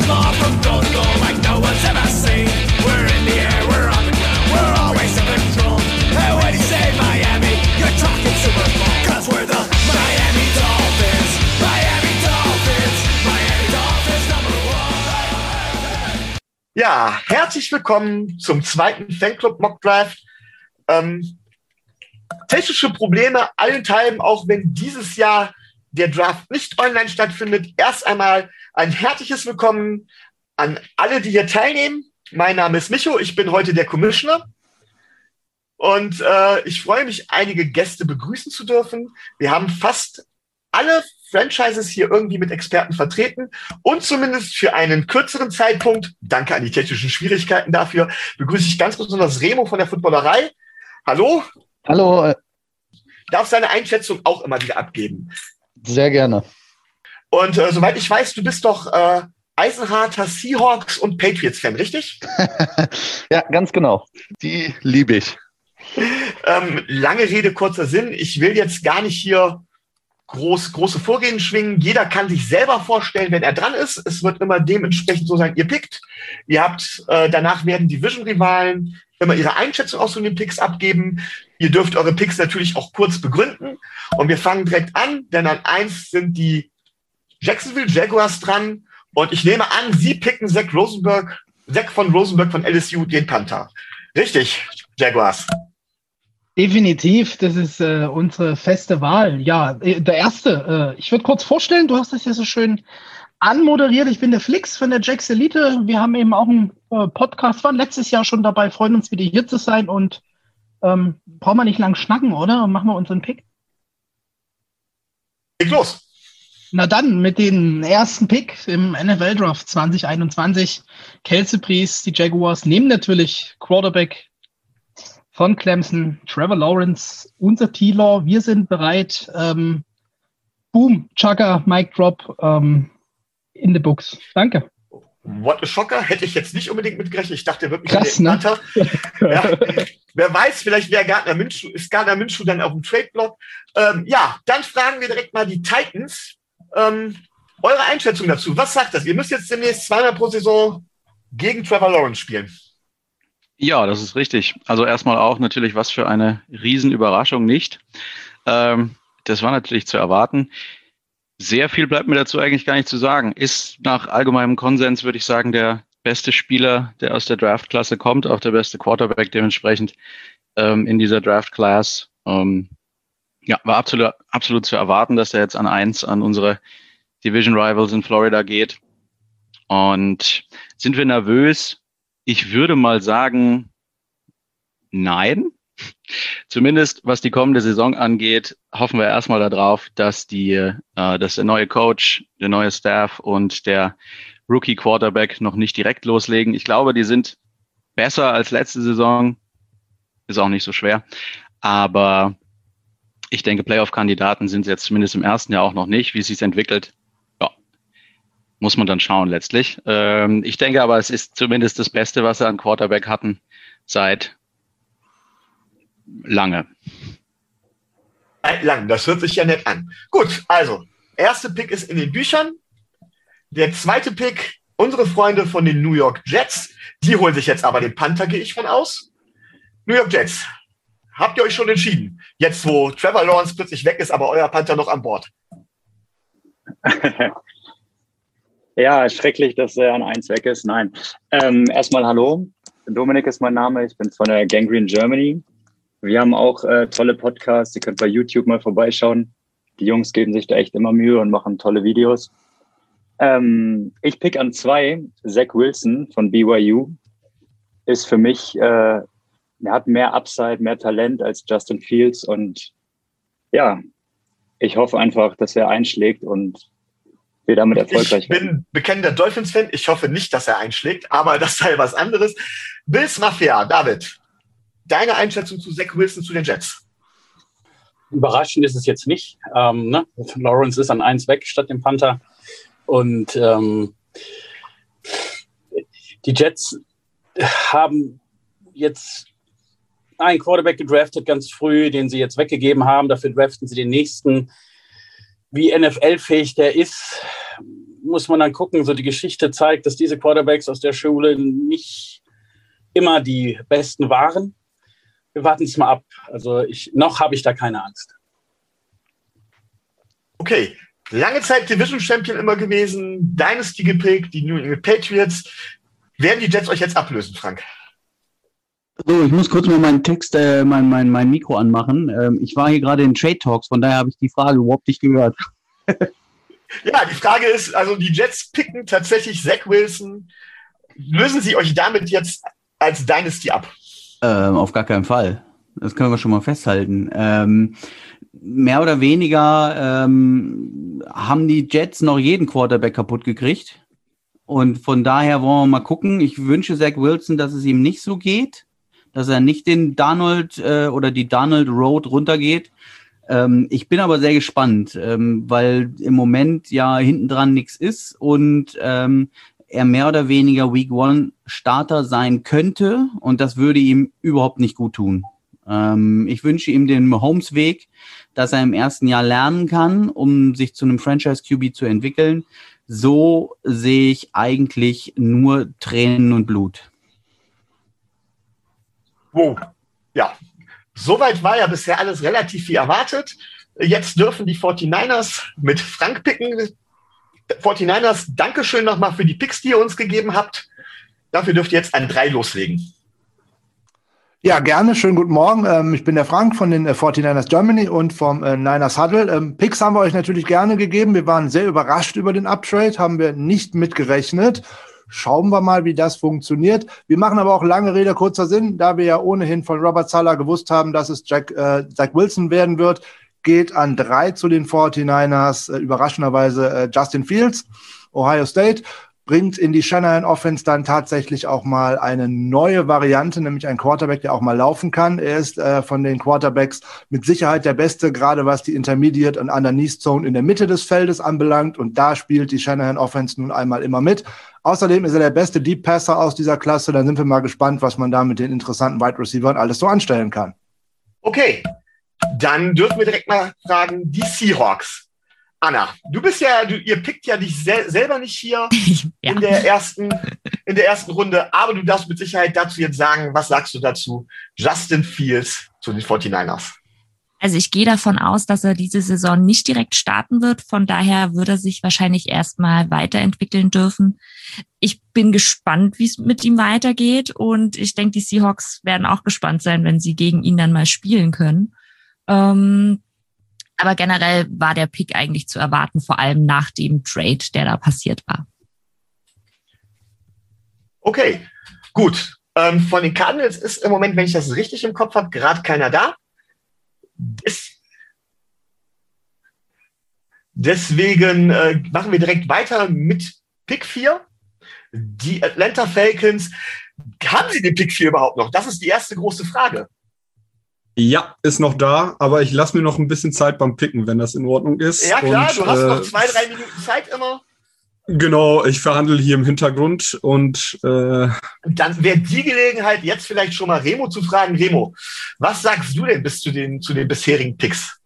far from goal to goal like no one's ever seen. We're in the air, we're on the ground, we're always in control. And when you say Miami, you're talking Super Bowl. 'Cause we're the Miami Dolphins, Miami Dolphins, Miami Dolphins #1. Ja, herzlich willkommen zum zweiten Fanclub Mock Draft. Technische Probleme allenthalben, auch wenn dieses Jahr der Draft nicht online stattfindet. Erst einmal ein herzliches Willkommen an alle, die hier teilnehmen. Mein Name ist Micho, ich bin heute der Commissioner und ich freue mich, einige Gäste begrüßen zu dürfen. Wir haben fast alle Franchises hier irgendwie mit Experten vertreten und zumindest für einen kürzeren Zeitpunkt, danke an die technischen Schwierigkeiten dafür, begrüße ich ganz besonders Remo von der Footballerei. Hallo. Hallo. Darf seine Einschätzung auch immer wieder abgeben. Sehr gerne. Und soweit ich weiß, du bist doch eisenharter Seahawks- und Patriots-Fan, richtig? Ja, ganz genau. Die liebe ich. Lange Rede, kurzer Sinn. Ich will jetzt gar nicht hier große Vorgehen schwingen. Jeder kann sich selber vorstellen, wenn er dran ist. Es wird immer dementsprechend so sein, ihr pickt. Ihr habt, danach werden die Vision-Rivalen immer ihre Einschätzung aus den Picks abgeben. Ihr dürft eure Picks natürlich auch kurz begründen. Und wir fangen direkt an, denn an 1 sind die Jacksonville Jaguars dran. Und ich nehme an, Sie picken Zach von Rosenberg von LSU, den Panther. Richtig, Jaguars. Definitiv, das ist unsere feste Wahl. Ja, der Erste, ich würde kurz vorstellen, du hast das ja so schön anmoderiert. Ich bin der Flix von der Jacks Elite. Wir haben eben auch einen Podcast, waren letztes Jahr schon dabei, freuen uns wieder hier zu sein und brauchen wir nicht lang schnacken, oder? Machen wir unseren Pick? Leg los. Na dann, mit dem ersten Pick im NFL-Draft 2021, Kelsey Priest, die Jaguars nehmen natürlich Quarterback von Clemson, Trevor Lawrence, unser T-Law. Wir sind bereit. Boom, Chugga, Mic Drop in the books. Danke. What a Shocker. Hätte ich jetzt nicht unbedingt mitgerechnet. Ich dachte wirklich, krass, ne? Ja. Wer weiß, vielleicht ist Gardner Minshew dann auf dem Trade-Block. Ja, dann fragen wir direkt mal die Titans. Eure Einschätzung dazu. Was sagt das? Ihr müsst jetzt demnächst 2-mal pro Saison gegen Trevor Lawrence spielen. Ja, das ist richtig. Also erstmal auch natürlich, was für eine Riesenüberraschung nicht. Das war natürlich zu erwarten. Sehr viel bleibt mir dazu eigentlich gar nicht zu sagen. Ist nach allgemeinem Konsens, würde ich sagen, der beste Spieler, der aus der Draft-Klasse kommt, auch der beste Quarterback dementsprechend in dieser Draft-Class. Ja, war absolut zu erwarten, dass er jetzt an 1 an unsere Division Rivals in Florida geht. Und sind wir nervös? Ich würde mal sagen, nein. Zumindest was die kommende Saison angeht, hoffen wir erstmal darauf, dass der neue Coach, der neue Staff und der Rookie Quarterback noch nicht direkt loslegen. Ich glaube, die sind besser als letzte Saison. Ist auch nicht so schwer. Aber ich denke, Playoff-Kandidaten sind sie jetzt zumindest im ersten Jahr auch noch nicht. Wie es sich entwickelt, ja, muss man dann schauen letztlich. Ich denke aber, es ist zumindest das Beste, was sie an Quarterback hatten seit lange. Lang, das hört sich ja nett an. Gut, also, erste Pick ist in den Büchern. Der zweite Pick, unsere Freunde von den New York Jets, die holen sich jetzt aber den Panther, gehe ich von aus. New York Jets, habt ihr euch schon entschieden? Jetzt, wo Trevor Lawrence plötzlich weg ist, aber euer Panther noch an Bord. Ja, schrecklich, dass er an 1 weg ist. Nein. Erstmal hallo. Dominik ist mein Name. Ich bin von der Gangrene Germany. Wir haben auch tolle Podcasts. Ihr könnt bei YouTube mal vorbeischauen. Die Jungs geben sich da echt immer Mühe und machen tolle Videos. Ich pick an 2. Zach Wilson von BYU ist für mich, er hat mehr Upside, mehr Talent als Justin Fields. Und ja, ich hoffe einfach, dass er einschlägt und wir damit erfolgreich werden. Ich bin bekennender Dolphins-Fan. Ich hoffe nicht, dass er einschlägt, aber das sei was anderes. Bills Mafia, David, deine Einschätzung zu Zach Wilson, zu den Jets? Überraschend ist es jetzt nicht. Lawrence ist an 1 weg statt dem Panther. Und die Jets haben jetzt einen Quarterback gedraftet ganz früh, den sie jetzt weggegeben haben. Dafür draften sie den nächsten. Wie NFL-fähig der ist, muss man dann gucken. So die Geschichte zeigt, dass diese Quarterbacks aus der Schule nicht immer die besten waren. Wir warten es mal ab. Also noch habe ich da keine Angst. Okay, lange Zeit Division Champion immer gewesen, Dynasty geprägt, die New England Patriots. Werden die Jets euch jetzt ablösen, Frank? So, ich muss kurz mal meinen Text, mein Mikro anmachen. Ich war hier gerade in Trade Talks, von daher habe ich die Frage überhaupt nicht gehört. Ja, die Frage ist, also die Jets picken tatsächlich Zach Wilson. Lösen sie euch damit jetzt als Dynasty ab? Auf gar keinen Fall. Das können wir schon mal festhalten. Mehr oder weniger haben die Jets noch jeden Quarterback kaputt gekriegt. Und von daher wollen wir mal gucken. Ich wünsche Zach Wilson, dass es ihm nicht so geht, dass er nicht den Darnold oder die Darnold Road runtergeht. Ich bin aber sehr gespannt, weil im Moment ja hinten dran nichts ist und er mehr oder weniger Week 1 Starter sein könnte und das würde ihm überhaupt nicht gut tun. Ich wünsche ihm den Mahomes-Weg, dass er im ersten Jahr lernen kann, um sich zu einem Franchise-QB zu entwickeln. So sehe ich eigentlich nur Tränen und Blut. Wow, ja. Soweit war ja bisher alles relativ wie erwartet. Jetzt dürfen die 49ers mit Frank picken. 49ers, Dankeschön nochmal für die Picks, die ihr uns gegeben habt. Dafür dürft ihr jetzt an 3 loslegen. Ja, gerne. Schönen guten Morgen. Ich bin der Frank von den 49ers Germany und vom Niners Huddle. Picks haben wir euch natürlich gerne gegeben. Wir waren sehr überrascht über den Uptrade, haben wir nicht mitgerechnet. Schauen wir mal, wie das funktioniert. Wir machen aber auch lange Rede, kurzer Sinn, da wir ja ohnehin von Robert Saleh gewusst haben, dass es Zach Wilson werden wird, geht an 3 zu den 49ers, überraschenderweise Justin Fields, Ohio State, bringt in die Shanahan Offense dann tatsächlich auch mal eine neue Variante, nämlich ein Quarterback, der auch mal laufen kann. Er ist von den Quarterbacks mit Sicherheit der Beste, gerade was die Intermediate und Underneath Zone in der Mitte des Feldes anbelangt. Und da spielt die Shanahan Offense nun einmal immer mit. Außerdem ist er der beste Deep Passer aus dieser Klasse. Dann sind wir mal gespannt, was man da mit den interessanten Wide Receivern alles so anstellen kann. Okay, dann dürfen wir direkt mal fragen, die Seahawks. Anna, du bist ja, ihr pickt ja dich selber nicht hier Ja. in der ersten Runde, aber du darfst mit Sicherheit dazu jetzt sagen, was sagst du dazu? Justin Fields zu den 49ers. Also ich gehe davon aus, dass er diese Saison nicht direkt starten wird. Von daher würde er sich wahrscheinlich erstmal weiterentwickeln dürfen. Ich bin gespannt, wie es mit ihm weitergeht. Und ich denke, die Seahawks werden auch gespannt sein, wenn sie gegen ihn dann mal spielen können. Aber generell war der Pick eigentlich zu erwarten, vor allem nach dem Trade, der da passiert war. Okay, gut. Von den Cardinals ist im Moment, wenn ich das richtig im Kopf habe, gerade keiner da. Deswegen machen wir direkt weiter mit Pick 4. Die Atlanta Falcons. Haben sie den Pick 4 überhaupt noch? Das ist die erste große Frage. Ja, ist noch da, aber ich lasse mir noch ein bisschen Zeit beim Picken, wenn das in Ordnung ist. Ja klar, und, du hast noch 2-3 Minuten Zeit immer. Genau, ich verhandle hier im Hintergrund und dann wäre die Gelegenheit, jetzt vielleicht schon mal Remo zu fragen. Remo, was sagst du denn bis zu den bisherigen Picks?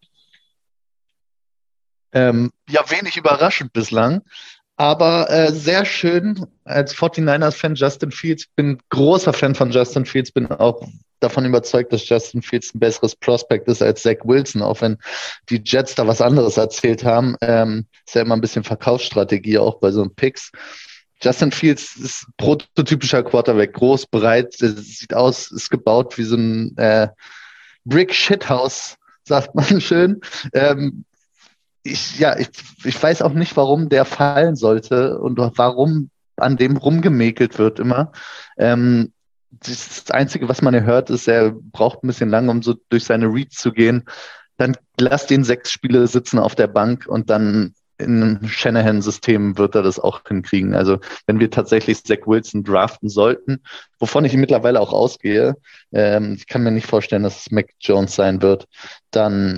Ja, wenig überraschend bislang, aber sehr schön als 49ers-Fan Justin Fields. Bin großer Fan von Justin Fields, bin auch davon überzeugt, dass Justin Fields ein besseres Prospect ist als Zach Wilson, auch wenn die Jets da was anderes erzählt haben. Ist ja immer ein bisschen Verkaufsstrategie auch bei so einem Picks. Justin Fields ist prototypischer Quarterback, groß, breit, sieht aus, ist gebaut wie so ein Brick-Shithouse, sagt man schön. Ich weiß auch nicht, warum der fallen sollte und warum an dem rumgemäkelt wird immer. Das Einzige, was man ja hört, ist, er braucht ein bisschen lang, um so durch seine Reads zu gehen. Dann lass den 6 Spiele sitzen auf der Bank und dann in Shanahan-System wird er das auch hinkriegen. Also wenn wir tatsächlich Zach Wilson draften sollten, wovon ich mittlerweile auch ausgehe, ich kann mir nicht vorstellen, dass es Mac Jones sein wird, dann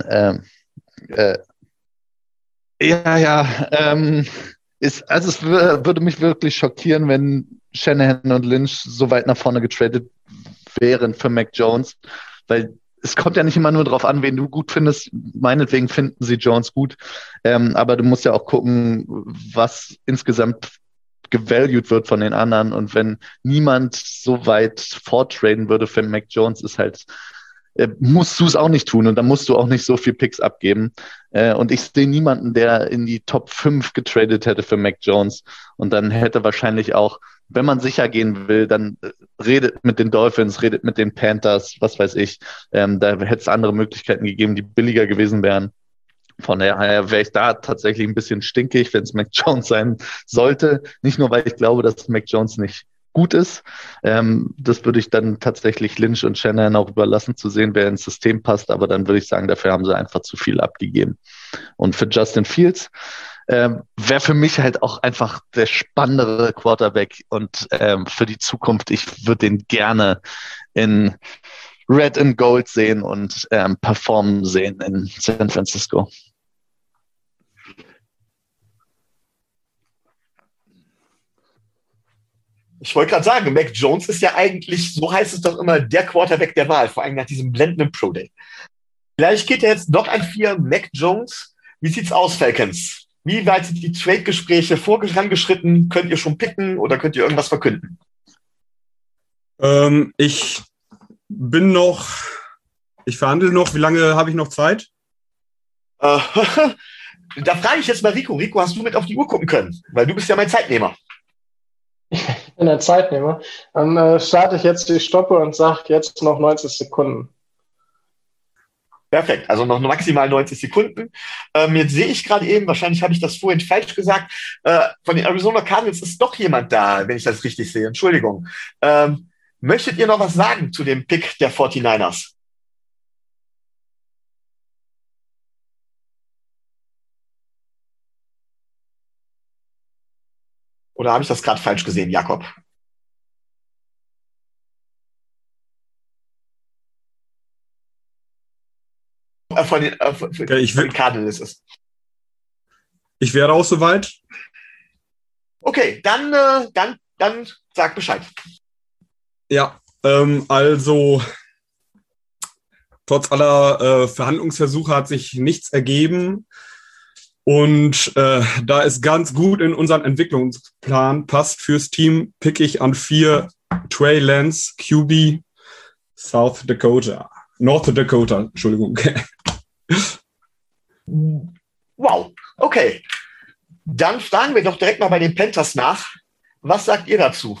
es würde mich wirklich schockieren, wenn Shanahan und Lynch so weit nach vorne getradet wären für Mac Jones, weil es kommt ja nicht immer nur drauf an, wen du gut findest. Meinetwegen finden sie Jones gut. Aber du musst ja auch gucken, was insgesamt gevalued wird von den anderen. Und wenn niemand so weit forttraden würde für Mac Jones, ist halt, musst du es auch nicht tun. Und dann musst du auch nicht so viel Picks abgeben. Und ich sehe niemanden, der in die Top 5 getradet hätte für Mac Jones. Und dann hätte wahrscheinlich auch, wenn man sicher gehen will, dann redet mit den Dolphins, redet mit den Panthers, was weiß ich. Da hätte es andere Möglichkeiten gegeben, die billiger gewesen wären. Von daher wäre ich da tatsächlich ein bisschen stinkig, wenn es Mac Jones sein sollte. Nicht nur, weil ich glaube, dass Mac Jones nicht gut ist. Das würde ich dann tatsächlich Lynch und Shanahan auch überlassen, zu sehen, wer ins System passt. Aber dann würde ich sagen, dafür haben sie einfach zu viel abgegeben. Und für Justin Fields wäre für mich halt auch einfach der spannendere Quarterback. Und für die Zukunft, ich würde den gerne in Red and Gold sehen und performen sehen in San Francisco. Ich wollte gerade sagen, Mac Jones ist ja eigentlich, so heißt es doch immer, der Quarterback der Wahl, vor allem nach diesem blendenden Pro Day. Vielleicht geht er jetzt noch an 4, Mac Jones. Wie sieht's aus, Falcons? Wie weit sind die Trade-Gespräche vorangeschritten? Könnt ihr schon picken oder könnt ihr irgendwas verkünden? Ich verhandle noch. Wie lange habe ich noch Zeit? Da frage ich jetzt mal Rico. Rico, hast du mit auf die Uhr gucken können? Weil du bist ja mein Zeitnehmer. Ich bin der Zeitnehmer. Dann starte ich jetzt die Stoppe und sage jetzt noch 90 Sekunden. Perfekt, also noch maximal 90 Sekunden. Jetzt sehe ich gerade eben, wahrscheinlich habe ich das vorhin falsch gesagt, von den Arizona Cardinals ist doch jemand da, wenn ich das richtig sehe. Entschuldigung. Möchtet ihr noch was sagen zu dem Pick der 49ers? Oder habe ich das gerade falsch gesehen, Jakob? Von den Cardinals ist. Ich wäre auch soweit. Okay, dann sag Bescheid. Ja, also trotz aller Verhandlungsversuche hat sich nichts ergeben. Und da es ganz gut in unseren Entwicklungsplan passt fürs Team, pick ich an 4 Trey Lance, QB, North Dakota, Entschuldigung. Wow, okay. Dann fragen wir doch direkt mal bei den Panthers nach. Was sagt ihr dazu?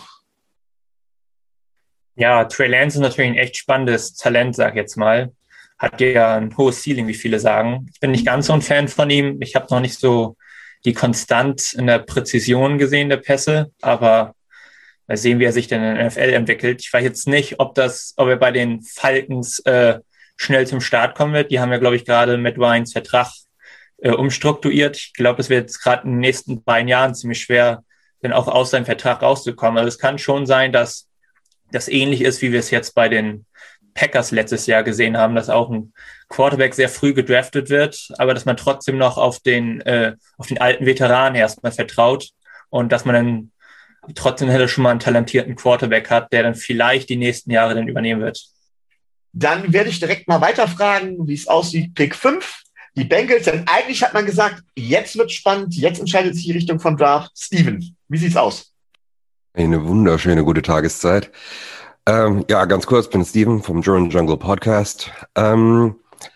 Ja, Trey Lance ist natürlich ein echt spannendes Talent, sag ich jetzt mal. Hat ja ein hohes Ceiling, wie viele sagen. Ich bin nicht ganz so ein Fan von ihm. Ich habe noch nicht so die Konstant in der Präzision gesehen der Pässe, aber mal sehen, wie er sich denn in der NFL entwickelt. Ich weiß jetzt nicht, ob er bei den Falcons schnell zum Start kommen wird. Die haben ja, glaube ich, gerade Matt Ryans Vertrag umstrukturiert. Ich glaube, es wird jetzt gerade in den nächsten 3 Jahren ziemlich schwer, dann auch aus seinem Vertrag rauszukommen. Also es kann schon sein, dass das ähnlich ist, wie wir es jetzt bei den Packers letztes Jahr gesehen haben, dass auch ein Quarterback sehr früh gedraftet wird, aber dass man trotzdem noch auf den alten Veteranen erstmal vertraut und dass man dann trotzdem schon mal einen talentierten Quarterback hat, der dann vielleicht die nächsten Jahre dann übernehmen wird. Dann werde ich direkt mal weiterfragen, wie es aussieht. Pick 5, die Bengals, denn eigentlich hat man gesagt, jetzt wird spannend, jetzt entscheidet sich die Richtung vom Draft. Steven, wie sieht's aus? Eine wunderschöne gute Tageszeit. Ja, ganz kurz, bin Steven vom German Jungle Podcast. Im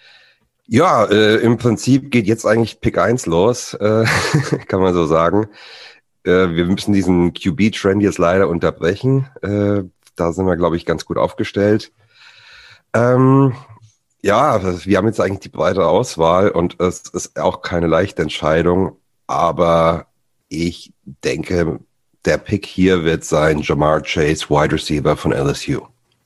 Prinzip geht jetzt eigentlich Pick 1 los, kann man so sagen. Wir müssen diesen QB-Trend jetzt leider unterbrechen. Da sind wir, glaube ich, ganz gut aufgestellt. Wir haben jetzt eigentlich die breite Auswahl und es ist auch keine leichte Entscheidung, aber ich denke, der Pick hier wird sein Ja'Marr Chase, Wide Receiver von LSU.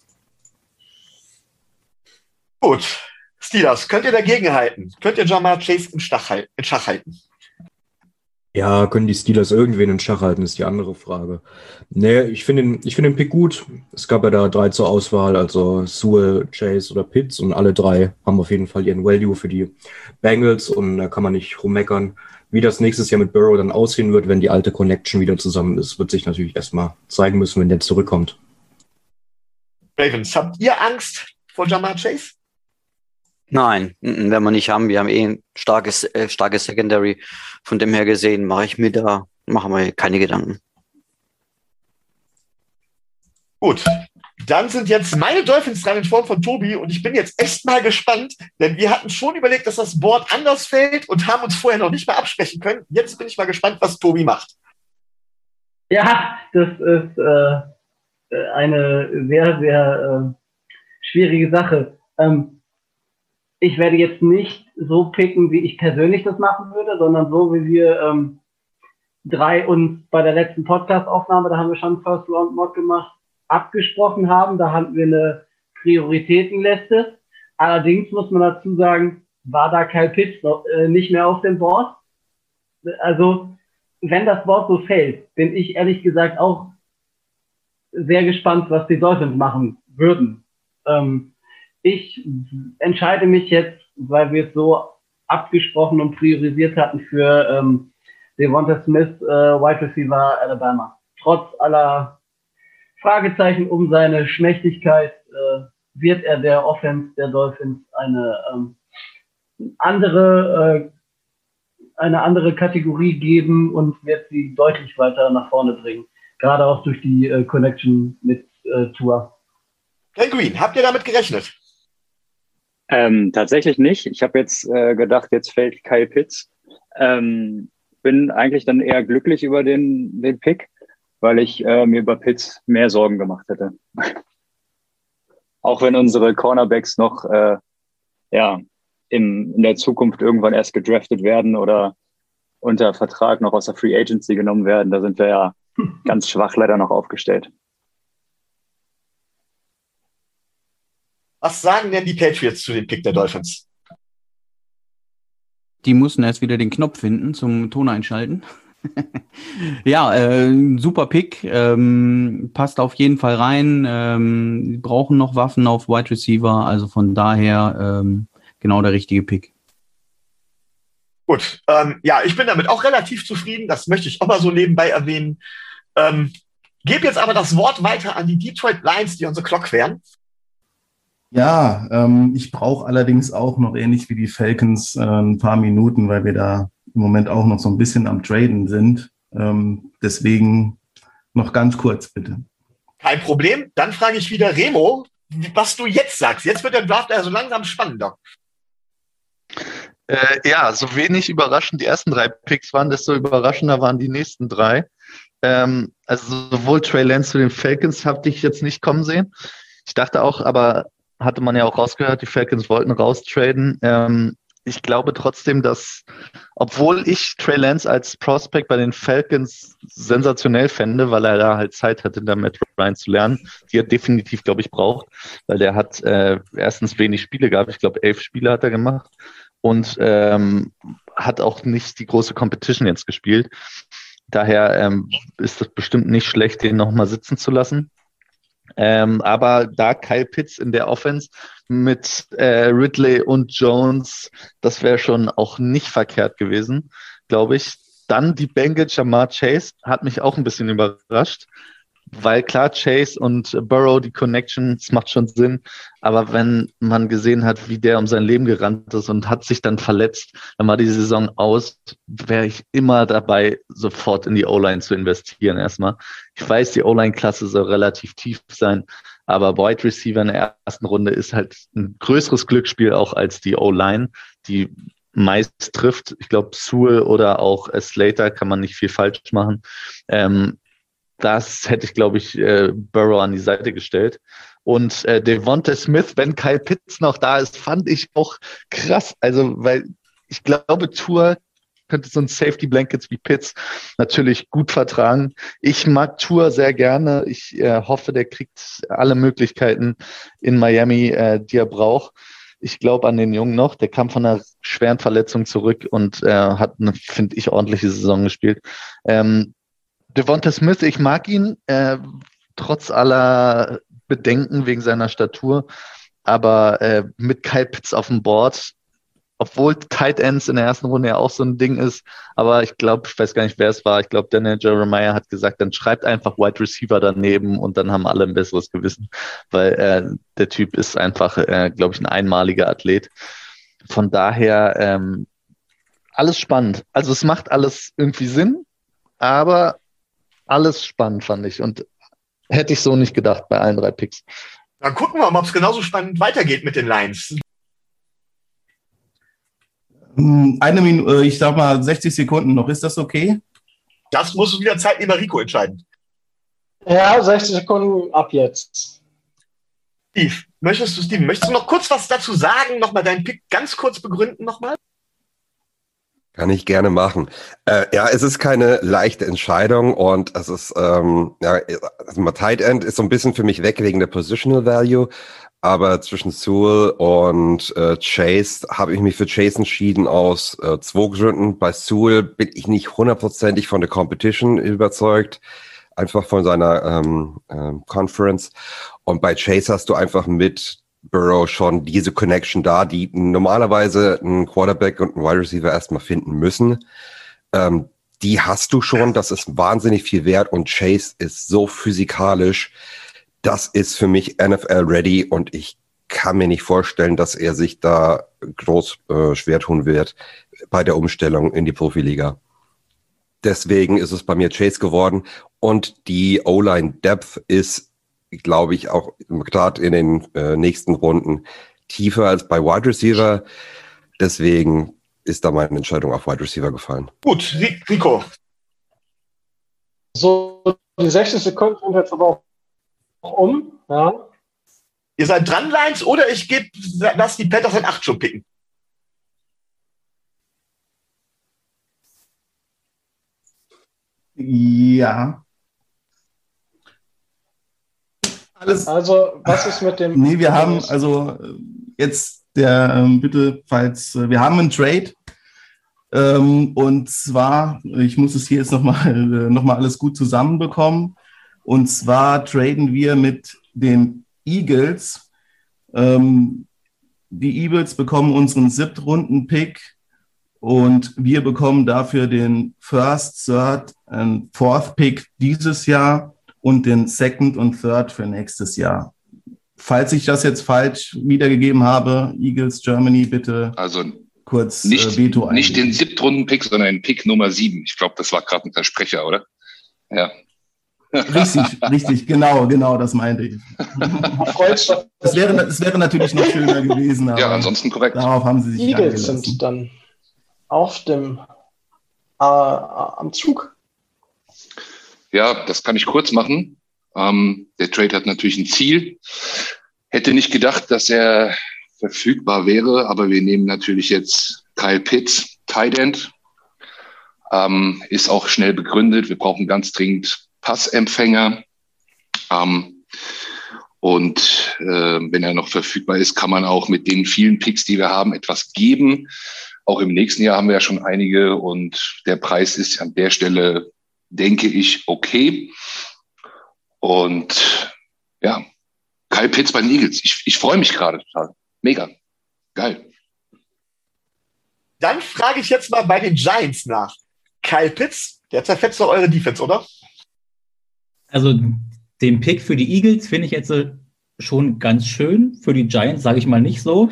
Gut, Steelers, könnt ihr dagegen halten? Könnt ihr Ja'Marr Chase in Schach halten? Ja, können die Steelers irgendwen in Schach halten, ist die andere Frage. Nee, ich finde den Pick gut. Es gab ja da 3 zur Auswahl, also Sewell, Chase oder Pitts, und alle 3 haben auf jeden Fall ihren Value für die Bengals und da kann man nicht rummeckern. Wie das nächstes Jahr mit Burrow dann aussehen wird, wenn die alte Connection wieder zusammen ist, wird sich natürlich erstmal zeigen müssen, wenn der zurückkommt. Ravens, habt ihr Angst vor Ja'Marr Chase? Nein, werden wir nicht haben. Wir haben ein starkes Secondary. Von dem her gesehen machen wir keine Gedanken. Gut, dann sind jetzt meine Dolphins dran in Form von Tobi und ich bin jetzt echt mal gespannt, denn wir hatten schon überlegt, dass das Board anders fällt und haben uns vorher noch nicht mal absprechen können. Jetzt bin ich mal gespannt, was Tobi macht. Ja, das ist eine sehr, sehr schwierige Sache. Ich werde jetzt nicht so picken, wie ich persönlich das machen würde, sondern so, wie wir drei uns bei der letzten Podcast-Aufnahme, da haben wir schon First-Round-Mod gemacht, abgesprochen haben. Da hatten wir eine Prioritätenliste. Allerdings muss man dazu sagen, war da Kyle Pitts nicht mehr auf dem Board. Also, wenn das Board so fällt, bin ich ehrlich gesagt auch sehr gespannt, was die Dolphins machen würden. Ich entscheide mich jetzt, weil wir es so abgesprochen und priorisiert hatten für Devonta Smith, Wide Receiver Alabama. Trotz aller Fragezeichen um seine Schmächtigkeit wird er der Offense der Dolphins eine andere Kategorie geben und wird sie deutlich weiter nach vorne bringen. Gerade auch durch die Connection mit Tua. Hey Green, habt ihr damit gerechnet? Tatsächlich nicht. Ich habe jetzt gedacht, jetzt fällt Kyle Pitts. Bin eigentlich dann eher glücklich über den Pick, weil ich mir über Pitts mehr Sorgen gemacht hätte. Auch wenn unsere Cornerbacks noch in der Zukunft irgendwann erst gedraftet werden oder unter Vertrag noch aus der Free Agency genommen werden, da sind wir ja ganz schwach leider noch aufgestellt. Was sagen denn die Patriots zu dem Pick der Dolphins? Die mussten erst wieder den Knopf finden zum Ton einschalten. Ja, super Pick. Passt auf jeden Fall rein. Brauchen noch Waffen auf Wide Receiver. Also von daher genau der richtige Pick. Gut, ich bin damit auch relativ zufrieden. Das möchte ich auch mal so nebenbei erwähnen. Gebe jetzt aber das Wort weiter an die Detroit Lions, die unsere Clock wären. Ja, ich brauche allerdings auch noch ähnlich wie die Falcons ein paar Minuten, weil wir da im Moment auch noch so ein bisschen am Traden sind. Deswegen noch ganz kurz, bitte. Kein Problem. Dann frage ich wieder Remo, was du jetzt sagst. Jetzt wird der Draft also langsam spannender. So wenig überraschend die ersten 3 Picks waren, desto überraschender waren die nächsten 3. Also sowohl Trey Lance zu den Falcons habe ich jetzt nicht kommen sehen. Ich dachte auch, aber hatte man ja auch rausgehört, die Falcons wollten raustraden. Ich glaube trotzdem, dass, obwohl ich Trey Lance als Prospect bei den Falcons sensationell fände, weil er da halt Zeit hatte, damit Ryan zu lernen, die er definitiv, glaube ich, braucht, weil der hat erstens wenig Spiele gehabt, ich glaube 11 Spiele hat er gemacht und hat auch nicht die große Competition jetzt gespielt. Daher ist das bestimmt nicht schlecht, den nochmal sitzen zu lassen. Aber da Kyle Pitts in der Offense mit Ridley und Jones, das wäre schon auch nicht verkehrt gewesen, glaube ich. Dann die Bengals, Jamar Chase, hat mich auch ein bisschen überrascht, weil klar, Chase und Burrow, die Connections macht schon Sinn, aber wenn man gesehen hat, wie der um sein Leben gerannt ist und hat sich dann verletzt, dann war die Saison aus, wäre ich immer dabei, sofort in die O-Line zu investieren erstmal. Ich weiß, die O-Line-Klasse soll relativ tief sein, aber Wide Receiver in der ersten Runde ist halt ein größeres Glücksspiel auch als die O-Line, die meist trifft. Ich glaube, Sewell oder auch Slater kann man nicht viel falsch machen. Das hätte ich, glaube ich, Burrow an die Seite gestellt. Und Devonta Smith, wenn Kyle Pitts noch da ist, fand ich auch krass. Also, weil ich glaube, Tua könnte so ein Safety Blankets wie Pitts natürlich gut vertragen. Ich mag Tua sehr gerne. Ich hoffe, der kriegt alle Möglichkeiten in Miami, die er braucht. Ich glaube an den Jungen noch. Der kam von einer schweren Verletzung zurück und hat eine, finde ich, ordentliche Saison gespielt. Devonta Smith, ich mag ihn, trotz aller Bedenken wegen seiner Statur, aber mit Kyle Pitts auf dem Board, obwohl Tight Ends in der ersten Runde ja auch so ein Ding ist, aber ich glaube, ich weiß gar nicht, wer es war, ich glaube, Daniel Jeremiah hat gesagt, dann schreibt einfach Wide Receiver daneben und dann haben alle ein besseres Gewissen, weil der Typ ist einfach, glaube ich, ein einmaliger Athlet. Von daher alles spannend. Also es macht alles irgendwie Sinn, aber alles spannend fand ich und hätte ich so nicht gedacht bei allen 3 Picks. Dann gucken wir mal, ob es genauso spannend weitergeht mit den Lions. Eine Minute, ich sag mal 60 Sekunden noch. Ist das okay? Das muss wieder Zeitnehmer Rico entscheiden. Ja, 60 Sekunden ab jetzt. Steven, möchtest du noch kurz was dazu sagen? Nochmal deinen Pick ganz kurz begründen nochmal? Kann ich gerne machen. Ja, es ist keine leichte Entscheidung und es ist, also Tight End ist so ein bisschen für mich weg wegen der Positional Value, aber zwischen Sewell und Chase habe ich mich für Chase entschieden aus 2 Gründen. Bei Sewell bin ich nicht hundertprozentig von der Competition überzeugt, einfach von seiner Conference. Und bei Chase hast du einfach mit Burrow schon diese Connection da, die normalerweise ein Quarterback und ein Wide Receiver erstmal finden müssen. Die hast du schon, das ist wahnsinnig viel wert und Chase ist so physikalisch, das ist für mich NFL ready und ich kann mir nicht vorstellen, dass er sich da groß schwer tun wird bei der Umstellung in die Profiliga. Deswegen ist es bei mir Chase geworden und die O-Line-Depth ist, glaube ich, auch gerade in den nächsten Runden tiefer als bei Wide Receiver. Deswegen ist da meine Entscheidung auf Wide Receiver gefallen. Gut, Rico. So, die 60 Sekunden sind jetzt aber auch um. Ja. Ihr seid dran, Lions, oder ich lass die Panthers in 8 schon picken. Ja. Also, was ist mit dem... Nee, wir haben, also jetzt bitte, falls, wir haben einen Trade und zwar, ich muss es hier jetzt nochmal alles gut zusammenbekommen, und zwar traden wir mit den Eagles. Die Eagles bekommen unseren 7. Runden-Pick und wir bekommen dafür den First, Third und Fourth Pick dieses Jahr und den Second und Third für nächstes Jahr. Falls ich das jetzt falsch wiedergegeben habe, Eagles Germany, bitte kurz Veto eingeben. Nicht den 7. Runden-Pick, sondern den Pick Nummer 7. Ich glaube, das war gerade ein Versprecher, oder? Ja. Richtig, genau, das meinte ich. Das wäre natürlich noch schöner gewesen. Aber ja, ansonsten korrekt. Darauf haben sie sich Eagles sind dann auf dem am Zug. Ja, das kann ich kurz machen. Der Trade hat natürlich ein Ziel. Hätte nicht gedacht, dass er verfügbar wäre, aber wir nehmen natürlich jetzt Kyle Pitts, Tight End. Ist auch schnell begründet. Wir brauchen ganz dringend Passempfänger. Und wenn er noch verfügbar ist, kann man auch mit den vielen Picks, die wir haben, etwas geben. Auch im nächsten Jahr haben wir ja schon einige und der Preis ist an der Stelle, denke ich, okay. Und ja, Kyle Pitts bei den Eagles. Ich freue mich gerade total. Mega. Geil. Dann frage ich jetzt mal bei den Giants nach. Kyle Pitts, der zerfetzt doch eure Defense, oder? Also den Pick für die Eagles finde ich jetzt schon ganz schön. Für die Giants sage ich mal nicht so.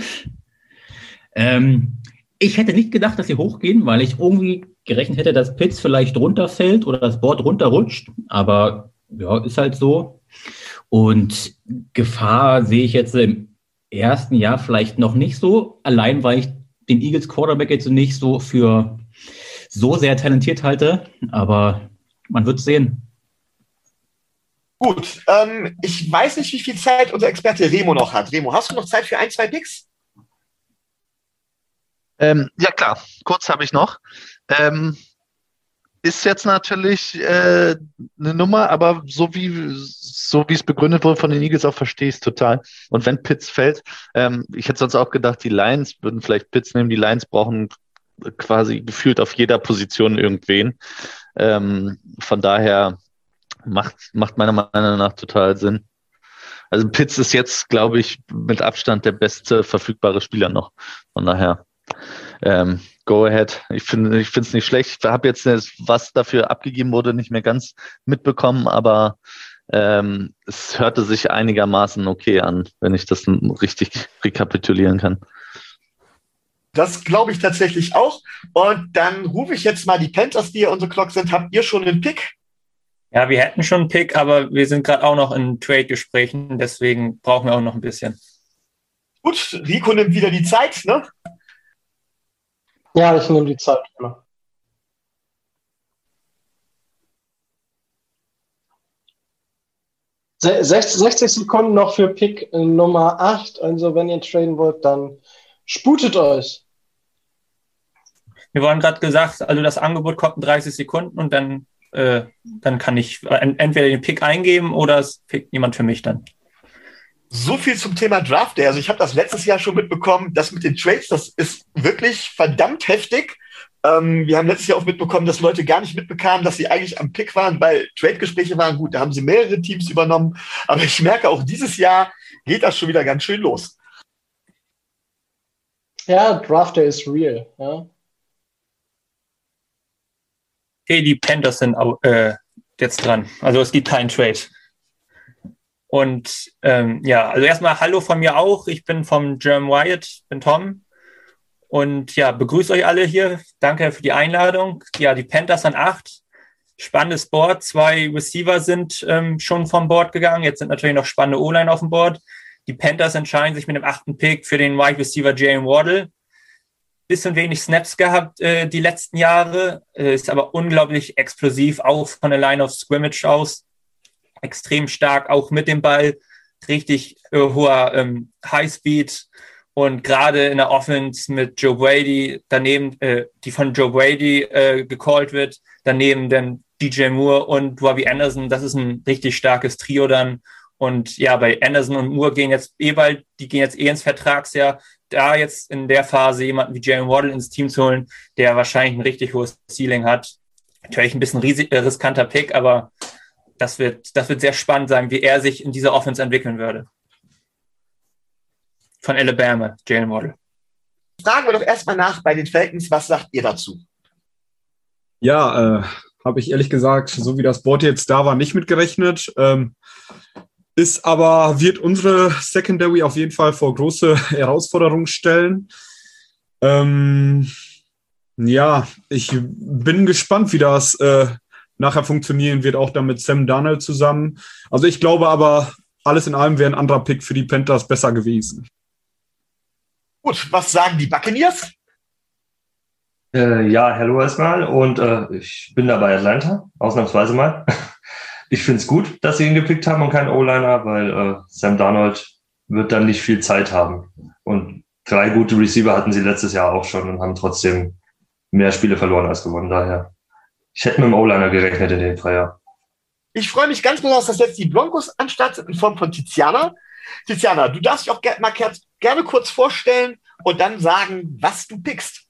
Ich hätte nicht gedacht, dass sie hochgehen, weil ich irgendwie gerechnet hätte, dass Pitts vielleicht runterfällt oder das Board runterrutscht. Aber ja, ist halt so. Und Gefahr sehe ich jetzt im ersten Jahr vielleicht noch nicht so. Allein, weil ich den Eagles Quarterback jetzt nicht so für so sehr talentiert halte. Aber man wird sehen. Gut, ich weiß nicht, wie viel Zeit unser Experte Remo noch hat. Remo, hast du noch Zeit für 1, 2 Picks? Ja klar, kurz habe ich noch. Ist jetzt natürlich eine Nummer, aber so wie es begründet wurde von den Eagles, auch verstehe ich es total. Und wenn Pitts fällt, ich hätte sonst auch gedacht, die Lions würden vielleicht Pitts nehmen. Die Lions brauchen quasi gefühlt auf jeder Position irgendwen. Von daher macht meiner Meinung nach total Sinn. Also Pitts ist jetzt, glaube ich, mit Abstand der beste verfügbare Spieler noch. Von daher go ahead. Ich finde es nicht schlecht. Ich habe jetzt, was dafür abgegeben wurde, nicht mehr ganz mitbekommen, aber es hörte sich einigermaßen okay an, wenn ich das richtig rekapitulieren kann. Das glaube ich tatsächlich auch. Und dann rufe ich jetzt mal die Panthers, die ja unsere Clock sind. Habt ihr schon einen Pick? Ja, wir hätten schon einen Pick, aber wir sind gerade auch noch in Trade-Gesprächen, deswegen brauchen wir auch noch ein bisschen. Gut, Rico nimmt wieder die Zeit, ne? Ja, ich nehme die Zeit. Genau. Se- 60 Sekunden noch für Pick Nummer 8. Also wenn ihr traden wollt, dann sputet euch. Wir wollen gerade gesagt, also das Angebot kommt in 30 Sekunden und dann kann ich entweder den Pick eingeben oder es pickt jemand für mich dann. So viel zum Thema Draft Day. Also ich habe das letztes Jahr schon mitbekommen, das mit den Trades, das ist wirklich verdammt heftig. Wir haben letztes Jahr auch mitbekommen, dass Leute gar nicht mitbekamen, dass sie eigentlich am Pick waren, weil Trade-Gespräche waren gut. Da haben sie mehrere Teams übernommen. Aber ich merke, auch dieses Jahr geht das schon wieder ganz schön los. Ja, Draft Day ist real. Ja. Okay, die Panthers sind jetzt dran. Also es gibt keinen Trade. Und ja, also erstmal Hallo von mir auch. Ich bin vom German Wyatt, bin Tom. Und ja, begrüße euch alle hier. Danke für die Einladung. Ja, die Panthers an 8. Spannendes Board. 2 Receiver sind schon vom Board gegangen. Jetzt sind natürlich noch spannende O-Line auf dem Board. Die Panthers entscheiden sich mit dem 8. Pick für den Wide Receiver Jalen Waddle. Bisschen wenig Snaps gehabt die letzten Jahre, ist aber unglaublich explosiv, auch von der Line of Scrimmage aus. Extrem stark, auch mit dem Ball, richtig hoher Highspeed und gerade in der Offense mit Joe Brady, daneben, die von Joe Brady gecallt wird, daneben dann DJ Moore und Robbie Anderson, das ist ein richtig starkes Trio dann. Und ja, bei Anderson und Moore gehen jetzt ins Vertragsjahr. Da jetzt in der Phase jemanden wie Jalen Waddle ins Team zu holen, der wahrscheinlich ein richtig hohes Ceiling hat. Natürlich ein bisschen riskanter Pick, aber das wird sehr spannend sein, wie er sich in dieser Offense entwickeln würde. Von Alabama, Jalen Waddle. Fragen wir doch erstmal nach bei den Falcons. Was sagt ihr dazu? Ja, habe ich ehrlich gesagt, so wie das Board jetzt da war, nicht mitgerechnet. Wird unsere Secondary auf jeden Fall vor große Herausforderungen stellen. Ja, ich bin gespannt, wie das nachher funktionieren wird, auch dann mit Sam Darnold zusammen. Also ich glaube aber, alles in allem wäre ein anderer Pick für die Panthers besser gewesen. Gut, was sagen die Buccaneers? Ja, hallo erstmal und ich bin da bei Atlanta, ausnahmsweise mal. Ich finde es gut, dass sie ihn gepickt haben und keinen O-Liner, weil Sam Darnold wird dann nicht viel Zeit haben. Und 3 gute Receiver hatten sie letztes Jahr auch schon und haben trotzdem mehr Spiele verloren als gewonnen. Daher, ich hätte mit dem O-Liner gerechnet in dem Fall, ja. Ich freue mich ganz besonders, dass jetzt die Broncos an Start sind in Form von Tiziana. Tiziana, du darfst dich auch gerne kurz vorstellen und dann sagen, was du pickst.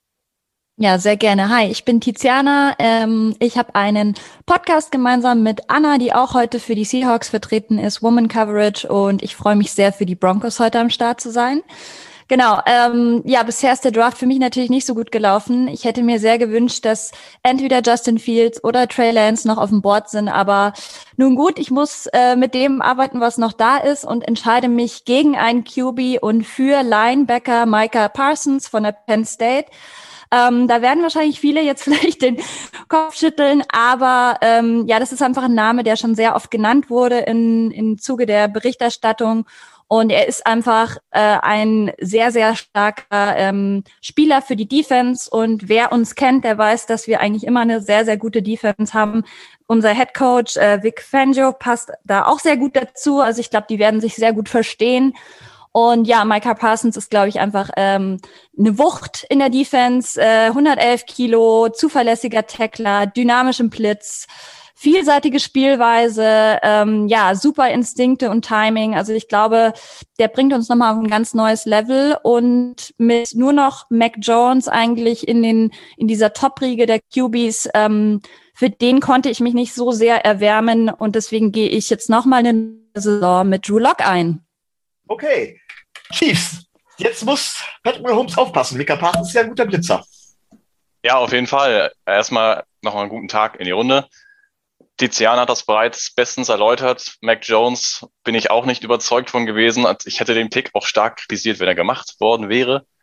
Ja, sehr gerne. Hi, ich bin Tiziana. Ich habe einen Podcast gemeinsam mit Anna, die auch heute für die Seahawks vertreten ist, Woman Coverage, und ich freue mich sehr, für die Broncos heute am Start zu sein. Genau, ja, bisher ist der Draft für mich natürlich nicht so gut gelaufen. Ich hätte mir sehr gewünscht, dass entweder Justin Fields oder Trey Lance noch auf dem Board sind, aber nun gut, ich muss mit dem arbeiten, was noch da ist, und entscheide mich gegen einen QB und für Linebacker Micah Parsons von der Penn State. Da werden wahrscheinlich viele jetzt vielleicht den Kopf schütteln, aber ja, das ist einfach ein Name, der schon sehr oft genannt wurde im Zuge der Berichterstattung. Und er ist einfach ein sehr, sehr starker Spieler für die Defense. Und wer uns kennt, der weiß, dass wir eigentlich immer eine sehr, sehr gute Defense haben. Unser Head Coach Vic Fangio passt da auch sehr gut dazu. Also ich glaube, die werden sich sehr gut verstehen. Und ja, Micah Parsons ist, glaube ich, einfach eine Wucht in der Defense, 111 Kilo, zuverlässiger Tackler, dynamisch im Blitz, vielseitige Spielweise, ja, super Instinkte und Timing. Also ich glaube, der bringt uns nochmal auf ein ganz neues Level, und mit nur noch Mac Jones eigentlich in dieser Top-Riege der QBs, für den konnte ich mich nicht so sehr erwärmen, und deswegen gehe ich jetzt nochmal eine Saison mit Drew Lock ein. Okay, Chiefs, jetzt muss Patrick Mahomes aufpassen. Micah Parsons ist ja ein guter Blitzer. Ja, auf jeden Fall. Erstmal nochmal einen guten Tag in die Runde. Tiziana hat das bereits bestens erläutert. Mac Jones bin ich auch nicht überzeugt von gewesen. Ich hätte den Pick auch stark kritisiert, wenn er gemacht worden wäre.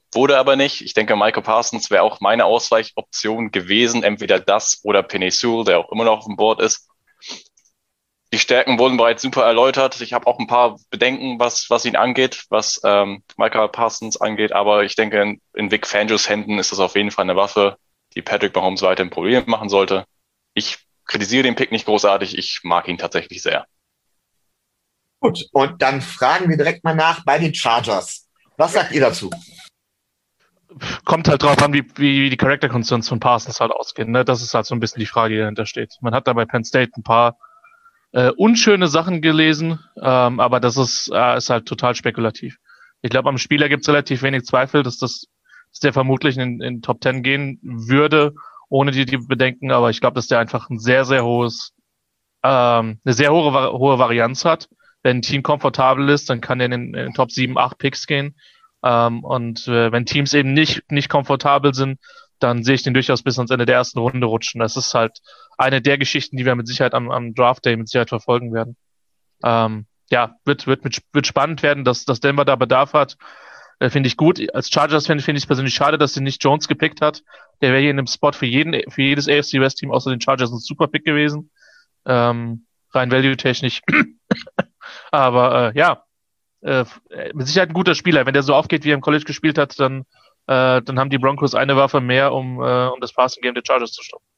Wurde aber nicht. Ich denke, Micah Parsons wäre auch meine Ausweichoption gewesen. Entweder das oder Penei Sewell, der auch immer noch auf dem Board ist. Die Stärken wurden bereits super erläutert. Ich habe auch ein paar Bedenken, was ihn angeht, was Micah Parsons angeht. Aber ich denke, in Vic Fangio's Händen ist das auf jeden Fall eine Waffe, die Patrick Mahomes weiterhin Probleme machen sollte. Ich kritisiere den Pick nicht großartig. Ich mag ihn tatsächlich sehr. Gut, und dann fragen wir direkt mal nach bei den Chargers. Was sagt ihr dazu? Kommt halt drauf an, wie die Character Concerns von Parsons halt ausgehen. Ne? Das ist halt so ein bisschen die Frage, die dahinter steht. Man hat da bei Penn State ein paar unschöne Sachen gelesen, aber das ist halt total spekulativ. Ich glaube, am Spieler gibt es relativ wenig Zweifel, dass der vermutlich in Top 10 gehen würde, ohne die Bedenken, aber ich glaube, dass der einfach ein sehr, sehr eine sehr hohe Varianz hat. Wenn ein Team komfortabel ist, dann kann er in den Top 7, 8 Picks gehen. Und wenn Teams eben nicht komfortabel sind, dann sehe ich den durchaus bis ans Ende der ersten Runde rutschen. Das ist halt eine der Geschichten, die wir mit Sicherheit am Draft Day mit Sicherheit verfolgen werden. Wird spannend werden, dass Denver da Bedarf hat. Finde ich gut. Als Chargers-Fan finde ich es persönlich schade, dass sie nicht Jones gepickt hat. Der wäre hier in einem Spot für jedes AFC West-Team außer den Chargers ein super Pick gewesen. Rein value-technisch. Aber mit Sicherheit ein guter Spieler. Wenn der so aufgeht, wie er im College gespielt hat, dann haben die Broncos eine Waffe mehr, um das Passing-Game der Chargers zu stoppen.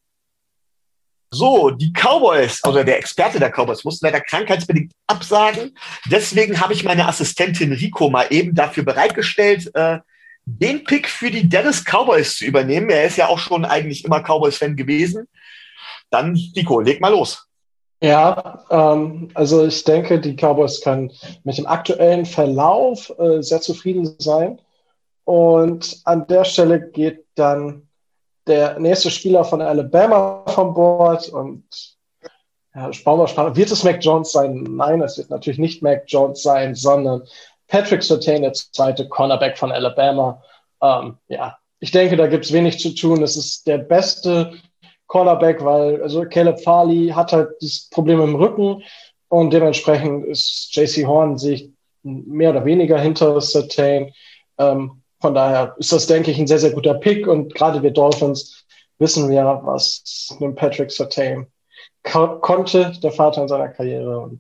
So, die Cowboys, also der Experte der Cowboys, mussten leider krankheitsbedingt absagen. Deswegen habe ich meine Assistentin Rico mal eben dafür bereitgestellt, den Pick für die Dallas Cowboys zu übernehmen. Er ist ja auch schon eigentlich immer Cowboys-Fan gewesen. Dann, Rico, leg mal los. Ja, also ich denke, die Cowboys können mit dem aktuellen Verlauf sehr zufrieden sein. Und an der Stelle geht dann der nächste Spieler von Alabama vom Board. Und ja, spannend. Wird es Mac Jones sein? Nein, es wird natürlich nicht Mac Jones sein, sondern Patrick Surtain, der zweite Cornerback von Alabama. Ich denke, da gibt es wenig zu tun. Es ist der beste Cornerback, weil also Caleb Farley hat halt dieses Problem im Rücken und dementsprechend ist JC Horn sich mehr oder weniger hinter Surtain. Von daher ist das, denke ich, ein sehr, sehr guter Pick und gerade wir Dolphins wissen wir, was mit Patrick Surtain konnte, der Vater in seiner Karriere. Und,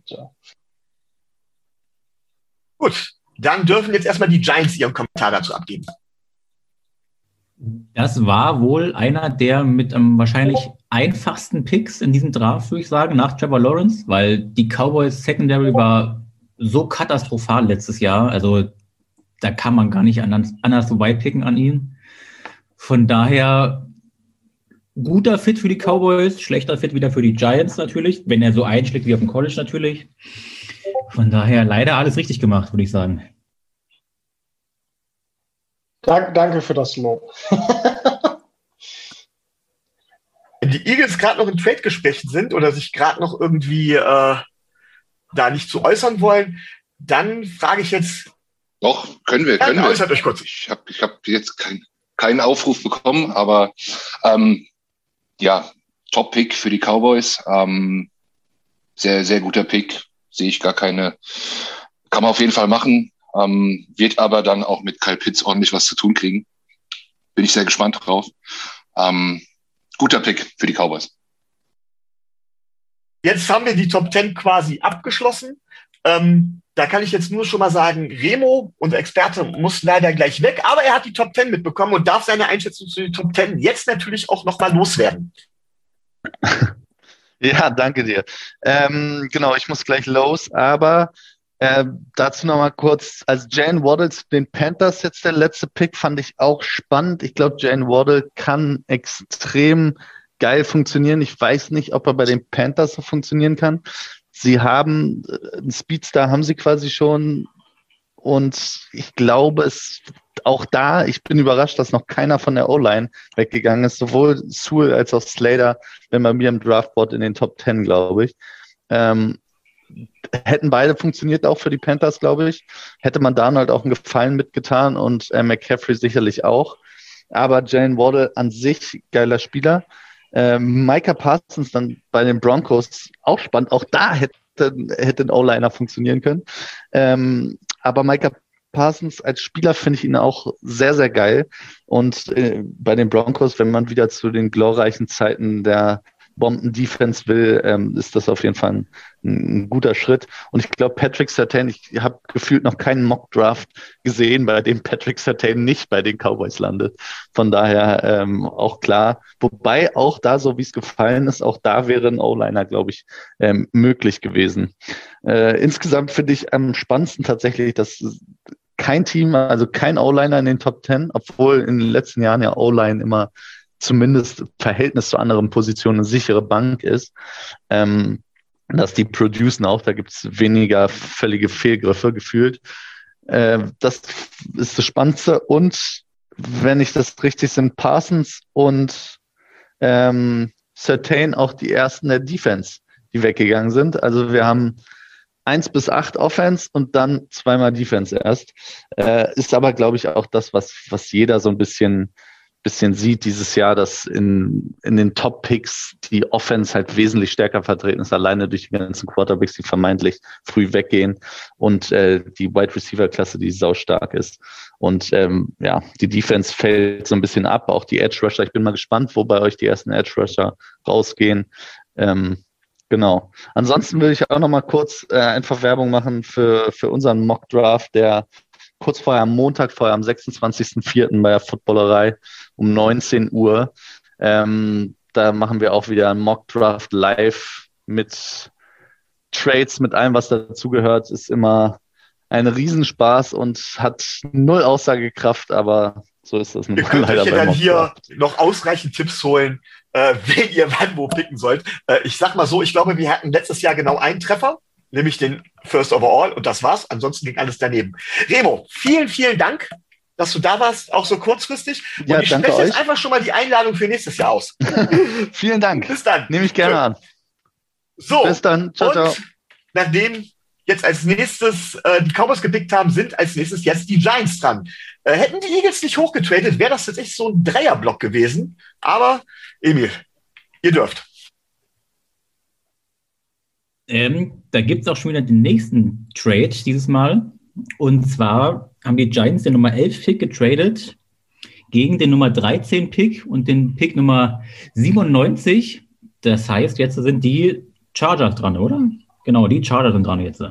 Gut, dann dürfen jetzt erstmal die Giants ihren Kommentar dazu abgeben. Das war wohl einer der mit am wahrscheinlich einfachsten Picks in diesem Draft, würde ich sagen, nach Trevor Lawrence, weil die Cowboys Secondary war so katastrophal letztes Jahr. Also da kann man gar nicht anders vorbeipicken an ihn. Von daher guter Fit für die Cowboys, schlechter Fit wieder für die Giants natürlich, wenn er so einschlägt wie auf dem College natürlich. Von daher leider alles richtig gemacht, würde ich sagen. Danke für das Lob. Wenn die Eagles gerade noch in Trade-Gesprächen sind oder sich gerade noch irgendwie da nicht zu äußern wollen, dann frage ich jetzt. Doch, können wir. Äußert euch kurz. Ich hab jetzt keinen Aufruf bekommen, aber Top-Pick für die Cowboys. Sehr, sehr guter Pick. Sehe ich gar keine. Kann man auf jeden Fall machen. Wird aber dann auch mit Kyle Pitts ordentlich was zu tun kriegen. Bin ich sehr gespannt drauf. Guter Pick für die Cowboys. Jetzt haben wir die Top 10 quasi abgeschlossen. Da kann ich jetzt nur schon mal sagen, Remo, unser Experte, muss leider gleich weg, aber er hat die Top 10 mitbekommen und darf seine Einschätzung zu den Top 10 jetzt natürlich auch nochmal loswerden. Ja, danke dir. Genau, ich muss gleich los, aber dazu nochmal kurz, also Jalen Waddle zu den Panthers jetzt der letzte Pick, fand ich auch spannend. Ich glaube, Jalen Waddle kann extrem geil funktionieren. Ich weiß nicht, ob er bei den Panthers so funktionieren kann. Sie haben einen Speedstar, haben sie quasi schon. Und ich glaube, ich bin überrascht, dass noch keiner von der O-Line weggegangen ist. Sowohl Sewell als auch Slater, wenn bei mir im Draftboard in den Top 10, glaube ich. Hätten beide funktioniert auch für die Panthers, glaube ich. Hätte man Darnold auch einen Gefallen mitgetan und McCaffrey sicherlich auch. Aber Jalen Waddle an sich, geiler Spieler. Micah Parsons dann bei den Broncos, auch spannend. Auch da hätte ein O-Liner funktionieren können. Aber Micah Parsons als Spieler finde ich ihn auch sehr, sehr geil. Und bei den Broncos, wenn man wieder zu den glorreichen Zeiten der Bomben-Defense will, ist das auf jeden Fall ein guter Schritt. Und ich glaube, Patrick Surtain, ich habe gefühlt noch keinen Mock-Draft gesehen, bei dem Patrick Surtain nicht bei den Cowboys landet. Von daher auch klar. Wobei auch da, so wie es gefallen ist, auch da wäre ein O-Liner, glaube ich, möglich gewesen. Insgesamt finde ich am spannendsten tatsächlich, dass kein Team, also kein O-Liner in den Top 10, obwohl in den letzten Jahren ja O-Line immer zumindest im Verhältnis zu anderen Positionen eine sichere Bank ist, dass die producen auch, da gibt es weniger völlige Fehlgriffe gefühlt. Das ist das Spannendste. Und wenn ich das richtig sind, Parsons und Surtain auch die ersten der Defense, die weggegangen sind. Also wir haben 1 bis 8 Offense und dann 2-mal Defense erst. Ist aber, glaube ich, auch das, was jeder so ein bisschen sieht dieses Jahr, dass in den Top-Picks die Offense halt wesentlich stärker vertreten ist, alleine durch die ganzen Quarterbacks, die vermeintlich früh weggehen und die Wide-Receiver-Klasse, die saustark ist. Und die Defense fällt so ein bisschen ab, auch die Edge-Rusher. Ich bin mal gespannt, wo bei euch die ersten Edge-Rusher rausgehen. Genau. Ansonsten will ich auch noch mal kurz einfach Werbung machen für unseren Mock-Draft, der kurz vorher am Montag, am 26.04. bei der Footballerei um 19 Uhr. Da machen wir auch wieder einen Mock-Draft live mit Trades, mit allem, was dazugehört. Ist immer ein Riesenspaß und hat 0 Aussagekraft, aber so ist das nun Ihr könnt leider euch ja beim dann hier Mock-Draft. noch ausreichend Tipps holen, wen ihr wann wo picken sollt. Ich sag mal so, ich glaube, wir hatten letztes Jahr genau einen Treffer, nämlich den First Overall, und das war's. Ansonsten ging alles daneben. Remo, vielen, vielen Dank, dass du da warst, auch so kurzfristig. Und Ja, ich danke spreche jetzt euch. einfach schon mal die Einladung für nächstes Jahr aus. Vielen Dank. Bis dann. Nehme ich gerne an. So. Bis dann. Ciao, und ciao. nachdem jetzt als nächstes die Cowboys gepickt haben, sind als nächstes jetzt die Giants dran. Hätten die Eagles nicht hochgetradet, wäre das tatsächlich so ein Dreierblock gewesen. Aber, Emil, ihr dürft. Da gibt es auch schon wieder den nächsten Trade dieses Mal. Und zwar haben die Giants den Nummer 11 Pick getradet gegen den Nummer 13 Pick und den Pick Nummer 97. Das heißt, jetzt sind die Chargers dran, oder? Genau, die Chargers sind dran jetzt.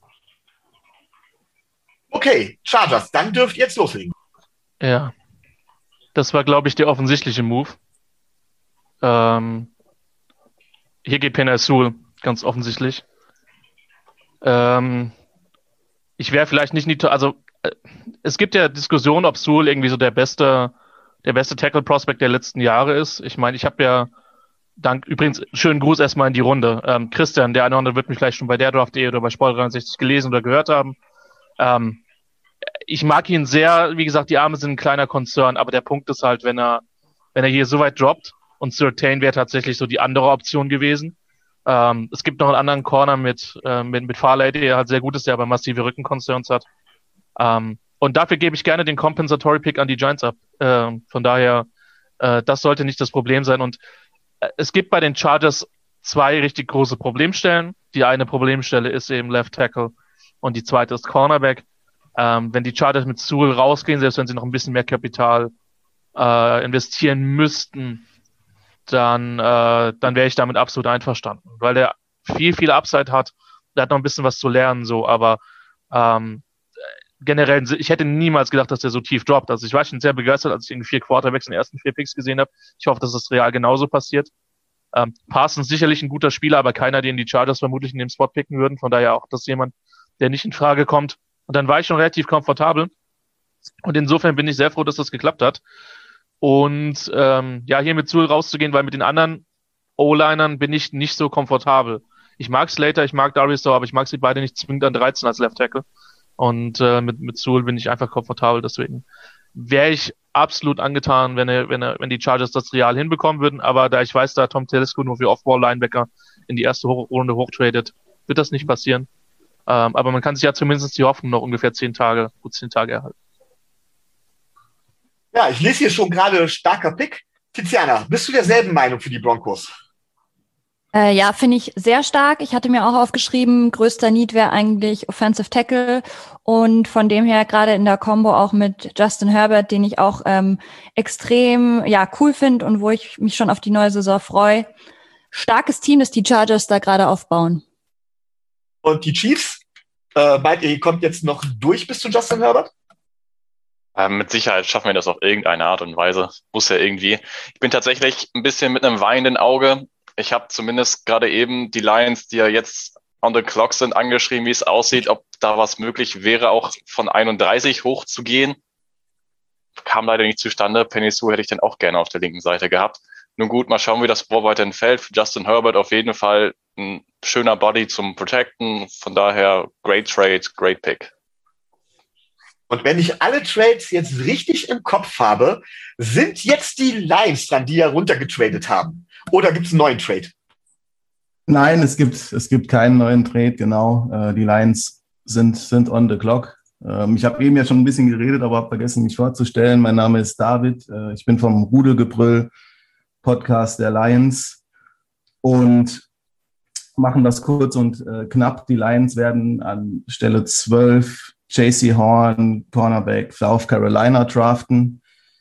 Okay, Chargers, dann dürft ihr jetzt loslegen. Ja. Das war, glaube ich, der offensichtliche Move. Hier geht Penei Sewell, ganz offensichtlich. Ich wäre vielleicht nicht in die, also es gibt ja Diskussionen, ob Sewell irgendwie so der beste Tackle-Prospect der letzten Jahre ist. Ich meine, ich habe ja übrigens, schönen Gruß erstmal in die Runde. Christian, der eine oder andere wird mich vielleicht schon bei der Draft.de oder bei Sport 63 gelesen oder gehört haben. Ich mag ihn sehr, wie gesagt, die Arme sind ein kleiner Konzern, aber der Punkt ist halt, wenn er hier so weit droppt, und Surtain wäre tatsächlich so die andere Option gewesen. Es gibt noch einen anderen Corner mit Farley, der halt sehr gut ist, der aber massive Rückenconcerns hat. Und dafür gebe ich gerne den Compensatory Pick an die Giants ab. Von daher, das sollte nicht das Problem sein. Und es gibt bei den Chargers 2 richtig große Problemstellen. Die eine Problemstelle ist eben Left Tackle und die zweite ist Cornerback. Wenn die Chargers mit Sewell rausgehen, selbst wenn sie noch ein bisschen mehr Kapital investieren müssten, dann wäre ich damit absolut einverstanden, weil der viel Upside hat. Der hat noch ein bisschen was zu lernen, so, aber generell, ich hätte niemals gedacht, dass der so tief droppt. Also ich war schon sehr begeistert, als ich irgendwie 4 Quarterbacks in den ersten 4 Picks gesehen habe. Ich hoffe, dass das real genauso passiert. Parsons sicherlich ein guter Spieler, aber keiner, den die Chargers vermutlich in dem Spot picken würden. Von daher auch das jemand, der nicht in Frage kommt. Und dann war ich schon relativ komfortabel. Und insofern bin ich sehr froh, dass das geklappt hat. Und hier mit Sewell rauszugehen, weil mit den anderen O-Linern bin ich nicht so komfortabel. Ich mag Slater, ich mag Darius Dow, aber ich mag sie beide nicht zwingend an 13 als Left Tackle. Und mit Sewell bin ich einfach komfortabel. Deswegen wäre ich absolut angetan, wenn die Chargers das real hinbekommen würden. Aber da ich weiß, da Tom Telesco nur für Off-Ball-Linebacker in die erste Runde hochtradet, wird das nicht passieren. Aber man kann sich ja zumindest die Hoffnung noch ungefähr 10 Tage erhalten. Ja, ich lese hier schon gerade starker Pick. Tiziana, bist du derselben Meinung für die Broncos? Ja, finde ich sehr stark. Ich hatte mir auch aufgeschrieben, größter Need wäre eigentlich Offensive Tackle und von dem her gerade in der Combo auch mit Justin Herbert, den ich auch extrem cool finde und wo ich mich schon auf die neue Saison freue. Starkes Team, das die Chargers da gerade aufbauen. Und die Chiefs, meint ihr, kommt jetzt noch durch bis zu Justin Herbert? Mit Sicherheit schaffen wir das auf irgendeine Art und Weise. Muss ja irgendwie. Ich bin tatsächlich ein bisschen mit einem weinenden Auge. Ich habe zumindest gerade eben die Lions, die ja jetzt on the clock sind, angeschrieben, wie es aussieht, ob da was möglich wäre, auch von 31 hochzugehen. Kam leider nicht zustande. Penei Sewell hätte ich dann auch gerne auf der linken Seite gehabt. Nun gut, mal schauen, wie das Board weiterhin fällt. Für Justin Herbert auf jeden Fall ein schöner Body zum Protecten. Von daher, great trade, great pick. Und wenn ich alle Trades jetzt richtig im Kopf habe, sind jetzt die Lions dran, die ja runtergetradet haben. Oder gibt es einen neuen Trade? Nein, es gibt keinen neuen Trade, genau. Die Lions sind on the clock. Ich habe eben ja schon ein bisschen geredet, aber habe vergessen, mich vorzustellen. Mein Name ist David. Ich bin vom Rudelgebrüll Podcast der Lions und machen das kurz und knapp. Die Lions werden an Stelle 12 J.C. Horn, Cornerback, South Carolina draften.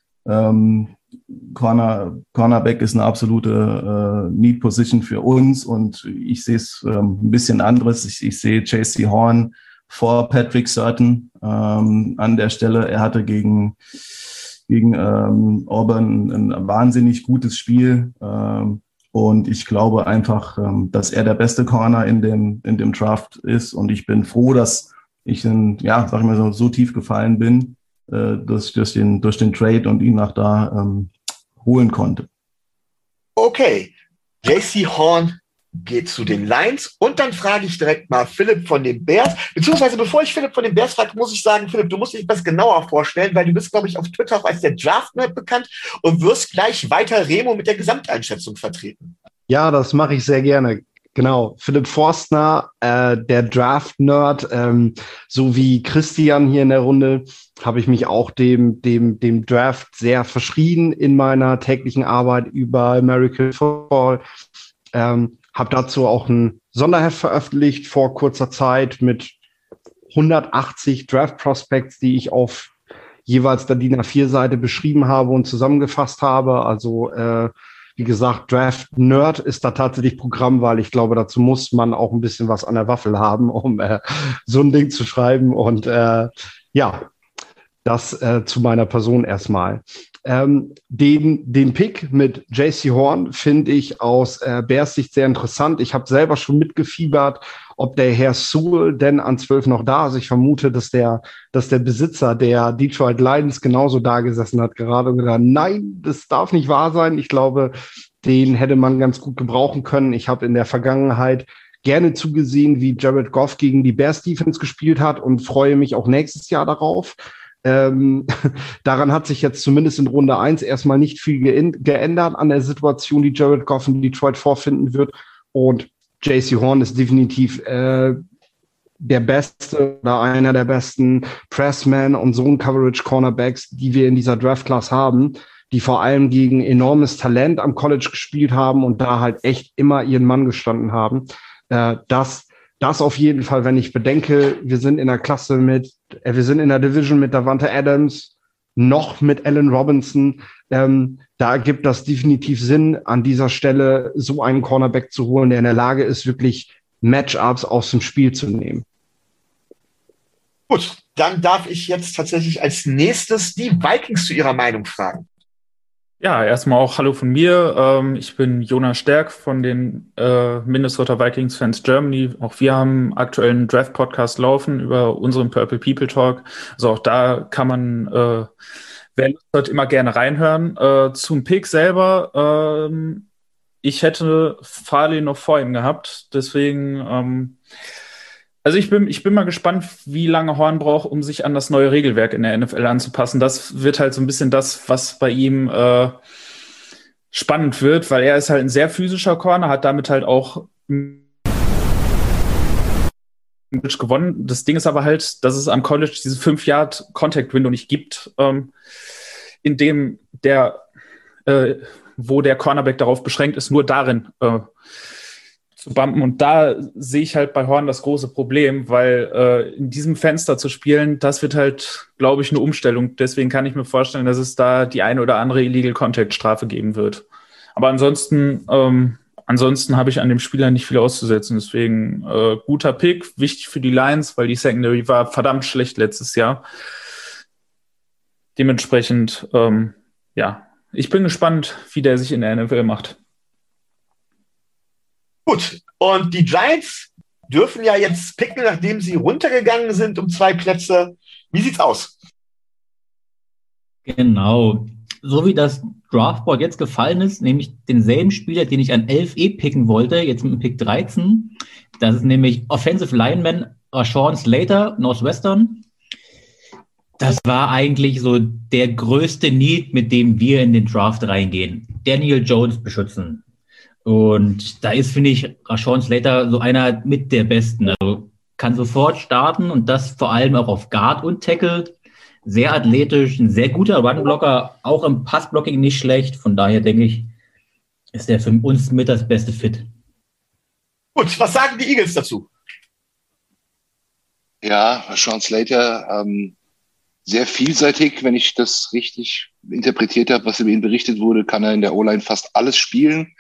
Cornerback ist eine absolute Need-Position für uns und ich sehe es ein bisschen anderes. Ich sehe J.C. Horn vor Patrick Surtain an der Stelle. Er hatte gegen Auburn ein wahnsinnig gutes Spiel und ich glaube einfach, dass er der beste Corner in dem Draft ist und ich bin froh, dass ich so tief gefallen bin durch den Trade und ihn nach da holen konnte. Okay, J.C. Horn geht zu den Lions und dann frage ich direkt mal Philipp von den Bears, beziehungsweise bevor ich Philipp von den Bears frage, muss ich sagen, Philipp, du musst dich etwas genauer vorstellen, weil du bist, glaube ich, auf Twitter auch als der Draft-Nerd bekannt und wirst gleich weiter Remo mit der Gesamteinschätzung vertreten. Ja, das mache ich sehr gerne. Genau, Philipp Forstner, der Draft-Nerd, so wie Christian hier in der Runde, habe ich mich auch dem Draft sehr verschrien in meiner täglichen Arbeit über American Football. Habe dazu auch ein Sonderheft veröffentlicht vor kurzer Zeit mit 180 Draft Prospects, die ich auf jeweils der DIN A4-Seite beschrieben habe und zusammengefasst habe. Also wie gesagt, Draft Nerd ist da tatsächlich Programm, weil ich glaube, dazu muss man auch ein bisschen was an der Waffel haben, um so ein Ding zu schreiben. Und das zu meiner Person erstmal. Den Pick mit J.C. Horn finde ich aus Bears Sicht sehr interessant. Ich habe selber schon mitgefiebert, ob der Herr Sewell denn an 12 noch da ist. Ich vermute, dass der Besitzer der Detroit Lions genauso da gesessen hat gerade und gesagt, nein, das darf nicht wahr sein. Ich glaube, den hätte man ganz gut gebrauchen können. Ich habe in der Vergangenheit gerne zugesehen, wie Jared Goff gegen die Bears Defense gespielt hat und freue mich auch nächstes Jahr darauf. Daran hat sich jetzt zumindest in Runde 1 erstmal nicht viel geändert an der Situation, die Jared Goff in Detroit vorfinden wird. Und J.C. Horn ist definitiv der beste oder einer der besten Pressman und Zone-Coverage-Cornerbacks, die wir in dieser Draft-Class haben, die vor allem gegen enormes Talent am College gespielt haben und da halt echt immer ihren Mann gestanden haben. Das auf jeden Fall, wenn ich bedenke, wir sind in der Division mit Davante Adams, noch mit Allen Robinson. Da ergibt das definitiv Sinn, an dieser Stelle so einen Cornerback zu holen, der in der Lage ist, wirklich Matchups aus dem Spiel zu nehmen. Gut, dann darf ich jetzt tatsächlich als nächstes die Vikings zu ihrer Meinung fragen. Ja, erstmal auch Hallo von mir. Ich bin Jonas Stärk von den Minnesota Vikings Fans Germany. Auch wir haben aktuell einen Draft-Podcast laufen über unseren Purple People Talk. Also auch da kann man, wer Lust hat, immer gerne reinhören. Zum Pick selber, ich hätte Farley noch vor ihm gehabt. Deswegen, also ich bin mal gespannt, wie lange Horn braucht, um sich an das neue Regelwerk in der NFL anzupassen. Das wird halt so ein bisschen das, was bei ihm spannend wird, weil er ist halt ein sehr physischer Corner, hat damit halt auch gewonnen. Das Ding ist aber halt, dass es am College diese 5-Yard-Contact-Window nicht gibt, in dem wo der Cornerback darauf beschränkt ist, nur darin zu bumpen. Und da sehe ich halt bei Horn das große Problem, weil in diesem Fenster zu spielen, das wird halt, glaube ich, eine Umstellung. Deswegen kann ich mir vorstellen, dass es da die eine oder andere Illegal Contact Strafe geben wird. Aber ansonsten habe ich an dem Spieler nicht viel auszusetzen. Deswegen guter Pick, wichtig für die Lions, weil die Secondary war verdammt schlecht letztes Jahr. Dementsprechend, ich bin gespannt, wie der sich in der NFL macht. Gut, und die Giants dürfen ja jetzt picken, nachdem sie runtergegangen sind um 2 Plätze. Wie sieht's aus? Genau. So wie das Draftboard jetzt gefallen ist, nämlich denselben Spieler, den ich an 11 picken wollte, jetzt mit dem Pick 13. Das ist nämlich Offensive Lineman Rashawn Slater, Northwestern. Das war eigentlich so der größte Need, mit dem wir in den Draft reingehen. Daniel Jones beschützen. Und da ist, finde ich, Rashawn Slater so einer mit der Besten. Also kann sofort starten und das vor allem auch auf Guard und Tackle. Sehr athletisch, ein sehr guter Runblocker, auch im Passblocking nicht schlecht. Von daher denke ich, ist der für uns mit das beste Fit. Gut, was sagen die Eagles dazu? Ja, Rashawn Slater, sehr vielseitig, wenn ich das richtig interpretiert habe, was über ihn berichtet wurde, kann er in der O-Line fast alles spielen.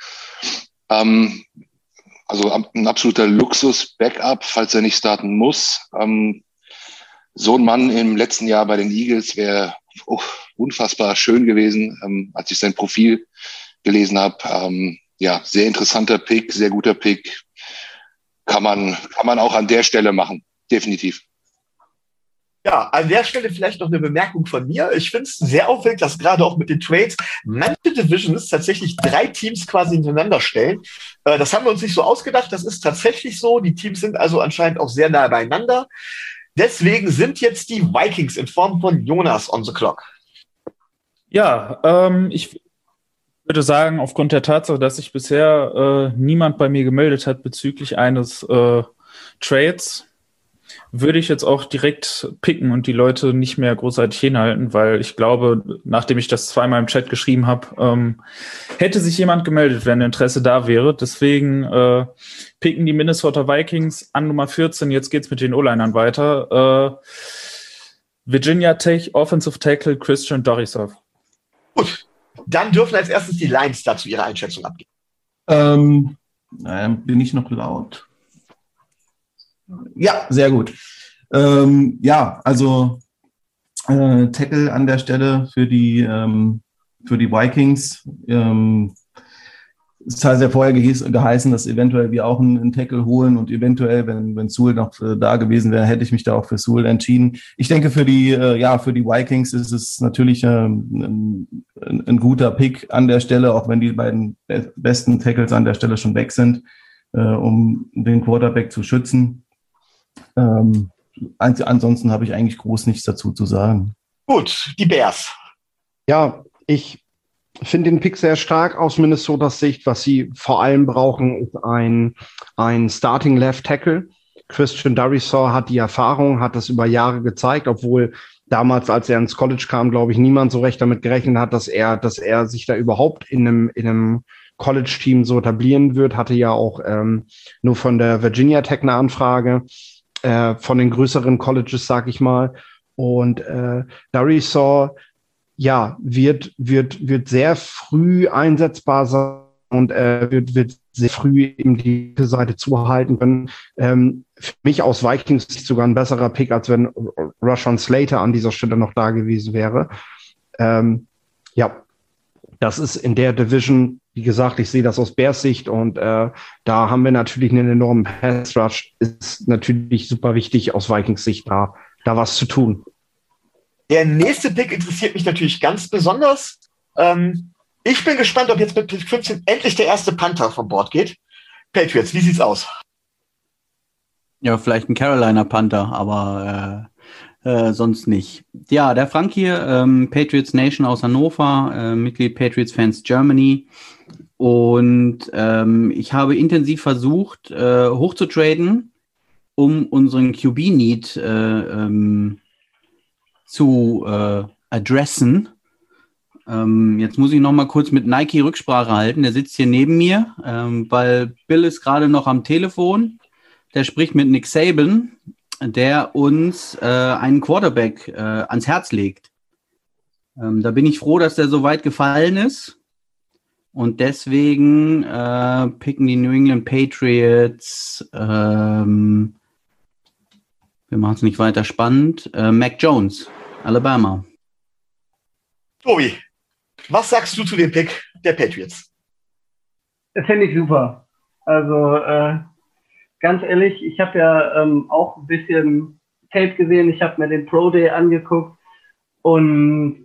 Also ein absoluter Luxus-Backup, falls er nicht starten muss. So ein Mann im letzten Jahr bei den Eagles wäre unfassbar schön gewesen, als ich sein Profil gelesen habe. Sehr interessanter Pick, sehr guter Pick. Kann man auch an der Stelle machen, definitiv. Ja, an der Stelle vielleicht noch eine Bemerkung von mir. Ich finde es sehr auffällig, dass gerade auch mit den Trades manche Divisions tatsächlich 3 Teams quasi hintereinander stellen. Das haben wir uns nicht so ausgedacht. Das ist tatsächlich so. Die Teams sind also anscheinend auch sehr nah beieinander. Deswegen sind jetzt die Vikings in Form von Jonas on the clock. Ja, ich würde sagen, aufgrund der Tatsache, dass sich bisher niemand bei mir gemeldet hat bezüglich eines Trades, würde ich jetzt auch direkt picken und die Leute nicht mehr großartig hinhalten, weil ich glaube, nachdem ich das zweimal im Chat geschrieben habe, hätte sich jemand gemeldet, wenn Interesse da wäre. Deswegen picken die Minnesota Vikings an Nummer 14. Jetzt geht's mit den O-Linern weiter. Virginia Tech Offensive Tackle Christian Dorisov. Gut, dann dürfen als erstes die Lions dazu ihre Einschätzung abgeben. Bin ich noch laut? Ja, sehr gut. Also Tackle an der Stelle für die Vikings. Es hat ja vorher geheißen, dass eventuell wir auch einen Tackle holen und eventuell, wenn Sewell noch da gewesen wäre, hätte ich mich da auch für Sewell entschieden. Ich denke, für die Vikings ist es natürlich ein guter Pick an der Stelle, auch wenn die beiden besten Tackles an der Stelle schon weg sind, um den Quarterback zu schützen. Ansonsten habe ich eigentlich groß nichts dazu zu sagen. Gut, die Bears. Ja, ich finde den Pick sehr stark aus Minnesotas Sicht. Was sie vor allem brauchen, ist ein Starting Left Tackle. Christian Dorisov hat die Erfahrung, hat das über Jahre gezeigt, obwohl damals, als er ins College kam, glaube ich, niemand so recht damit gerechnet hat, dass er sich da überhaupt in einem College-Team so etablieren wird. Hatte ja auch nur von der Virginia Tech eine Anfrage, von den größeren Colleges, sag ich mal. Und Dorisov, ja, wird sehr früh einsetzbar sein und wird sehr früh eben die Seite zuhalten können. Für mich aus Vikings sogar ein besserer Pick, als wenn Rashawn Slater an dieser Stelle noch da gewesen wäre. Das ist in der Division, wie gesagt, ich sehe das aus Bears Sicht und da haben wir natürlich einen enormen Pass Rush. Ist natürlich super wichtig aus Vikings Sicht, da was zu tun. Der nächste Pick interessiert mich natürlich ganz besonders. Ich bin gespannt, ob jetzt mit Pick 15 endlich der erste Panther vom Bord geht. Patriots, wie sieht's aus? Ja, vielleicht ein Carolina Panther, aber sonst nicht. Ja, der Frank hier, Patriots Nation aus Hannover, Mitglied Patriots Fans Germany. Und ich habe intensiv versucht, hochzutraden, um unseren QB-Need zu adressen. Jetzt muss ich noch mal kurz mit Nike Rücksprache halten. Der sitzt hier neben mir, weil Bill ist gerade noch am Telefon. Der spricht mit Nick Saban, der uns einen Quarterback ans Herz legt. Da bin ich froh, dass der so weit gefallen ist. Und deswegen picken die New England Patriots, wir machen es nicht weiter spannend, Mac Jones, Alabama. Tobi, was sagst du zu dem Pick der Patriots? Das finde ich super. Also ganz ehrlich, ich habe ja auch ein bisschen Tape gesehen, ich habe mir den Pro Day angeguckt und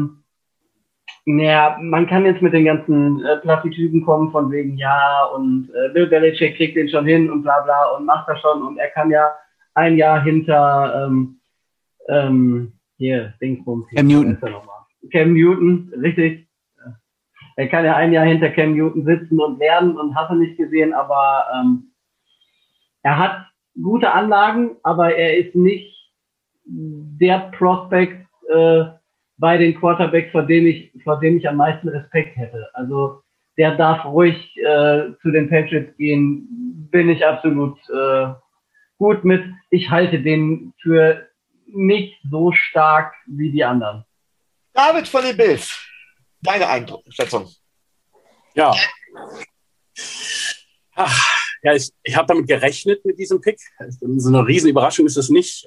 man kann jetzt mit den ganzen Plattitüden kommen von wegen, ja, und Bill Belichick kriegt den schon hin und bla bla und macht das schon und er kann ja ein Jahr hinter Dingsbums. Cam Newton. Cam Newton, richtig. Er kann ja ein Jahr hinter Cam Newton sitzen und lernen und hast du nicht gesehen, aber er hat gute Anlagen, aber er ist nicht der Prospect bei den Quarterbacks, vor dem ich am meisten Respekt hätte. Also der darf ruhig zu den Patriots gehen, bin ich absolut gut mit. Ich halte den für nicht so stark wie die anderen. David von den Bills, deine Einschätzung? Ja. Ja, ich habe damit gerechnet mit diesem Pick. So eine riesen Überraschung ist es nicht.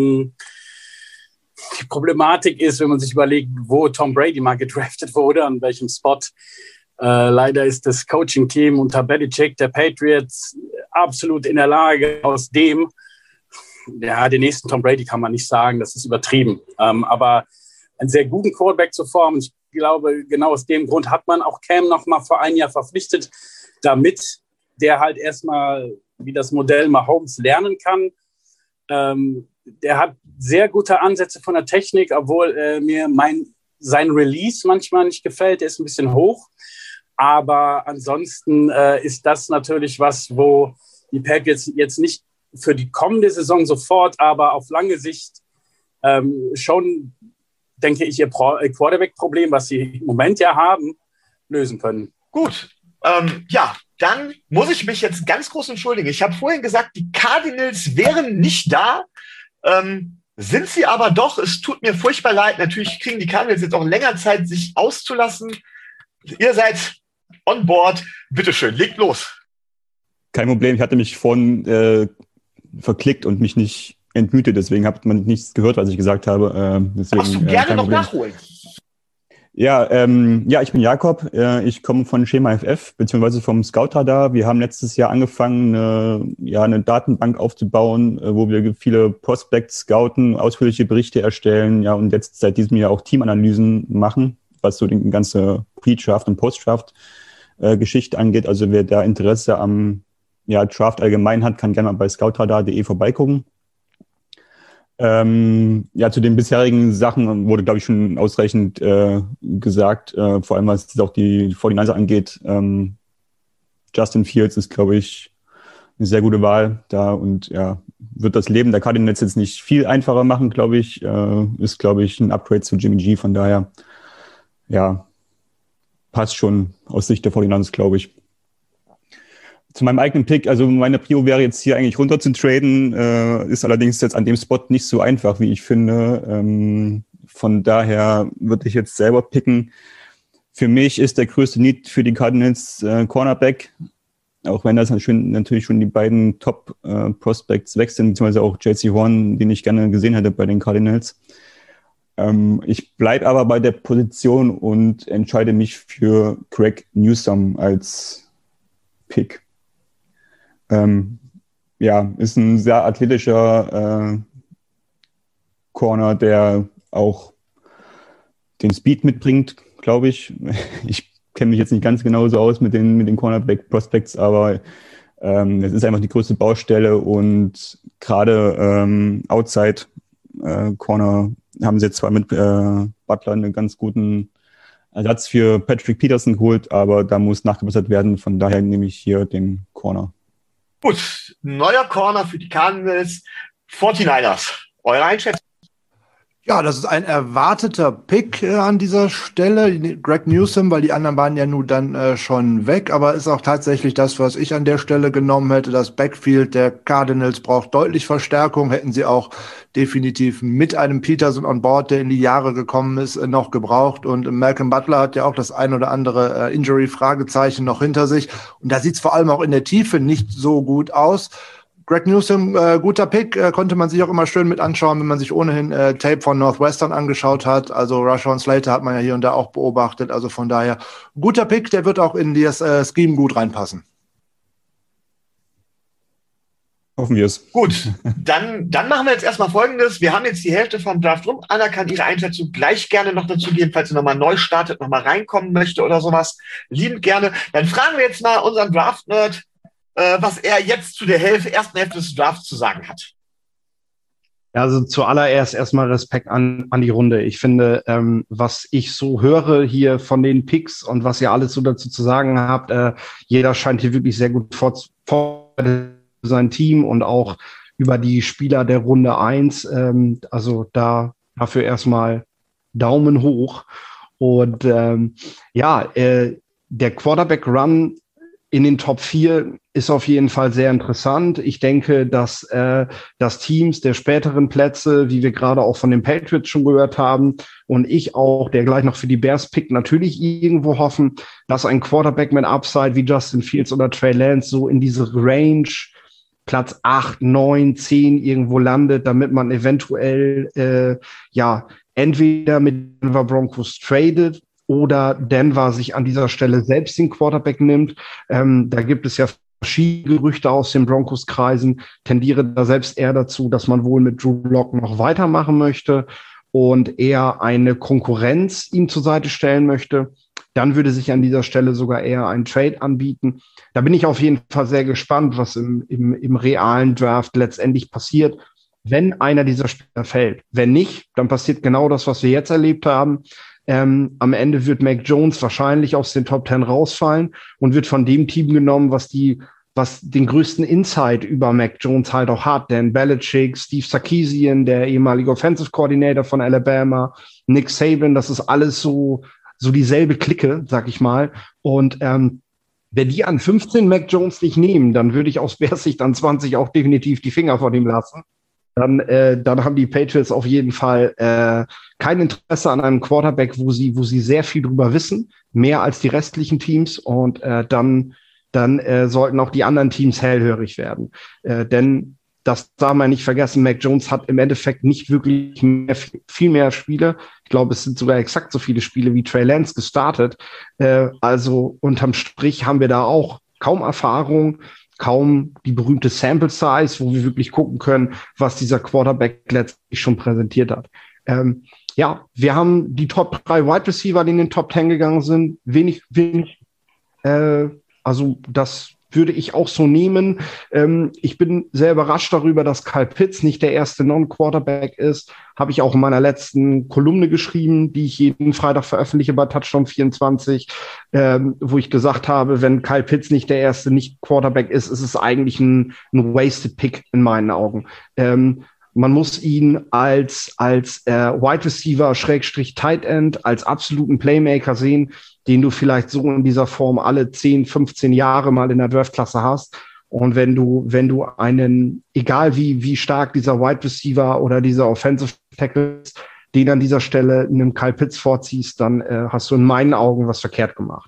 Die Problematik ist, wenn man sich überlegt, wo Tom Brady mal gedraftet wurde, an welchem Spot. Leider ist das Coaching-Team unter Belichick der Patriots absolut in der Lage, aus dem, ja, den nächsten Tom Brady kann man nicht sagen, das ist übertrieben. Aber einen sehr guten Quarterback zu formen, ich glaube, genau aus dem Grund hat man auch Cam noch mal vor ein Jahr verpflichtet, damit der halt erstmal, wie das Modell Mahomes lernen kann. Der hat sehr gute Ansätze von der Technik, obwohl mir sein Release manchmal nicht gefällt. Der ist ein bisschen hoch. Aber ansonsten ist das natürlich was, wo die Patriots jetzt nicht für die kommende Saison sofort, aber auf lange Sicht schon, denke ich, ihr Quarterback-Problem, was sie im Moment ja haben, lösen können. Gut. Ja, dann muss ich mich jetzt ganz groß entschuldigen. Ich habe vorhin gesagt, die Cardinals wären nicht da. Sind sie aber doch. Es tut mir furchtbar leid. Natürlich kriegen die Cardinals jetzt auch länger Zeit, sich auszulassen. Ihr seid on board. Bitteschön, legt los. Kein Problem. Ich hatte mich vorhin verklickt und mich nicht entmutet. Deswegen hat man nichts gehört, was ich gesagt habe. Deswegen, darfst du gerne noch nachholen. Ja, ich bin Jakob. Ich komme von Schema FF, beziehungsweise vom Scout-Radar. Wir haben letztes Jahr angefangen, eine Datenbank aufzubauen, wo wir viele Prospects scouten, ausführliche Berichte erstellen, ja, und jetzt seit diesem Jahr auch Teamanalysen machen, was so die ganze Pre-Draft- und Post-Draft-Geschichte angeht. Also wer da Interesse am Draft allgemein hat, kann gerne mal bei scoutradar.de vorbeigucken. Zu den bisherigen Sachen wurde, glaube ich, schon ausreichend gesagt, vor allem was auch die 49er angeht. Justin Fields ist, glaube ich, eine sehr gute Wahl da und wird das Leben der Cardinals jetzt nicht viel einfacher machen, glaube ich. Ist, glaube ich, ein Upgrade zu Jimmy G, von daher, passt schon aus Sicht der 49ers, glaube ich. Zu meinem eigenen Pick, also meine Prio wäre jetzt hier eigentlich runter zu traden, ist allerdings jetzt an dem Spot nicht so einfach, wie ich finde. Von daher würde ich jetzt selber picken. Für mich ist der größte Need für die Cardinals Cornerback, auch wenn das natürlich schon die beiden Top-Prospects weg sind, beziehungsweise auch J.C. Horn, den ich gerne gesehen hätte bei den Cardinals. Ich bleibe aber bei der Position und entscheide mich für Greg Newsome als Pick. Ist ein sehr athletischer Corner, der auch den Speed mitbringt, glaube ich. Ich kenne mich jetzt nicht ganz genau so aus mit den Cornerback-Prospects, aber es ist einfach die größte Baustelle und gerade Outside Corner haben sie jetzt zwar mit Butler einen ganz guten Ersatz für Patrick Peterson geholt, aber da muss nachgebessert werden, von daher nehme ich hier den Corner. Gut, neuer Corner für die Cardinals, 49ers. Eure Einschätzung? Ja, das ist ein erwarteter Pick an dieser Stelle. Greg Newsome, weil die anderen waren ja nun dann schon weg, aber ist auch tatsächlich das, was ich an der Stelle genommen hätte. Das Backfield der Cardinals braucht deutlich Verstärkung. Hätten sie auch definitiv mit einem Peterson on Board, der in die Jahre gekommen ist, noch gebraucht. Und Malcolm Butler hat ja auch das ein oder andere Injury-Fragezeichen noch hinter sich. Und da sieht's vor allem auch in der Tiefe nicht so gut aus. Greg Newsome, guter Pick, konnte man sich auch immer schön mit anschauen, wenn man sich ohnehin Tape von Northwestern angeschaut hat. Also Rashawn Slater hat man ja hier und da auch beobachtet. Also von daher, guter Pick, der wird auch in das Scheme gut reinpassen. Hoffen wir es. Gut, dann machen wir jetzt erstmal Folgendes. Wir haben jetzt die Hälfte vom Draft rum. Anna kann ihre Einschätzung gleich gerne noch dazu geben, falls sie nochmal neu startet, nochmal reinkommen möchte oder sowas. Liebend gerne. Dann fragen wir jetzt mal unseren Draft-Nerd, was er jetzt zu der ersten Hälfte des Drafts zu sagen hat. Also zuallererst erstmal Respekt an die Runde. Ich finde, was ich so höre hier von den Picks und was ihr alles so dazu zu sagen habt, jeder scheint hier wirklich sehr gut vorbereitet für sein Team und auch über die Spieler der Runde 1. Also dafür erstmal Daumen hoch. Und der Quarterback-Run in den Top 4 ist auf jeden Fall sehr interessant. Ich denke, dass Teams der späteren Plätze, wie wir gerade auch von den Patriots schon gehört haben, und ich auch, der gleich noch für die Bears pickt, natürlich irgendwo hoffen, dass ein Quarterback mit Upside wie Justin Fields oder Trey Lance so in diese Range Platz 8, 9, 10 irgendwo landet, damit man eventuell entweder mit Denver Broncos tradet oder Denver sich an dieser Stelle selbst den Quarterback nimmt. Da gibt es ja verschiedene Gerüchte aus den Broncos-Kreisen, tendiere da selbst eher dazu, dass man wohl mit Drew Lock noch weitermachen möchte und eher eine Konkurrenz ihm zur Seite stellen möchte. Dann würde sich an dieser Stelle sogar eher ein Trade anbieten. Da bin ich auf jeden Fall sehr gespannt, was im realen Draft letztendlich passiert, wenn einer dieser Spieler fällt. Wenn nicht, dann passiert genau das, was wir jetzt erlebt haben. Am Ende wird Mac Jones wahrscheinlich aus den Top 10 rausfallen und wird von dem Team genommen, was den größten Insight über Mac Jones halt auch hat. Dan Belichick, Steve Sarkisian, der ehemalige Offensive Coordinator von Alabama, Nick Saban, das ist alles so dieselbe Clique, sag ich mal. Und wenn die an 15 Mac Jones nicht nehmen, dann würde ich aus Bears Sicht an 20 auch definitiv die Finger von ihm lassen. Dann haben die Patriots auf jeden Fall kein Interesse an einem Quarterback, wo sie sehr viel drüber wissen, mehr als die restlichen Teams. Und dann sollten auch die anderen Teams hellhörig werden. Denn das darf man nicht vergessen, Mac Jones hat im Endeffekt nicht wirklich viel mehr Spiele. Ich glaube, es sind sogar exakt so viele Spiele wie Trey Lance gestartet. Also unterm Strich haben wir da auch kaum Erfahrung, kaum die berühmte Sample Size, wo wir wirklich gucken können, was dieser Quarterback letztlich schon präsentiert hat. Wir haben die Top 3 Wide Receiver, die in den Top 10 gegangen sind. Wenig. Also das würde ich auch so nehmen. Ich bin sehr überrascht darüber, dass Kyle Pitts nicht der erste Non-Quarterback ist. Habe ich auch in meiner letzten Kolumne geschrieben, die ich jeden Freitag veröffentliche bei Touchdown 24, wo ich gesagt habe, wenn Kyle Pitts nicht der erste Nicht-Quarterback ist, ist es eigentlich ein wasted Pick in meinen Augen. Man muss ihn als Wide Receiver / Tight End, als absoluten Playmaker sehen, den du vielleicht so in dieser Form alle 10, 15 Jahre mal in der Draftklasse hast. Und wenn du einen, egal wie stark dieser Wide Receiver oder dieser Offensive Tackle ist, den an dieser Stelle einem Kyle Pitts vorziehst, dann hast du in meinen Augen was verkehrt gemacht.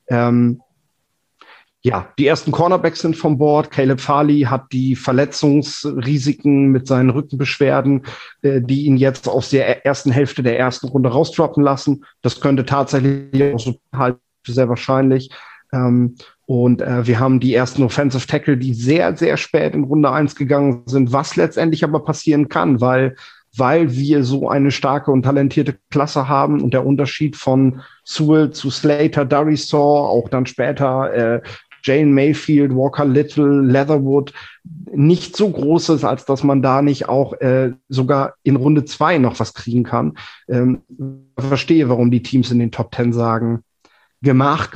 Die ersten Cornerbacks sind vom Board. Caleb Farley hat die Verletzungsrisiken mit seinen Rückenbeschwerden, die ihn jetzt aus der ersten Hälfte der ersten Runde rausdroppen lassen. Das könnte tatsächlich auch so halt sehr wahrscheinlich. Und wir haben die ersten Offensive Tackle, die sehr, sehr spät in Runde 1 gegangen sind, was letztendlich aber passieren kann, weil wir so eine starke und talentierte Klasse haben und der Unterschied von Sewell zu Slater, Darisaw, auch dann später Jane Mayfield, Walker Little, Leatherwood nicht so groß ist, als dass man da nicht auch sogar in Runde 2 noch was kriegen kann. Ich verstehe, warum die Teams in den Top 10 sagen, Gemach.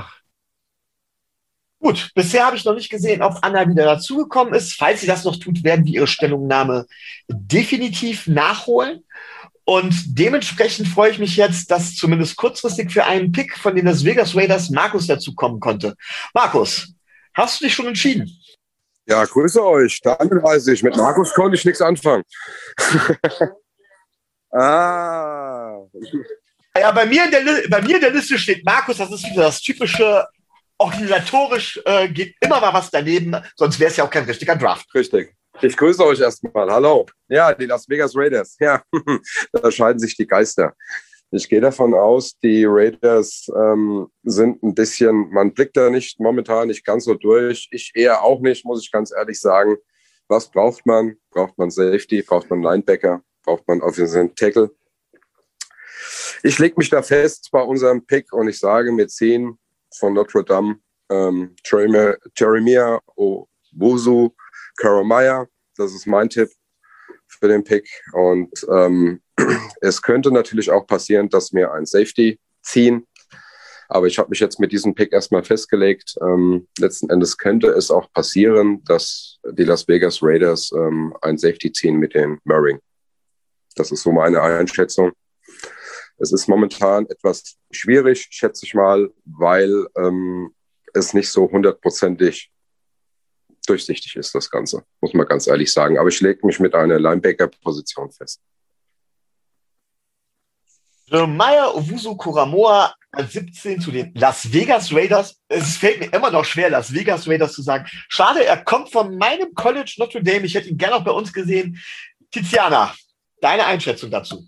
Gut, bisher habe ich noch nicht gesehen, ob Anna wieder dazugekommen ist. Falls sie das noch tut, werden wir ihre Stellungnahme definitiv nachholen. Und dementsprechend freue ich mich jetzt, dass zumindest kurzfristig für einen Pick von den Las Vegas Raiders Markus dazu kommen konnte. Markus, hast du dich schon entschieden? Ja, grüße euch. Daniel weiß ich. Mit Markus konnte ich nichts anfangen. Ja, bei mir in der Liste steht Markus. Das ist wieder das typische, organisatorisch geht immer mal was daneben, sonst wäre es ja auch kein richtiger Draft. Richtig. Ich grüße euch erstmal. Hallo. Ja, die Las Vegas Raiders. Ja, da scheiden sich die Geister. Ich gehe davon aus, die Raiders sind ein bisschen, man blickt da nicht momentan nicht ganz so durch. Ich eher auch nicht, muss ich ganz ehrlich sagen. Was braucht man? Braucht man Safety? Braucht man Linebacker? Braucht man Offensive Tackle? Ich lege mich da fest bei unserem Pick und ich sage, wir ziehen von Notre Dame Jeremiah Owusu Karomaya. Das ist mein Tipp für den Pick. Und es könnte natürlich auch passieren, dass wir ein Safety ziehen. Aber ich habe mich jetzt mit diesem Pick erstmal festgelegt. Letzten Endes könnte es auch passieren, dass die Las Vegas Raiders ein Safety ziehen mit den Murray. Das ist so meine Einschätzung. Es ist momentan etwas schwierig, schätze ich mal, weil es nicht so hundertprozentig durchsichtig ist, das Ganze, muss man ganz ehrlich sagen. Aber ich lege mich mit einer Linebacker-Position fest. Jeremiah Owusu-Koramoah an 17 zu den Las Vegas Raiders. Es fällt mir immer noch schwer, Las Vegas Raiders zu sagen. Schade, er kommt von meinem College Notre Dame. Ich hätte ihn gerne auch bei uns gesehen. Tiziana, deine Einschätzung dazu?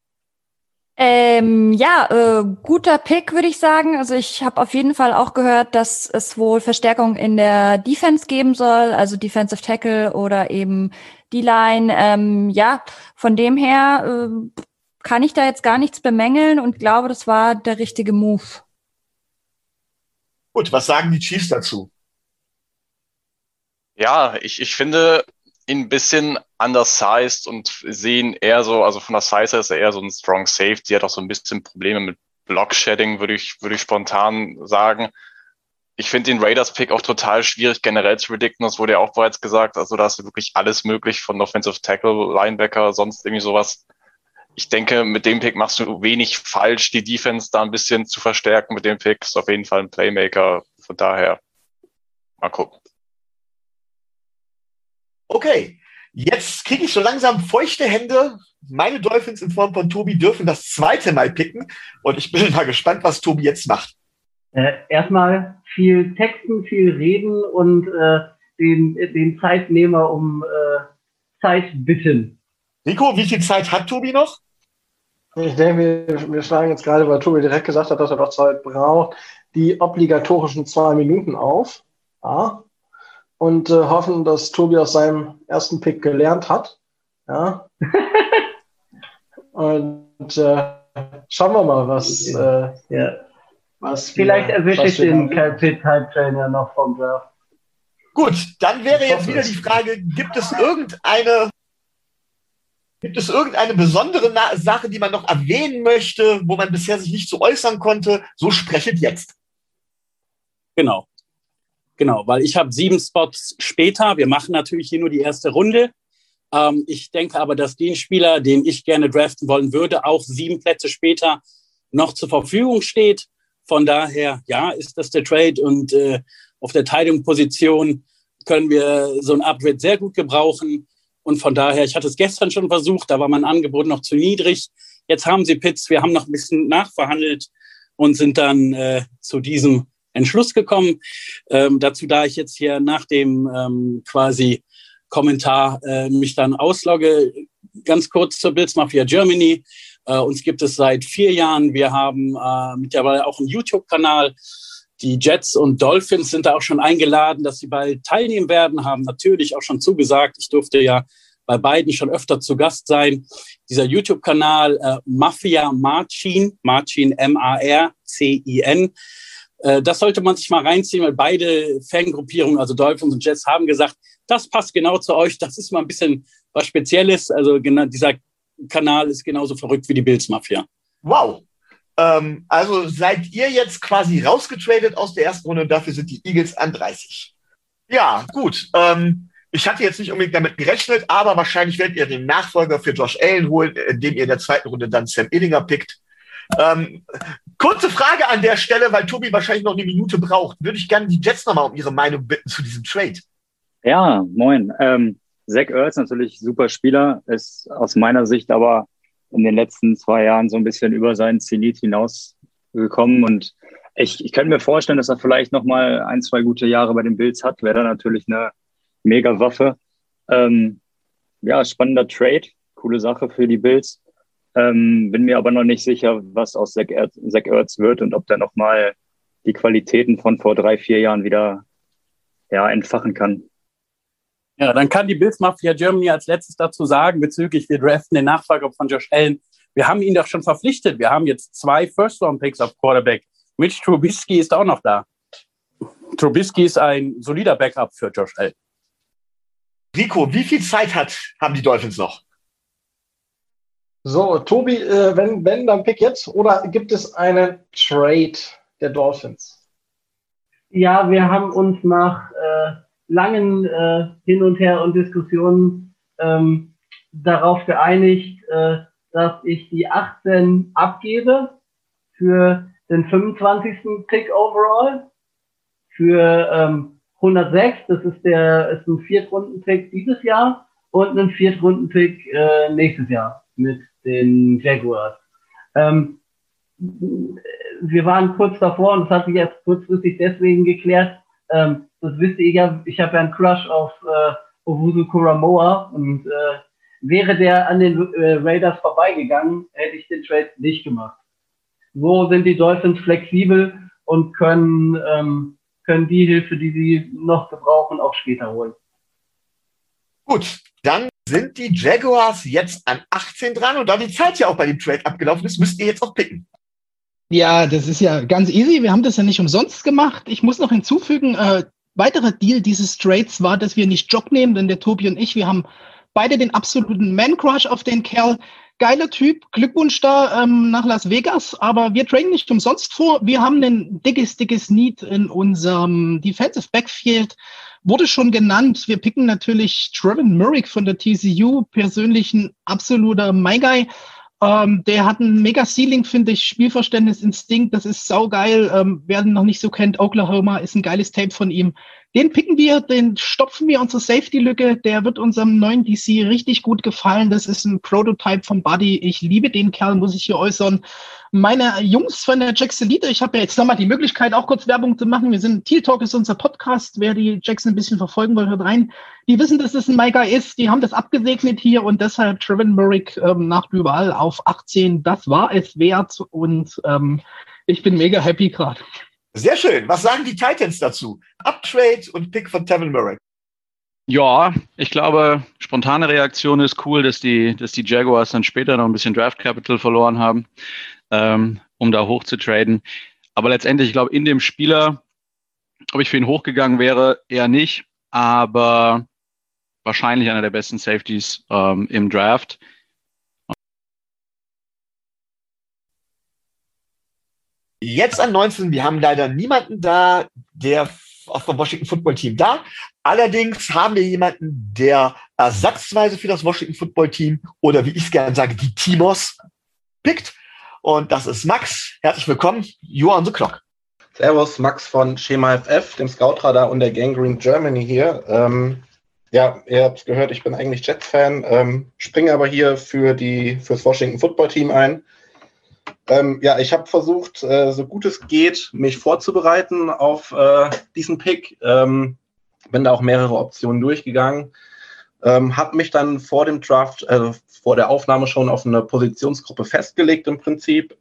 Guter Pick, würde ich sagen. Also ich habe auf jeden Fall auch gehört, dass es wohl Verstärkung in der Defense geben soll, also Defensive Tackle oder eben D-Line. Von dem her kann ich da jetzt gar nichts bemängeln und glaube, das war der richtige Move. Gut, was sagen die Chiefs dazu? Ja, ich finde ihn ein bisschen undersized und sehen eher so, also von der Size her ist er eher so ein Strong Safety, hat auch so ein bisschen Probleme mit Block-Shedding, würde ich spontan sagen. Ich finde den Raiders-Pick auch total schwierig generell zu predikten, das wurde ja auch bereits gesagt, also da ist wirklich alles möglich von Offensive Tackle, Linebacker, sonst irgendwie sowas. Ich denke, mit dem Pick machst du wenig falsch, die Defense da ein bisschen zu verstärken mit dem Pick, ist auf jeden Fall ein Playmaker, von daher mal gucken. Okay, jetzt kriege ich so langsam feuchte Hände. Meine Dolphins in Form von Tobi dürfen das zweite Mal picken. Und ich bin mal gespannt, was Tobi jetzt macht. Erstmal viel Texten, viel Reden und den Zeitnehmer um Zeit bitten. Rico, wie viel Zeit hat Tobi noch? Ich denke, wir schlagen jetzt gerade, weil Tobi direkt gesagt hat, dass er doch Zeit braucht, die obligatorischen 2 Minuten auf. Ja. Und hoffen, dass Tobi aus seinem ersten Pick gelernt hat. Ja. Und schauen wir mal, was vielleicht erwische ich den Pitt-Hype-Trainer noch vom Draft. Gut, dann wäre jetzt wieder die Frage, gibt es irgendeine besondere Sache, die man noch erwähnen möchte, wo man bisher sich nicht so äußern konnte? So sprechet jetzt. Genau, weil ich habe 7 Spots später. Wir machen natürlich hier nur die erste Runde. Ich denke aber, dass den Spieler, den ich gerne draften wollen würde, auch 7 Plätze später noch zur Verfügung steht. Von daher, ja, ist das der Trade und auf der Teilungsposition können wir so ein Upgrade sehr gut gebrauchen. Und von daher, ich hatte es gestern schon versucht, da war mein Angebot noch zu niedrig. Jetzt haben sie Pitts, wir haben noch ein bisschen nachverhandelt und sind dann zu diesem Entschluss gekommen. Dazu, da ich jetzt hier nach dem quasi Kommentar mich dann auslogge, ganz kurz zur Bills Mafia Germany. Uns gibt es seit 4 Jahren. Wir haben mittlerweile auch einen YouTube-Kanal. Die Jets und Dolphins sind da auch schon eingeladen, dass sie bald teilnehmen werden, haben natürlich auch schon zugesagt. Ich durfte ja bei beiden schon öfter zu Gast sein. Dieser YouTube-Kanal Mafia Marcin M-A-R-C-I-N. Das sollte man sich mal reinziehen, weil beide Fangruppierungen, also Dolphins und Jets, haben gesagt, das passt genau zu euch, das ist mal ein bisschen was Spezielles. Also genau, dieser Kanal ist genauso verrückt wie die Bills Mafia. Wow. Also seid ihr jetzt quasi rausgetradet aus der ersten Runde und dafür sind die Eagles an 30. Ja, gut. Ich hatte jetzt nicht unbedingt damit gerechnet, aber wahrscheinlich werdet ihr den Nachfolger für Josh Allen holen, indem ihr in der zweiten Runde dann Sam Ehlinger pickt. Kurze Frage an der Stelle, weil Tobi wahrscheinlich noch eine Minute braucht. Würde ich gerne die Jets nochmal um ihre Meinung bitten zu diesem Trade. Ja, moin. Zach Ertz natürlich super Spieler, ist aus meiner Sicht aber in den letzten 2 Jahren so ein bisschen über seinen Zenit hinausgekommen und ich könnte mir vorstellen, dass er vielleicht nochmal 1, 2 gute Jahre bei den Bills hat, wäre da natürlich eine mega Waffe. Ja, spannender Trade, coole Sache für die Bills. Bin mir aber noch nicht sicher, was aus Zach Ertz wird und ob der nochmal die Qualitäten von vor 3, 4 Jahren wieder entfachen kann. Ja, dann kann die Bills Mafia Germany als letztes dazu sagen, bezüglich wir draften den Nachfolger von Josh Allen. Wir haben ihn doch schon verpflichtet. Wir haben jetzt 2 First-Round-Picks auf Quarterback. Mitch Trubisky ist auch noch da. Trubisky ist ein solider Backup für Josh Allen. Rico, wie viel Zeit haben die Dolphins noch? So, Tobi, wenn dann pick jetzt oder gibt es einen Trade der Dolphins? Ja, wir haben uns nach langen Hin und Her und Diskussionen darauf geeinigt, dass ich die 18 abgebe für den 25. Pick overall für 106. Das ist ein Viertrunden-Pick dieses Jahr und ein Viertrunden-Pick nächstes Jahr mit den Jaguars. Wir waren kurz davor und das hat sich jetzt kurzfristig deswegen geklärt. Das wisst ihr ja, ich habe ja einen Crush auf Owusu-Koramoah und wäre der an den Raiders vorbeigegangen, hätte ich den Trade nicht gemacht. So sind die Dolphins flexibel und können die Hilfe, die sie noch gebrauchen, auch später holen. Gut, dann sind die Jaguars jetzt an 18 dran und da die Zeit ja auch bei dem Trade abgelaufen ist, müsst ihr jetzt auch picken. Ja, das ist ja ganz easy. Wir haben das ja nicht umsonst gemacht. Ich muss noch hinzufügen, weiterer Deal dieses Trades war, dass wir nicht Jock nehmen, denn der Tobi und ich, wir haben beide den absoluten Man-Crush auf den Kerl. Geiler Typ, Glückwunsch da nach Las Vegas, aber wir traden nicht umsonst vor. Wir haben ein dickes Need in unserem Defensive Backfield. Wurde schon genannt. Wir picken natürlich Trevin Murray von der TCU, persönlich ein absoluter My Guy. Der hat ein mega Ceiling, finde ich, Spielverständnis, Instinkt, das ist saugeil. Wer ihn noch nicht so kennt, Oklahoma ist ein geiles Tape von ihm. Den picken wir, den stopfen wir unsere Safety-Lücke, der wird unserem neuen DC richtig gut gefallen. Das ist ein Prototype von Buddy. Ich liebe den Kerl, muss ich hier äußern. Meine Jungs von der Jacks Elite, ich habe ja jetzt nochmal die Möglichkeit, auch kurz Werbung zu machen. Wir sind, Teal Talk ist unser Podcast. Wer die Jacks ein bisschen verfolgen will, hört rein. Die wissen, dass es ein My Guy ist. Die haben das abgesegnet hier und deshalb Trevin Murray nach Duval auf 18. Das war es wert und ich bin mega happy gerade. Sehr schön. Was sagen die Titans dazu? Uptrade und Pick von Trevin Murray. Ja, ich glaube, spontane Reaktion ist cool, dass die Jaguars dann später noch ein bisschen Draft Capital verloren haben, um da hoch zu traden. Aber letztendlich, ich glaube, in dem Spieler, ob ich für ihn hochgegangen wäre, eher nicht, aber wahrscheinlich einer der besten Safeties im Draft. Jetzt an 19, wir haben leider niemanden da, der aus dem Washington Football Team da. Allerdings haben wir jemanden, der ersatzweise für das Washington Football Team oder wie ich es gerne sage, die Timos pickt. Und das ist Max. Herzlich willkommen. You are on the clock. Servus, Max von Schema FF, dem Scoutradar und der Gangrene Germany hier. Ja, ihr habt gehört, ich bin eigentlich Jets-Fan, springe aber hier fürs Washington Football Team ein. Ja, ich habe versucht, so gut es geht, mich vorzubereiten auf diesen Pick. Bin da auch mehrere Optionen durchgegangen. Habe mich dann vor dem Draft, vor der Aufnahme schon auf eine Positionsgruppe festgelegt im Prinzip.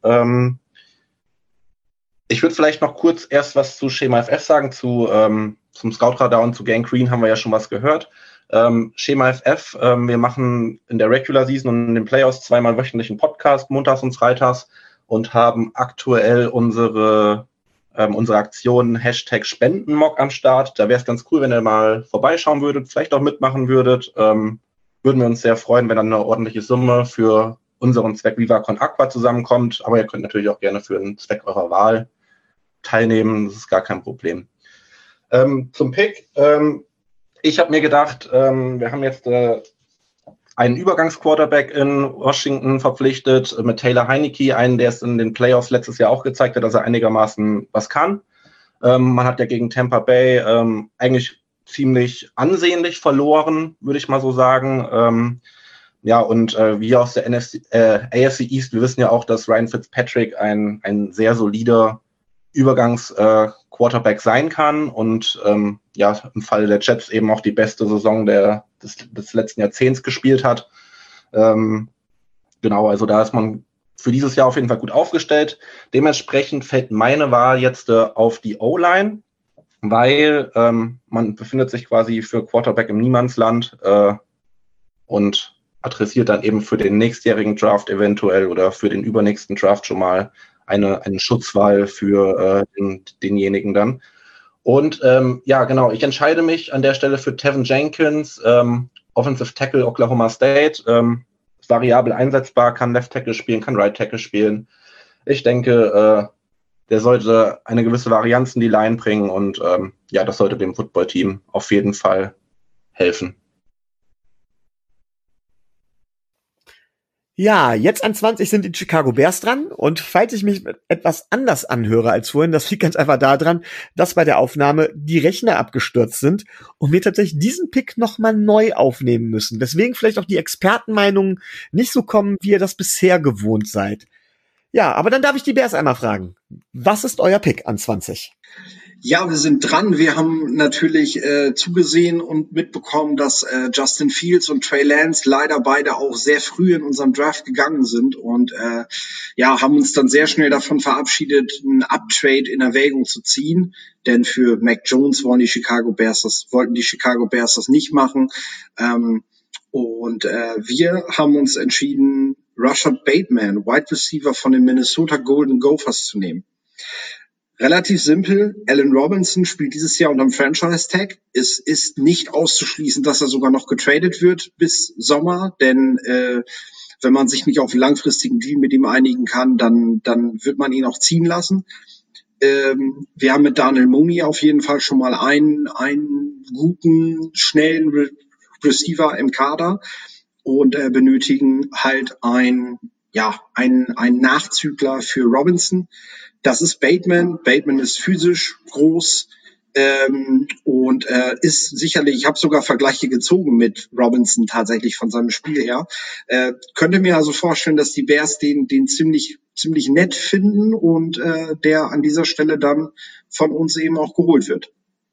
Ich würde vielleicht noch kurz erst was zu Schema FF sagen, zum Scoutradar und zu Gang Green haben wir ja schon was gehört. Schema FF, wir machen in der Regular Season und in den Playoffs zweimal wöchentlich einen Podcast, montags und freitags, und haben aktuell unsere Aktion #Spendenmock am Start. Da wäre es ganz cool, wenn ihr mal vorbeischauen würdet, vielleicht auch mitmachen würdet. Würden wir uns sehr freuen, wenn dann eine ordentliche Summe für unseren Zweck Viva Con Aqua zusammenkommt. Aber ihr könnt natürlich auch gerne für einen Zweck eurer Wahl teilnehmen. Das ist gar kein Problem. Zum Pick. Ich habe mir gedacht, wir haben jetzt einen Übergangsquarterback in Washington verpflichtet mit Taylor Heineke, einen, der es in den Playoffs letztes Jahr auch gezeigt hat, dass er einigermaßen was kann. Man hat ja gegen Tampa Bay eigentlich ziemlich ansehnlich verloren, würde ich mal so sagen. Ja, und wir aus der AFC East, wir wissen ja auch, dass Ryan Fitzpatrick ein sehr solider Übergangs-Quarterback sein kann und ja, im Falle der Jets eben auch die beste Saison des letzten Jahrzehnts gespielt hat. Genau, also da ist man für dieses Jahr auf jeden Fall gut aufgestellt. Dementsprechend fällt meine Wahl jetzt auf die O-Line, weil man befindet sich quasi für Quarterback im Niemandsland und adressiert dann eben für den nächstjährigen Draft eventuell oder für den übernächsten Draft schon mal eine Schutzwahl für denjenigen dann. Und ja, genau, ich entscheide mich an der Stelle für Tevin Jenkins, Offensive Tackle Oklahoma State, variabel einsetzbar, kann Left Tackle spielen, kann Right Tackle spielen. Ich denke, der sollte eine gewisse Varianz in die Line bringen und ja, das sollte dem Footballteam auf jeden Fall helfen. Ja, jetzt an 20 sind die Chicago Bears dran und falls ich mich etwas anders anhöre als vorhin, das liegt ganz einfach daran, dass bei der Aufnahme die Rechner abgestürzt sind und wir tatsächlich diesen Pick nochmal neu aufnehmen müssen. Deswegen vielleicht auch die Expertenmeinungen nicht so kommen, wie ihr das bisher gewohnt seid. Ja, aber dann darf ich die Bears einmal fragen. Was ist euer Pick an 20? Ja, wir sind dran. Wir haben natürlich zugesehen und mitbekommen, dass Justin Fields und Trey Lance leider beide auch sehr früh in unserem Draft gegangen sind und ja, haben uns dann sehr schnell davon verabschiedet, einen Uptrade in Erwägung zu ziehen. Denn für Mac Jones wollten die Chicago Bears das nicht machen. Und wir haben uns entschieden, Rashad Bateman, Wide Receiver von den Minnesota Golden Gophers, zu nehmen. Relativ simpel, Allen Robinson spielt dieses Jahr unterm Franchise-Tag. Es ist nicht auszuschließen, dass er sogar noch getradet wird bis Sommer, denn wenn man sich nicht auf einen langfristigen Deal mit ihm einigen kann, dann wird man ihn auch ziehen lassen. Wir haben mit Daniel Mooney auf jeden Fall schon mal einen guten, schnellen Receiver im Kader und benötigen halt einen Nachzügler für Robinson. Das ist Bateman. Bateman ist physisch groß und ist sicherlich, ich habe sogar Vergleiche gezogen mit Robinson tatsächlich von seinem Spiel her. Könnte mir also vorstellen, dass die Bears den ziemlich nett finden und der an dieser Stelle dann von uns eben auch geholt wird.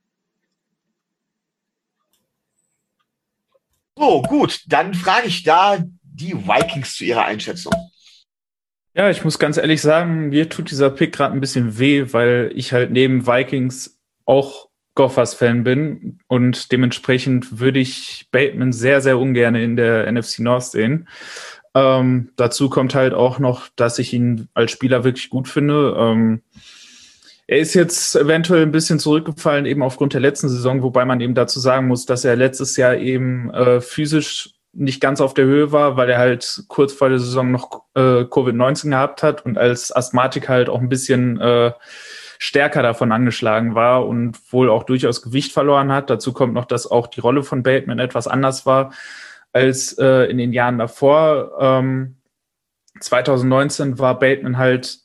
So, gut, dann frage ich da die Vikings zu ihrer Einschätzung. Ja, ich muss ganz ehrlich sagen, mir tut dieser Pick gerade ein bisschen weh, weil ich halt neben Vikings auch Gophers-Fan bin und dementsprechend würde ich Bateman sehr, sehr ungern in der NFC North sehen. Dazu kommt halt auch noch, dass ich ihn als Spieler wirklich gut finde. Er ist jetzt eventuell ein bisschen zurückgefallen, eben aufgrund der letzten Saison, wobei man eben dazu sagen muss, dass er letztes Jahr eben physisch nicht ganz auf der Höhe war, weil er halt kurz vor der Saison noch Covid-19 gehabt hat und als Asthmatiker halt auch ein bisschen stärker davon angeschlagen war und wohl auch durchaus Gewicht verloren hat. Dazu kommt noch, dass auch die Rolle von Bateman etwas anders war als in den Jahren davor. 2019 hat Bateman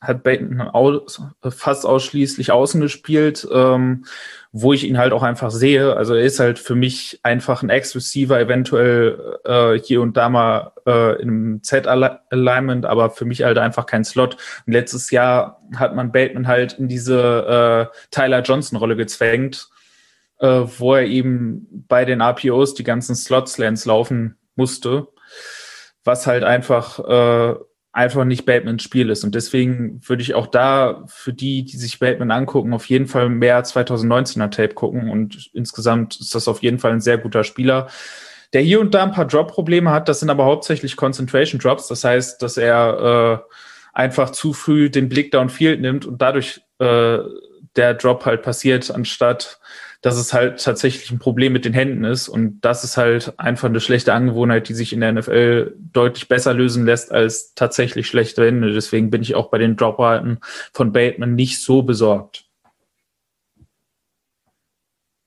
fast ausschließlich außen gespielt, wo ich ihn halt auch einfach sehe. Also er ist halt für mich einfach ein Ex-Receiver, eventuell hier und da mal in einem Z-Alignment, aber für mich halt einfach kein Slot. Und letztes Jahr hat man Bateman halt in diese Tyler Johnson-Rolle gezwängt, wo er eben bei den RPOs die ganzen Slot-Slants laufen musste, was halt einfach nicht Batemans Spiel ist. Und deswegen würde ich auch da für die sich Bateman angucken, auf jeden Fall mehr 2019er Tape gucken. Und insgesamt ist das auf jeden Fall ein sehr guter Spieler, der hier und da ein paar Drop-Probleme hat. Das sind aber hauptsächlich Concentration Drops. Das heißt, dass er einfach zu früh den Blick downfield nimmt und dadurch der Drop halt passiert, anstatt dass es halt tatsächlich ein Problem mit den Händen ist. Und das ist halt einfach eine schlechte Angewohnheit, die sich in der NFL deutlich besser lösen lässt als tatsächlich schlechte Hände. Deswegen bin ich auch bei den Dropraten von Bateman nicht so besorgt.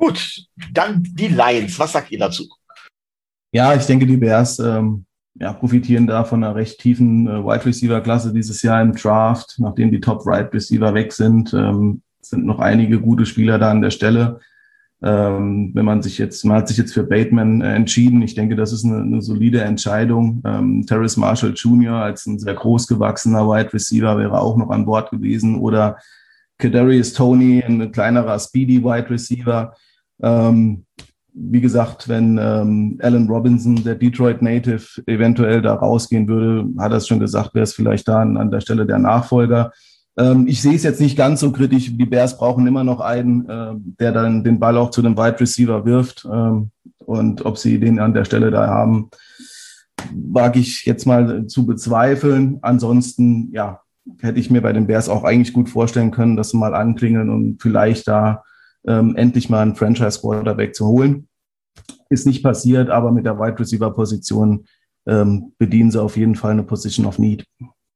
Gut, dann die Lions. Was sagt ihr dazu? Ja, ich denke, die Bears profitieren da von einer recht tiefen Wide Receiver Klasse dieses Jahr im Draft. Nachdem die Top Wide Receiver weg sind, sind noch einige gute Spieler da an der Stelle. Wenn man hat sich jetzt für Bateman entschieden. Ich denke, das ist eine solide Entscheidung. Terrace Marshall Jr. als ein sehr großgewachsener Wide Receiver wäre auch noch an Bord gewesen, oder Kadarius Toney, ein kleinerer Speedy Wide Receiver. Wie gesagt, wenn Allen Robinson, der Detroit Native, eventuell da rausgehen würde, hat er es schon gesagt, wäre es vielleicht da an der Stelle der Nachfolger. Ich sehe es jetzt nicht ganz so kritisch. Die Bears brauchen immer noch einen, der dann den Ball auch zu dem Wide Receiver wirft. Und ob sie den an der Stelle da haben, wage ich jetzt mal zu bezweifeln. Ansonsten, ja, hätte ich mir bei den Bears auch eigentlich gut vorstellen können, dass sie mal anklingeln und vielleicht da endlich mal einen Franchise-Quarterback zu holen. Ist nicht passiert, aber mit der Wide Receiver-Position bedienen sie auf jeden Fall eine Position of Need.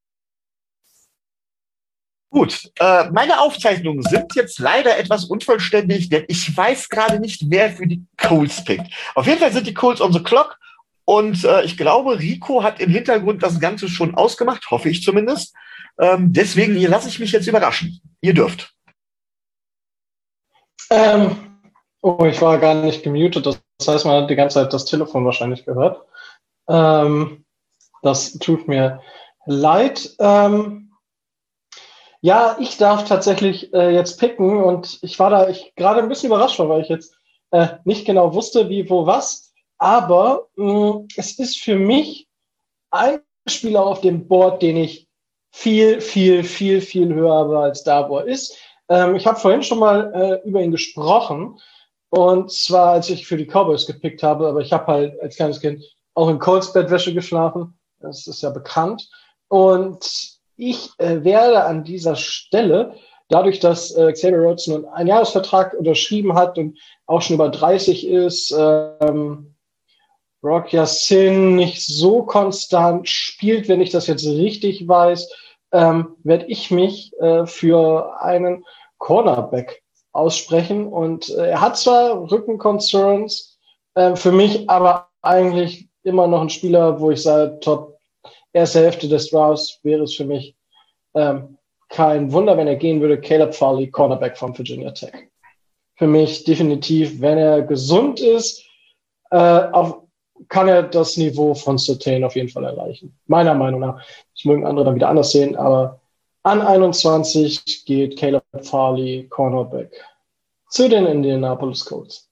Gut, meine Aufzeichnungen sind jetzt leider etwas unvollständig, denn ich weiß gerade nicht, wer für die Colts pickt. Auf jeden Fall sind die Colts on the clock und ich glaube, Rico hat im Hintergrund das Ganze schon ausgemacht, hoffe ich zumindest. Deswegen hier lasse ich mich jetzt überraschen. Ihr dürft. Ich war gar nicht gemutet, das heißt, man hat die ganze Zeit das Telefon wahrscheinlich gehört. Das tut mir leid. Ja, ich darf tatsächlich jetzt picken und ich gerade ein bisschen überrascht war, weil ich jetzt nicht genau wusste, wie, wo, was. Aber es ist für mich ein Spieler auf dem Board, den ich viel höher habe als da, wo er ist. Ich habe vorhin schon mal über ihn gesprochen, und zwar, als ich für die Cowboys gepickt habe, aber ich habe halt als kleines Kind auch in Colts Bettwäsche geschlafen. Das ist ja bekannt. Und ich werde an dieser Stelle, dadurch, dass Xavier Rhodes nun einen Jahresvertrag unterschrieben hat und auch schon über 30 ist, Rock Ya-Sin nicht so konstant spielt, wenn ich das jetzt richtig weiß, werde ich mich für einen Cornerback aussprechen. Und er hat zwar Rückenconcerns, für mich aber eigentlich immer noch ein Spieler, wo ich sage, top erste Hälfte des Drafts wäre es für mich kein Wunder, wenn er gehen würde. Caleb Farley, Cornerback von Virginia Tech. Für mich definitiv, wenn er gesund ist, kann er das Niveau von Surtain auf jeden Fall erreichen. Meiner Meinung nach. Das mögen andere dann wieder anders sehen, aber an 21 geht Caleb Farley, Cornerback, zu den Indianapolis Colts.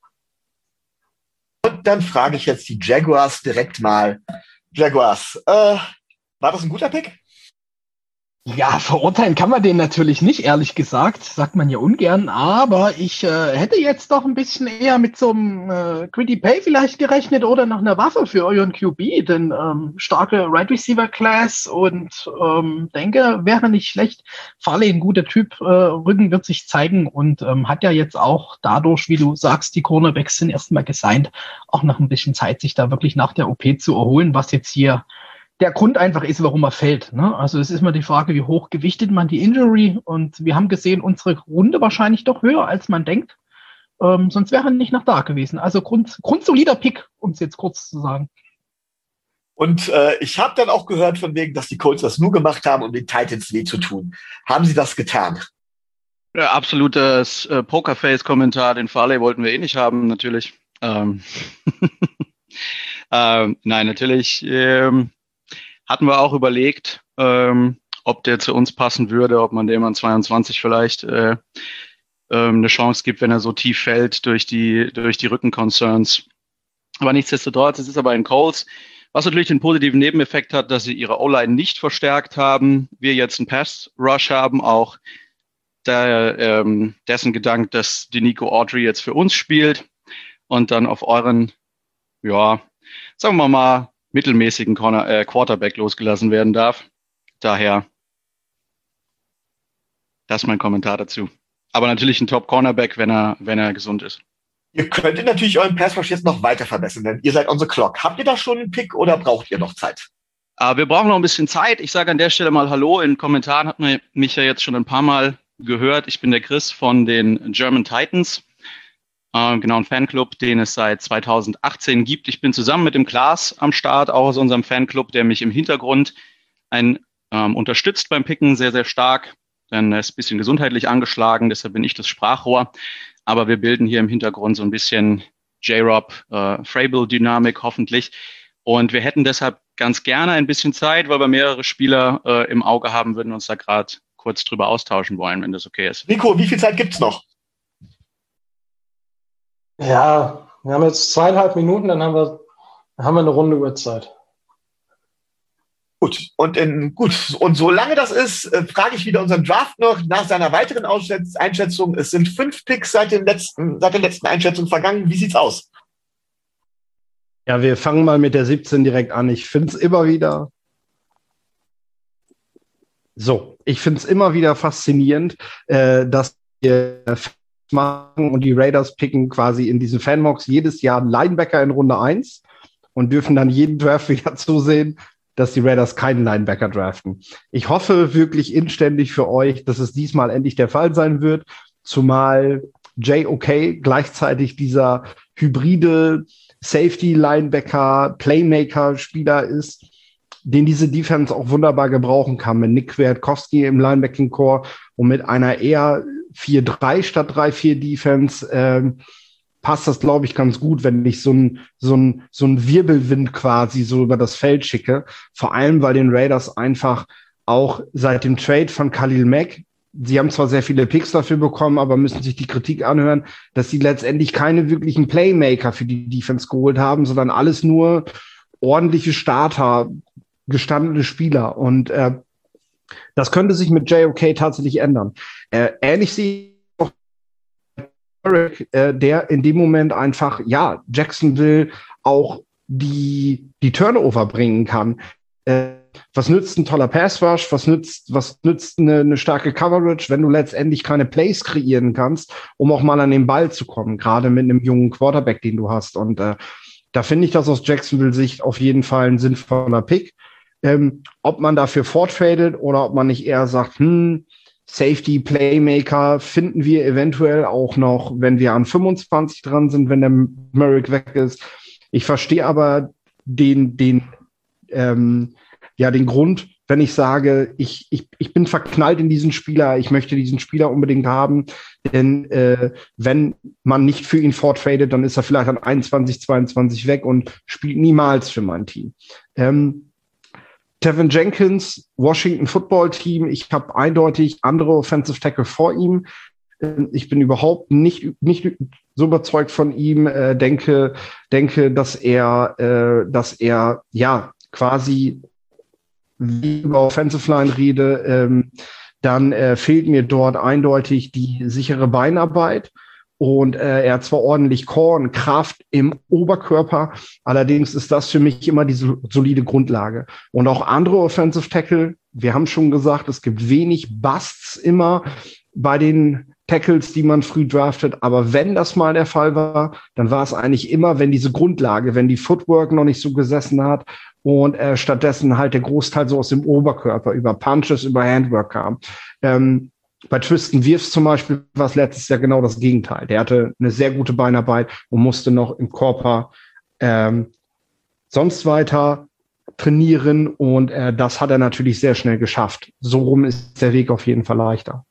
Und dann frage ich jetzt die Jaguars direkt mal. Jaguars, war das ein guter Pick? Ja, verurteilen kann man den natürlich nicht, ehrlich gesagt. Sagt man ja ungern. Aber ich hätte jetzt doch ein bisschen eher mit so einem Gritty Pay vielleicht gerechnet oder nach einer Waffe für euren QB. Denn starke Right Receiver Class und denke, wäre nicht schlecht. Farley ein guter Typ. Rücken wird sich zeigen und hat ja jetzt auch dadurch, wie du sagst, die Cornerbacks sind erstmal gesigned, auch noch ein bisschen Zeit, sich da wirklich nach der OP zu erholen, was jetzt hier der Grund einfach ist, warum er fällt. Ne? Also es ist immer die Frage, wie hoch gewichtet man die Injury, und wir haben gesehen, unsere Runde wahrscheinlich doch höher, als man denkt. Sonst wäre er nicht nach da gewesen. Also grundsolider Pick, um es jetzt kurz zu sagen. Und ich habe dann auch gehört von wegen, dass die Colts das nur gemacht haben, um den Titans weh zu tun. Haben sie das getan? Ja, absolutes Pokerface-Kommentar. Den Farley wollten wir eh nicht haben, natürlich. Nein, natürlich hatten wir auch überlegt, ob der zu uns passen würde, ob man dem an 22 vielleicht eine Chance gibt, wenn er so tief fällt durch die Rückenconcerns. Aber nichtsdestotrotz, es ist aber ein Colts, was natürlich den positiven Nebeneffekt hat, dass sie ihre O-Line nicht verstärkt haben. Wir jetzt einen Pass-Rush haben, auch dessen Gedanke, dass die Nico Autry jetzt für uns spielt und dann auf euren, ja, sagen wir mal, mittelmäßigen Quarterback losgelassen werden darf. Daher, das ist mein Kommentar dazu. Aber natürlich ein Top-Cornerback, wenn er gesund ist. Ihr könntet natürlich euren Pass-Rush jetzt noch weiter verbessern, denn ihr seid on the clock. Habt ihr da schon einen Pick oder braucht ihr noch Zeit? Wir brauchen noch ein bisschen Zeit. Ich sage an der Stelle mal Hallo. In den Kommentaren hat man mich ja jetzt schon ein paar Mal gehört. Ich bin der Chris von den German Titans. Genau, ein Fanclub, den es seit 2018 gibt. Ich bin zusammen mit dem Klaas am Start, auch aus unserem Fanclub, der mich im Hintergrund unterstützt beim Picken sehr, sehr stark. Denn er ist ein bisschen gesundheitlich angeschlagen, deshalb bin ich das Sprachrohr. Aber wir bilden hier im Hintergrund so ein bisschen J-Rob, Frable-Dynamik hoffentlich. Und wir hätten deshalb ganz gerne ein bisschen Zeit, weil wir mehrere Spieler im Auge haben, würden uns da gerade kurz drüber austauschen wollen, wenn das okay ist. Nico, wie viel Zeit gibt's noch? Ja, wir haben jetzt 2,5 Minuten, dann haben wir eine Runde Uhrzeit. Gut, und solange das ist, frage ich wieder unseren Draft noch nach seiner weiteren Einschätzung. Es sind 5 Picks seit der letzten Einschätzung vergangen. Wie sieht's aus? Ja, wir fangen mal mit der 17 direkt an. Ich finde es immer wieder faszinierend, dass wir machen und die Raiders picken quasi in diesen Fanmocks jedes Jahr einen Linebacker in Runde 1 und dürfen dann jeden Draft wieder zusehen, dass die Raiders keinen Linebacker draften. Ich hoffe wirklich inständig für euch, dass es diesmal endlich der Fall sein wird, zumal JOK gleichzeitig dieser hybride Safety, Linebacker, Spieler ist, den diese Defense auch wunderbar gebrauchen kann, mit Nick Kwiatkowski im Linebacking-Core und mit einer eher 4-3 statt 3-4 Defense passt das, glaube ich, ganz gut, wenn ich so ein Wirbelwind quasi so über das Feld schicke. Vor allem, weil den Raiders einfach auch seit dem Trade von Khalil Mack, sie haben zwar sehr viele Picks dafür bekommen, aber müssen sich die Kritik anhören, dass sie letztendlich keine wirklichen Playmaker für die Defense geholt haben, sondern alles nur ordentliche Starter, gestandene Spieler. Und das könnte sich mit JOK tatsächlich ändern. Ähnlich sehe ich auch der in dem Moment einfach, Jacksonville auch die Turnover bringen kann. Was nützt ein toller Pass-Rush? Was nützt eine starke Coverage, wenn du letztendlich keine Plays kreieren kannst, um auch mal an den Ball zu kommen, gerade mit einem jungen Quarterback, den du hast. Und da finde ich das aus Jacksonville-Sicht auf jeden Fall ein sinnvoller Pick. Ob man dafür forttradet oder ob man nicht eher sagt, Safety, Playmaker finden wir eventuell auch noch, wenn wir an 25 dran sind, wenn der Merrick weg ist. Ich verstehe aber den Grund, wenn ich sage, ich bin verknallt in diesen Spieler, ich möchte diesen Spieler unbedingt haben, denn wenn man nicht für ihn forttradet, dann ist er vielleicht an 21, 22 weg und spielt niemals für mein Team. Tevin Jenkins, Washington Football Team, ich habe eindeutig andere Offensive Tackle vor ihm. Ich bin überhaupt nicht so überzeugt von ihm, denke, dass er quasi wie über Offensive Line rede, dann fehlt mir dort eindeutig die sichere Beinarbeit. Und er hat zwar ordentlich Core und Kraft im Oberkörper, allerdings ist das für mich immer diese solide Grundlage. Und auch andere Offensive Tackle, wir haben schon gesagt, es gibt wenig Busts immer bei den Tackles, die man früh draftet. Aber wenn das mal der Fall war, dann war es eigentlich immer, wenn diese Grundlage, wenn die Footwork noch nicht so gesessen hat und stattdessen halt der Großteil so aus dem Oberkörper über Punches, über Handwork kam. Bei Tristan Wirfs zum Beispiel war es letztes Jahr genau das Gegenteil. Der hatte eine sehr gute Beinarbeit und musste noch im Körper sonst weiter trainieren und das hat er natürlich sehr schnell geschafft. So rum ist der Weg auf jeden Fall leichter.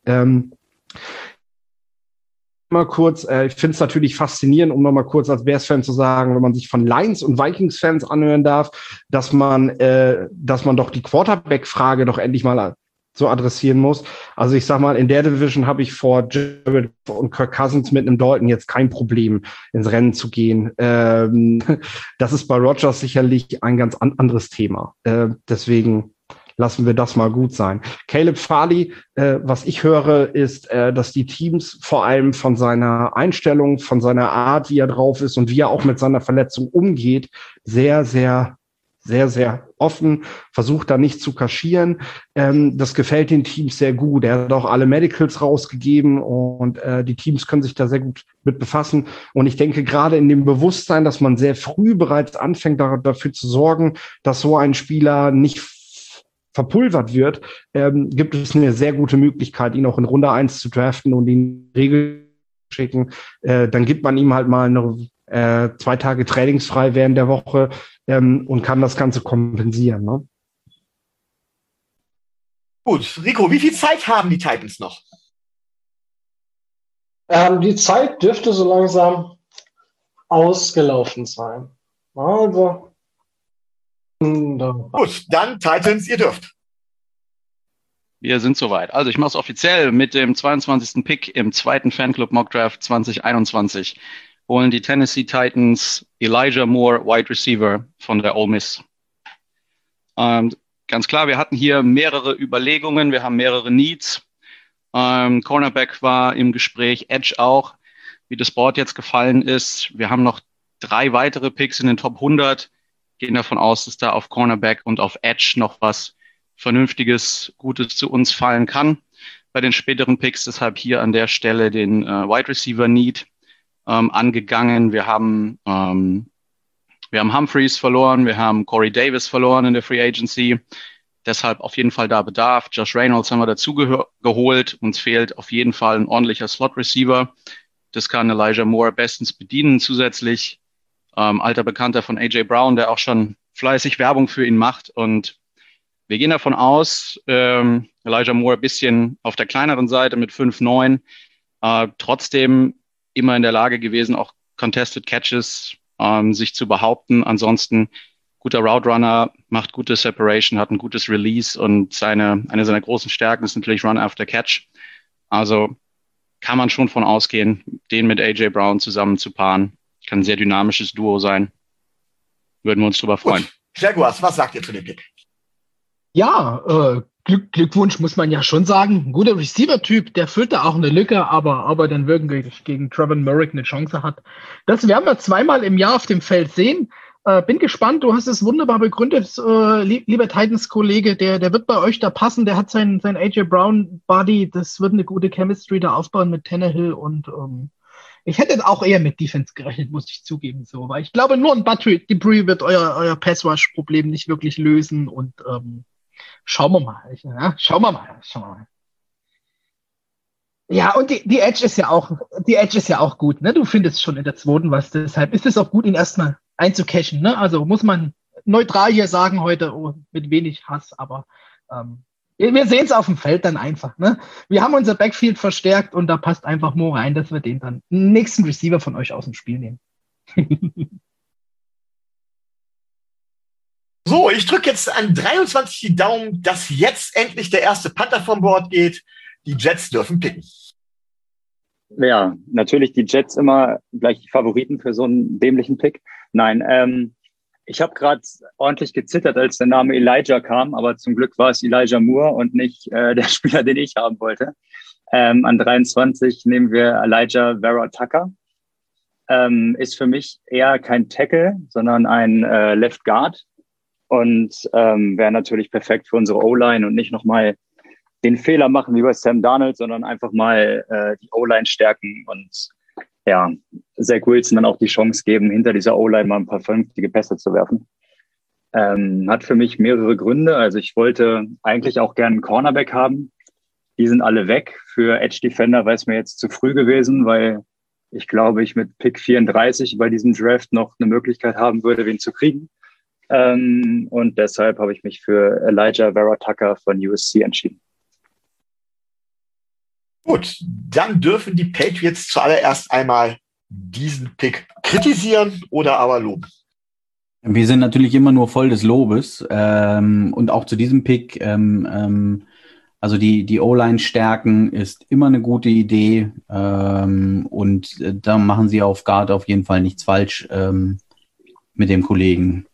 Mal kurz, ich finde es natürlich faszinierend, um nochmal kurz als Bears-Fan zu sagen, wenn man sich von Lions- und Vikings-Fans anhören darf, dass man doch die Quarterback-Frage doch endlich mal so adressieren muss. Also ich sag mal, in der Division habe ich vor Jared und Kirk Cousins mit einem Dalton jetzt kein Problem, ins Rennen zu gehen. Das ist bei Rodgers sicherlich ein ganz anderes Thema. Deswegen lassen wir das mal gut sein. Caleb Farley, was ich höre, ist, dass die Teams vor allem von seiner Einstellung, von seiner Art, wie er drauf ist und wie er auch mit seiner Verletzung umgeht, sehr, sehr offen, versucht da nicht zu kaschieren. Das gefällt den Teams sehr gut. Er hat auch alle Medicals rausgegeben und die Teams können sich da sehr gut mit befassen. Und ich denke, gerade in dem Bewusstsein, dass man sehr früh bereits anfängt, dafür zu sorgen, dass so ein Spieler nicht verpulvert wird, gibt es eine sehr gute Möglichkeit, ihn auch in Runde 1 zu draften und ihn regelmäßig schicken. Dann gibt man ihm halt mal 2 Tage trainingsfrei während der Woche und kann das Ganze kompensieren. Ne? Gut, Rico, wie viel Zeit haben die Titans noch? Die Zeit dürfte so langsam ausgelaufen sein. Also. Gut, dann Titans, ihr dürft. Wir sind soweit. Also ich mache es offiziell mit dem 22. Pick im 2. Fanclub Mock Draft 2021. Holen die Tennessee Titans Elijah Moore, Wide Receiver von der Ole Miss. Ganz klar, wir hatten hier mehrere Überlegungen, wir haben mehrere Needs. Cornerback war im Gespräch, Edge auch, wie das Board jetzt gefallen ist. Wir haben noch 3 weitere Picks in den Top 100. Gehen davon aus, dass da auf Cornerback und auf Edge noch was Vernünftiges, Gutes zu uns fallen kann. Bei den späteren Picks, deshalb hier an der Stelle den Wide Receiver Need angegangen. Wir haben Humphreys verloren, wir haben Corey Davis verloren in der Free Agency. Deshalb auf jeden Fall da Bedarf. Josh Reynolds haben wir dazu geholt. Uns fehlt auf jeden Fall ein ordentlicher Slot-Receiver. Das kann Elijah Moore bestens bedienen zusätzlich. Alter Bekannter von AJ Brown, der auch schon fleißig Werbung für ihn macht. Und wir gehen davon aus, Elijah Moore ein bisschen auf der kleineren Seite mit 5'9", trotzdem immer in der Lage gewesen, auch Contested Catches sich zu behaupten. Ansonsten guter Route Runner, macht gute Separation, hat ein gutes Release und eine seiner großen Stärken ist natürlich Run after Catch. Also kann man schon von ausgehen, den mit AJ Brown zusammen zu paaren. Kann ein sehr dynamisches Duo sein. Würden wir uns drüber freuen. Jaguars, was sagt ihr zu dem Pick? Ja, Glückwunsch muss man ja schon sagen. Ein guter Receiver-Typ, der füllt da auch eine Lücke, aber dann wirklich gegen Trevor Merrick eine Chance hat. Das werden wir 2-mal im Jahr auf dem Feld sehen. Bin gespannt, du hast es wunderbar begründet, lieber Titans-Kollege, der wird bei euch da passen, der hat sein AJ Brown-Body, das wird eine gute Chemistry da aufbauen mit Tannehill und ich hätte auch eher mit Defense gerechnet, muss ich zugeben, so, weil ich glaube, nur ein Buttery Debris wird euer Pass-Rush-Problem nicht wirklich lösen und schauen wir mal. Ja, und die Edge ist ja auch gut, ne? Du findest schon in der 2. was, deshalb ist es auch gut, ihn erstmal einzucashen, ne? Also muss man neutral hier sagen heute, mit wenig Hass, aber wir sehen es auf dem Feld dann einfach, ne? Wir haben unser Backfield verstärkt und da passt einfach Mo rein, dass wir den dann nächsten Receiver von euch aus dem Spiel nehmen. So, ich drücke jetzt an 23 die Daumen, dass jetzt endlich der erste Panther vom Board geht. Die Jets dürfen picken. Ja, natürlich die Jets immer gleich die Favoriten für so einen dämlichen Pick. Nein, ich habe gerade ordentlich gezittert, als der Name Elijah kam, aber zum Glück war es Elijah Moore und nicht der Spieler, den ich haben wollte. An 23 nehmen wir Elijah Vera Tucker. Ist für mich eher kein Tackle, sondern ein Left Guard und wäre natürlich perfekt für unsere O-Line und nicht nochmal den Fehler machen wie bei Sam Darnold, sondern einfach mal die O-Line stärken und ja, Zach Wilson dann auch die Chance geben, hinter dieser O-Line mal ein paar vernünftige Pässe zu werfen. Hat für mich mehrere Gründe. Also ich wollte eigentlich auch gerne einen Cornerback haben. Die sind alle weg. Für Edge Defender wäre es mir jetzt zu früh gewesen, weil ich glaube, ich mit Pick 34 bei diesem Draft noch eine Möglichkeit haben würde, wen zu kriegen. Und deshalb habe ich mich für Elijah Vera Tucker von USC entschieden. Gut, dann dürfen die Patriots zuallererst einmal diesen Pick kritisieren oder aber loben. Wir sind natürlich immer nur voll des Lobes und auch zu diesem Pick, also die O-Line stärken ist immer eine gute Idee und da machen sie auf Guard auf jeden Fall nichts falsch mit dem Kollegen.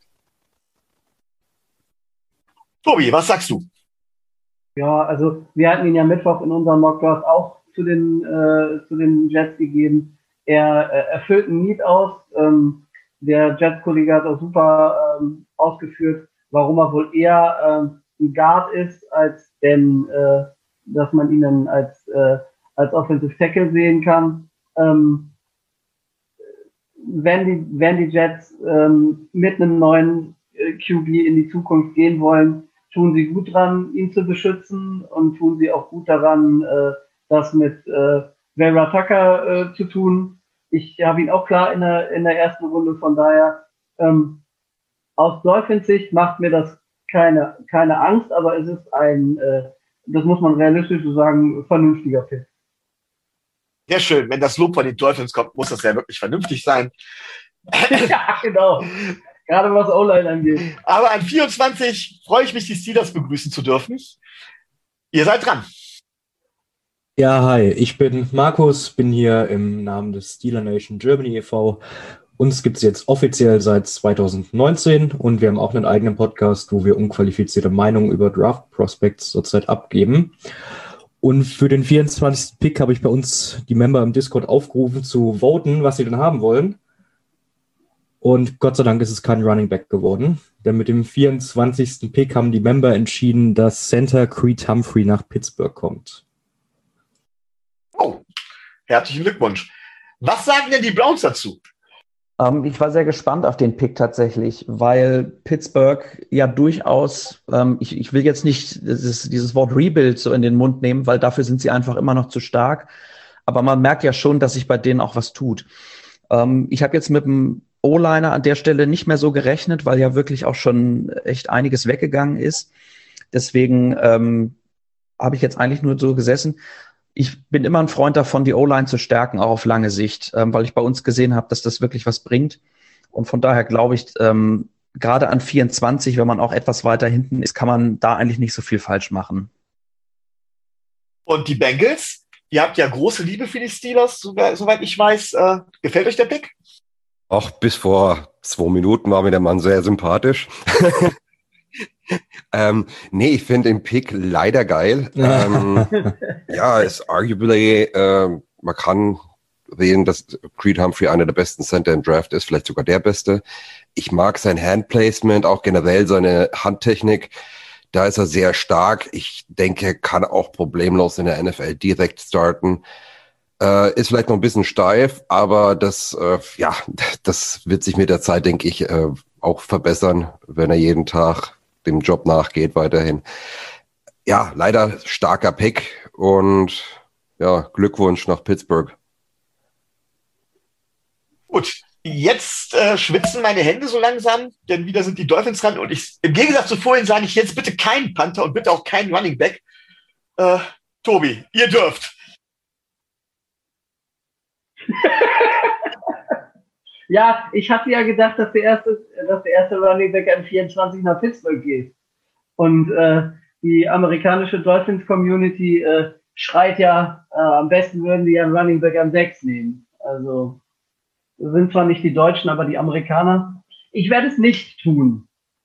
Tobi, was sagst du? Ja, also wir hatten ihn ja Mittwoch in unserem Mockdraft auch zu den Jets gegeben. Er erfüllt ein Need aus. Der Jets-Kollege hat auch super ausgeführt, warum er wohl eher ein Guard ist, als denn, dass man ihn dann als Offensive Tackle sehen kann. Wenn die Jets mit einem neuen QB in die Zukunft gehen wollen, tun sie gut dran, ihn zu beschützen und tun sie auch gut daran, das mit Vera Tucker zu tun. Ich habe ihn auch klar in der ersten Runde, von daher aus Dolphins Sicht macht mir das keine Angst, aber es ist das muss man realistisch so sagen, vernünftiger Pick. Sehr schön. Wenn das Lob von den Dolphins kommt, muss das ja wirklich vernünftig sein. Ja, genau. Gerade was O-Line angeht. Aber an 24 freue ich mich, die Steelers begrüßen zu dürfen. Ihr seid dran. Ja, hi, ich bin Markus, bin hier im Namen des Steeler Nation Germany e.V. Uns gibt es jetzt offiziell seit 2019 und wir haben auch einen eigenen Podcast, wo wir unqualifizierte Meinungen über Draft Prospects zurzeit abgeben. Und für den 24. Pick habe ich bei uns die Member im Discord aufgerufen zu voten, was sie denn haben wollen. Und Gott sei Dank ist es kein Running Back geworden, denn mit dem 24. Pick haben die Member entschieden, dass Center Creed Humphrey nach Pittsburgh kommt. Oh, herzlichen Glückwunsch. Was sagen denn die Browns dazu? Ich war sehr gespannt auf den Pick tatsächlich, weil Pittsburgh ja durchaus, ich will jetzt nicht dieses Wort Rebuild so in den Mund nehmen, weil dafür sind sie einfach immer noch zu stark. Aber man merkt ja schon, dass sich bei denen auch was tut. Ich habe jetzt mit dem O-Liner an der Stelle nicht mehr so gerechnet, weil ja wirklich auch schon echt einiges weggegangen ist. Deswegen habe ich jetzt eigentlich nur so gesessen. Ich bin immer ein Freund davon, die O-Line zu stärken, auch auf lange Sicht, weil ich bei uns gesehen habe, dass das wirklich was bringt. Und von daher glaube ich, gerade an 24, wenn man auch etwas weiter hinten ist, kann man da eigentlich nicht so viel falsch machen. Und die Bengals? Ihr habt ja große Liebe für die Steelers, soweit ich weiß. Gefällt euch der Pick? Auch bis vor 2 Minuten war mir der Mann sehr sympathisch. Nee, ich finde den Pick leider geil. Ja, ist arguably, man kann sehen, dass Creed Humphrey einer der besten Center im Draft ist, vielleicht sogar der beste. Ich mag sein Handplacement, auch generell seine Handtechnik. Da ist er sehr stark. Ich denke, kann auch problemlos in der NFL direkt starten. Ist vielleicht noch ein bisschen steif, aber das wird sich mit der Zeit, denke ich, auch verbessern, wenn er jeden Tag dem Job nachgeht weiterhin. Ja, leider starker Pick und ja, Glückwunsch nach Pittsburgh. Gut, jetzt schwitzen meine Hände so langsam, denn wieder sind die Dolphins dran und im Gegensatz zu vorhin sage ich jetzt bitte keinen Panther und bitte auch keinen Running Back. Tobi, ihr dürft. Ja, ich hatte ja gedacht, dass der erste Running Back an 24 nach Pittsburgh geht. Und die amerikanische Dolphins-Community schreit ja, am besten würden die einen Running Back an 6 nehmen. Also sind zwar nicht die Deutschen, aber die Amerikaner. Ich werde es nicht tun.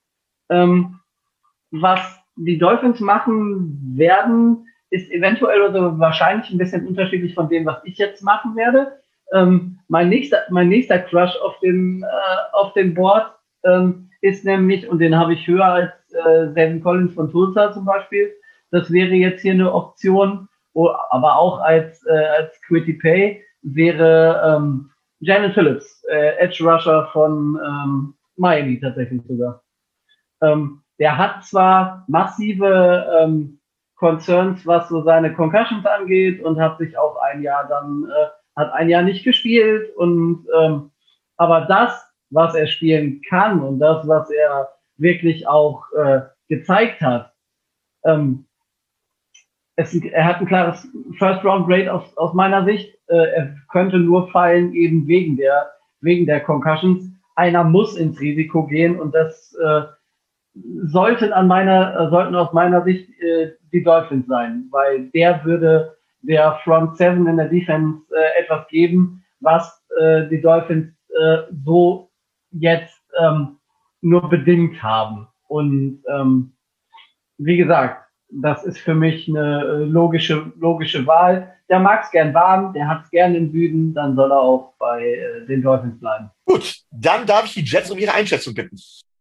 Was die Dolphins machen werden, ist eventuell oder wahrscheinlich ein bisschen unterschiedlich von dem, was ich jetzt machen werde. Mein nächster Crush auf dem Board ist nämlich, und den habe ich höher als Zayvon Collins von Tulsa zum Beispiel, das wäre jetzt hier eine Option, aber auch als Quitty Pay wäre Jalen Phillips, Edge Rusher von Miami tatsächlich sogar. Der hat zwar massive Concerns, was so seine Concussions angeht und hat sich auch ein Jahr nicht gespielt und aber das, was er spielen kann und das, was er wirklich auch gezeigt hat, er hat ein klares First-Round-Grade aus meiner Sicht. Er könnte nur fallen eben wegen der Concussions. Einer muss ins Risiko gehen und das sollten aus meiner Sicht die Dolphins sein, weil der würde der Front Seven in der Defense etwas geben, was die Dolphins so jetzt nur bedingt haben. Und wie gesagt, das ist für mich eine logische Wahl. Der mag es gern warm, der hat es gern im Süden, dann soll er auch bei den Dolphins bleiben. Gut, dann darf ich die Jets um ihre Einschätzung bitten.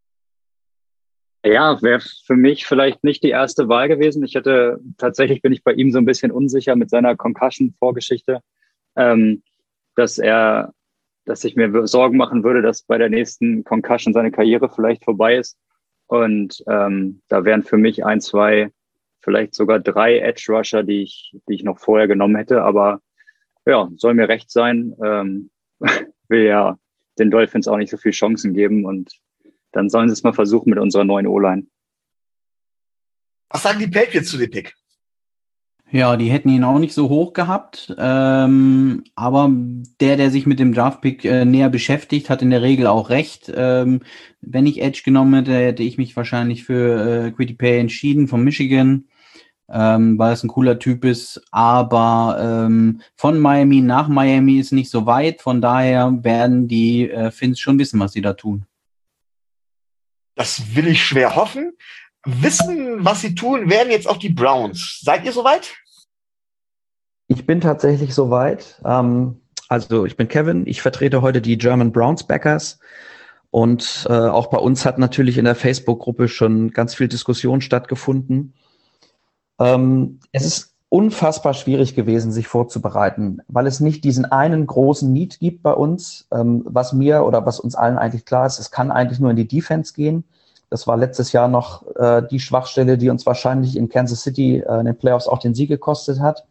Ja, wäre für mich vielleicht nicht die erste Wahl gewesen. Tatsächlich bin ich bei ihm so ein bisschen unsicher mit seiner Concussion-Vorgeschichte, dass ich mir Sorgen machen würde, dass bei der nächsten Concussion seine Karriere vielleicht vorbei ist. Und da wären für mich 1, 2, vielleicht sogar 3 Edge-Rusher, die ich noch vorher genommen hätte. Aber Ja, soll mir recht sein. Will ja den Dolphins auch nicht so viel Chancen geben und dann sollen sie es mal versuchen mit unserer neuen O-Line. Was sagen die Patriots zu dem Pick? Ja, die hätten ihn auch nicht so hoch gehabt, aber der sich mit dem Draftpick näher beschäftigt, hat in der Regel auch recht. Wenn ich Edge genommen hätte, hätte ich mich wahrscheinlich für Kwity Paye entschieden von Michigan, weil es ein cooler Typ ist, aber von Miami nach Miami ist nicht so weit, von daher werden die Finns schon wissen, was sie da tun. Das will ich schwer hoffen. Wissen, was sie tun, werden jetzt auch die Browns. Seid ihr soweit? Ich bin tatsächlich soweit. Also ich bin Kevin, ich vertrete heute die German Browns Backers und auch bei uns hat natürlich in der Facebook-Gruppe schon ganz viel Diskussion stattgefunden. Es ist unfassbar schwierig gewesen, sich vorzubereiten, weil es nicht diesen einen großen Need gibt bei uns, was mir oder was uns allen eigentlich klar ist, es kann eigentlich nur in die Defense gehen. Das war letztes Jahr noch die Schwachstelle, die uns wahrscheinlich in Kansas City in den Playoffs auch den Sieg gekostet hat.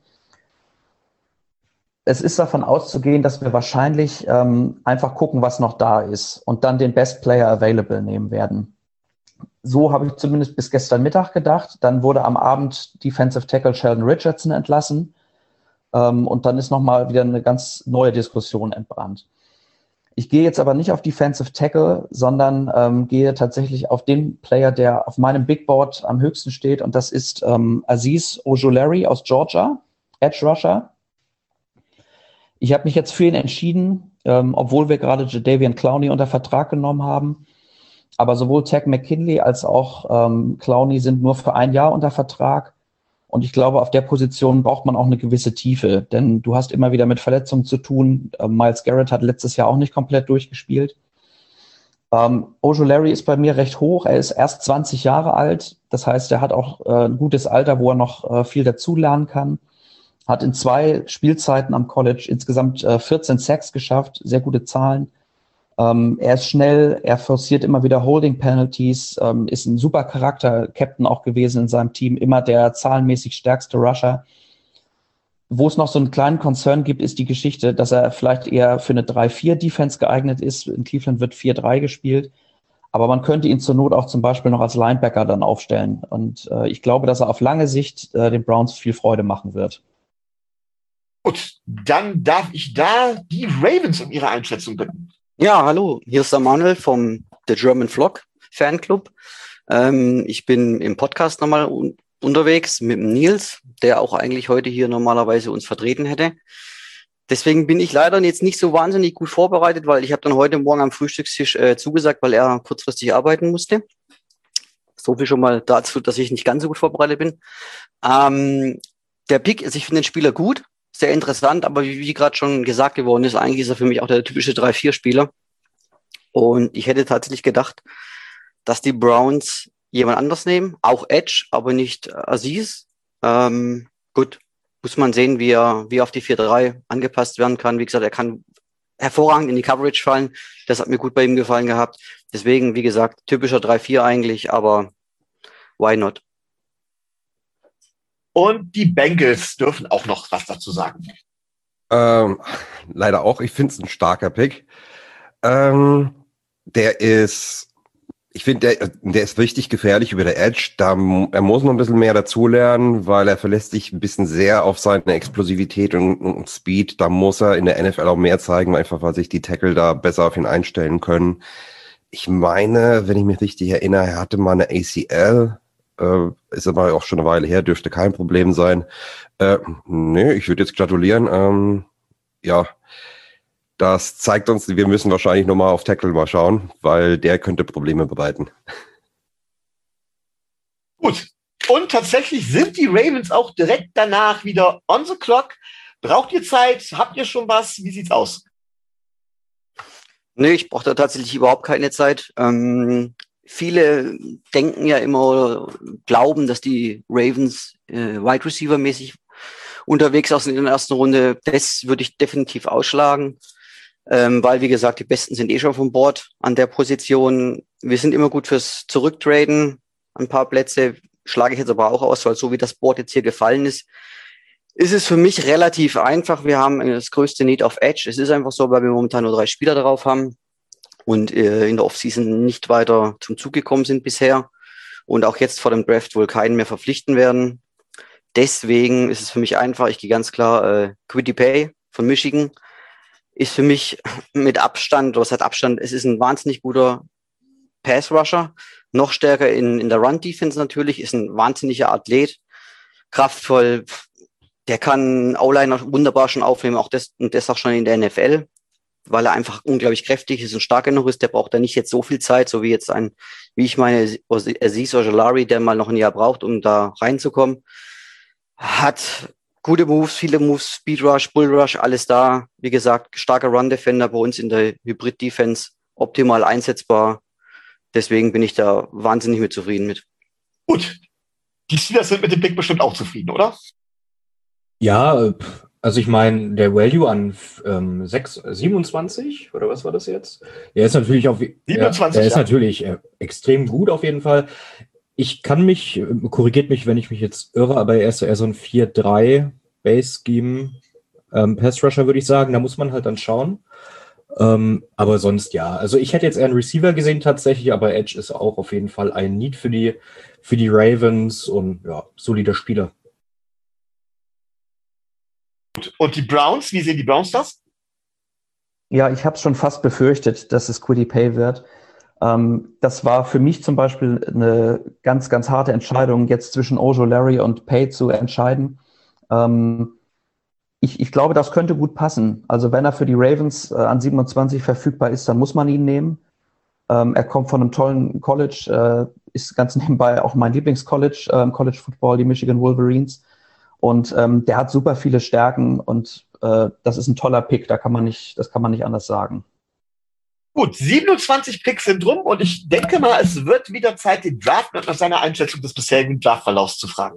Es ist davon auszugehen, dass wir wahrscheinlich einfach gucken, was noch da ist und dann den Best Player Available nehmen werden. So habe ich zumindest bis gestern Mittag gedacht. Dann wurde am Abend Defensive Tackle Sheldon Richardson entlassen und dann ist nochmal wieder eine ganz neue Diskussion entbrannt. Ich gehe jetzt aber nicht auf Defensive Tackle, sondern gehe tatsächlich auf den Player, der auf meinem Big Board am höchsten steht. Und das ist Azeez Ojulari aus Georgia, Edge Rusher. Ich habe mich jetzt für ihn entschieden, obwohl wir gerade Jadeveon Clowney unter Vertrag genommen haben. Aber sowohl Takk McKinley als auch Clowney sind nur für ein Jahr unter Vertrag. Und ich glaube, auf der Position braucht man auch eine gewisse Tiefe, denn du hast immer wieder mit Verletzungen zu tun. Myles Garrett hat letztes Jahr auch nicht komplett durchgespielt. Ojulari ist bei mir recht hoch. Er ist erst 20 Jahre alt. Das heißt, er hat auch ein gutes Alter, wo er noch viel dazulernen kann. Hat in 2 Spielzeiten am College insgesamt 14 Sacks geschafft. Sehr gute Zahlen. Er ist schnell, er forciert immer wieder Holding Penalties, ist ein super Charakter, Captain auch gewesen in seinem Team, immer der zahlenmäßig stärkste Rusher. Wo es noch so einen kleinen Concern gibt, ist die Geschichte, dass er vielleicht eher für eine 3-4-Defense geeignet ist. In Cleveland wird 4-3 gespielt, aber man könnte ihn zur Not auch zum Beispiel noch als Linebacker dann aufstellen. Und ich glaube, dass er auf lange Sicht den Browns viel Freude machen wird. Gut, dann darf ich da die Ravens um ihre Einschätzung bitten. Ja, hallo, hier ist der Manuel vom The German Flock Fanclub. Ich bin im Podcast nochmal unterwegs mit dem Nils, der auch eigentlich heute hier normalerweise uns vertreten hätte. Deswegen bin ich leider jetzt nicht so wahnsinnig gut vorbereitet, weil ich habe dann heute Morgen am Frühstückstisch zugesagt, weil er kurzfristig arbeiten musste. So viel schon mal dazu, dass ich nicht ganz so gut vorbereitet bin. Der Pick, also ich finde den Spieler gut. Sehr interessant, aber wie gerade schon gesagt geworden ist, eigentlich ist er für mich auch der typische 3-4-Spieler. Und ich hätte tatsächlich gedacht, dass die Browns jemand anders nehmen, auch Edge, aber nicht Azeez. Gut, muss man sehen, wie er auf die 4-3 angepasst werden kann. Wie gesagt, er kann hervorragend in die Coverage fallen. Das hat mir gut bei ihm gefallen gehabt. Deswegen, wie gesagt, typischer 3-4 eigentlich, aber why not? Und die Bengals dürfen auch noch was dazu sagen. Leider auch. Ich finde es ein starker Pick. Ich finde, der ist richtig gefährlich über der Edge. Er muss noch ein bisschen mehr dazulernen, weil er verlässt sich ein bisschen sehr auf seine Explosivität und Speed. Da muss er in der NFL auch mehr zeigen, einfach weil sich die Tackle da besser auf ihn einstellen können. Ich meine, wenn ich mich richtig erinnere, er hatte mal eine ACL. Ist aber auch schon eine Weile her, dürfte kein Problem sein. Nee, ich würde jetzt gratulieren. Ja, das zeigt uns, wir müssen wahrscheinlich nochmal auf Tackle mal schauen, weil der könnte Probleme bereiten. Gut. Und tatsächlich sind die Ravens auch direkt danach wieder on the clock. Braucht ihr Zeit? Habt ihr schon was? Wie sieht's aus? Nee, ich brauche da tatsächlich überhaupt keine Zeit. Viele denken ja immer oder glauben, dass die Ravens Wide Receiver mäßig unterwegs sind in der ersten Runde. Das würde ich definitiv ausschlagen, weil, wie gesagt, die Besten sind schon vom Board an der Position. Wir sind immer gut fürs Zurücktraden. Ein paar Plätze schlage ich jetzt aber auch aus, weil so wie das Board jetzt hier gefallen ist, ist es für mich relativ einfach. Wir haben das größte Need auf Edge. Es ist einfach so, weil wir momentan nur 3 Spieler darauf haben und in der Offseason nicht weiter zum Zug gekommen sind bisher und auch jetzt vor dem Draft wohl keinen mehr verpflichten werden. Deswegen ist es für mich einfach. Ich gehe ganz klar Kwity Paye von Michigan. Ist für mich mit Abstand, was hat Abstand, es ist ein wahnsinnig guter Pass-Rusher, noch stärker in der Run-Defense natürlich, ist ein wahnsinniger Athlet, kraftvoll, der kann O-Liner wunderbar schon aufnehmen, auch das auch schon in der NFL, weil er einfach unglaublich kräftig ist und stark genug ist, der braucht da nicht jetzt so viel Zeit, so wie jetzt ich meine, Azeez Ojulari, der mal noch ein Jahr braucht, um da reinzukommen, hat gute Moves, viele Moves, Speed Rush, Bull Rush, alles da. Wie gesagt, starker Run-Defender bei uns in der Hybrid-Defense, optimal einsetzbar. Deswegen bin ich da wahnsinnig mit zufrieden mit. Gut. Die Steelers sind mit dem Pick bestimmt auch zufrieden, oder? Ja, also ich meine, der Value an 27, oder was war das jetzt? Der ist natürlich auf 27, der ist natürlich extrem gut auf jeden Fall. Ich kann korrigiert mich, wenn ich mich jetzt irre, aber er ist eher so ein 4-3 Base-Scheme Pass-Rusher, würde ich sagen. Da muss man halt dann schauen. Aber sonst ja. Also ich hätte jetzt eher einen Receiver gesehen tatsächlich, aber Edge ist auch auf jeden Fall ein Need für die Ravens und ja, solider Spieler. Und die Browns, wie sehen die Browns das? Ja, ich habe es schon fast befürchtet, dass es Kwity Paye wird. Das war für mich zum Beispiel eine ganz, ganz harte Entscheidung, jetzt zwischen Ojulari und Paye zu entscheiden. Ich glaube, das könnte gut passen. Also wenn er für die Ravens an 27 verfügbar ist, dann muss man ihn nehmen. Er kommt von einem tollen College, ist ganz nebenbei auch mein Lieblingscollege, College Football, die Michigan Wolverines. Und der hat super viele Stärken und das ist ein toller Pick, das kann man nicht anders sagen. Gut, 27 Picks sind drum und ich denke mal, es wird wieder Zeit, den Draft nach seiner Einschätzung des bisherigen Draftverlaufs zu fragen.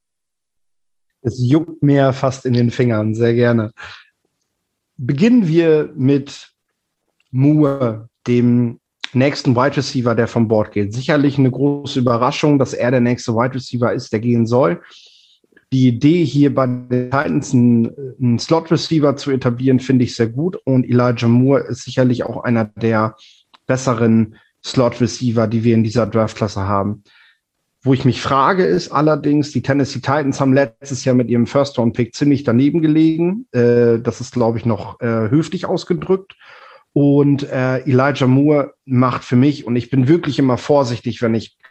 Es juckt mir fast in den Fingern, sehr gerne. Beginnen wir mit Moore, dem nächsten Wide Receiver, der vom Board geht. Sicherlich eine große Überraschung, dass er der nächste Wide Receiver ist, der gehen soll. Die Idee, hier bei den Titans einen Slot-Receiver zu etablieren, finde ich sehr gut. Und Elijah Moore ist sicherlich auch einer der besseren Slot-Receiver, die wir in dieser Draftklasse haben. Wo ich mich frage, ist allerdings, die Tennessee Titans haben letztes Jahr mit ihrem First-Round-Pick ziemlich daneben gelegen. Das ist, glaube ich, noch höflich ausgedrückt. Und Elijah Moore macht für mich, und ich bin wirklich immer vorsichtig, wenn ich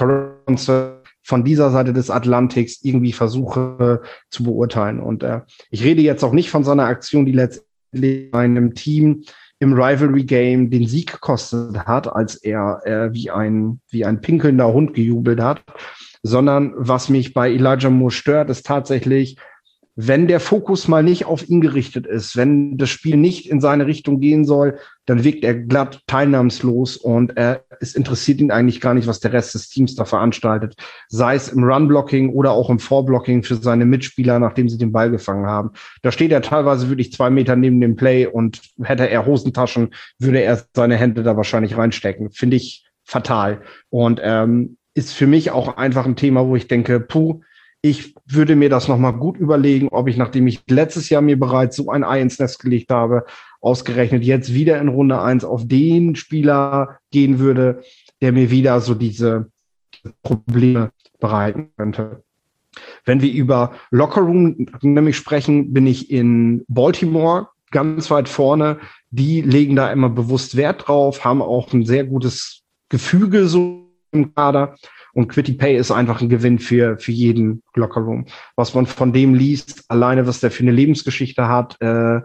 von dieser Seite des Atlantiks irgendwie versuche zu beurteilen. Und ich rede jetzt auch nicht von seiner Aktion, die letztendlich einem Team im Rivalry-Game den Sieg gekostet hat, als er wie ein pinkelnder Hund gejubelt hat, sondern was mich bei Elijah Moore stört, ist tatsächlich, wenn der Fokus mal nicht auf ihn gerichtet ist, wenn das Spiel nicht in seine Richtung gehen soll, dann wirkt er glatt teilnahmslos und es interessiert ihn eigentlich gar nicht, was der Rest des Teams da veranstaltet. Sei es im Run-Blocking oder auch im Vor-Blocking für seine Mitspieler, nachdem sie den Ball gefangen haben. Da steht er teilweise wirklich 2 Meter neben dem Play und hätte er Hosentaschen, würde er seine Hände da wahrscheinlich reinstecken. Finde ich fatal. Und ist für mich auch einfach ein Thema, wo ich denke, ich würde mir das nochmal gut überlegen, ob ich, nachdem ich letztes Jahr mir bereits so ein Ei ins Nest gelegt habe, ausgerechnet jetzt wieder in Runde 1 auf den Spieler gehen würde, der mir wieder so diese Probleme bereiten könnte. Wenn wir über Lockerroom nämlich sprechen, bin ich in Baltimore ganz weit vorne. Die legen da immer bewusst Wert drauf, haben auch ein sehr gutes Gefüge so im Kader. Und Kwity Paye ist einfach ein Gewinn für jeden Lockerroom. Was man von dem liest, alleine was der für eine Lebensgeschichte hat,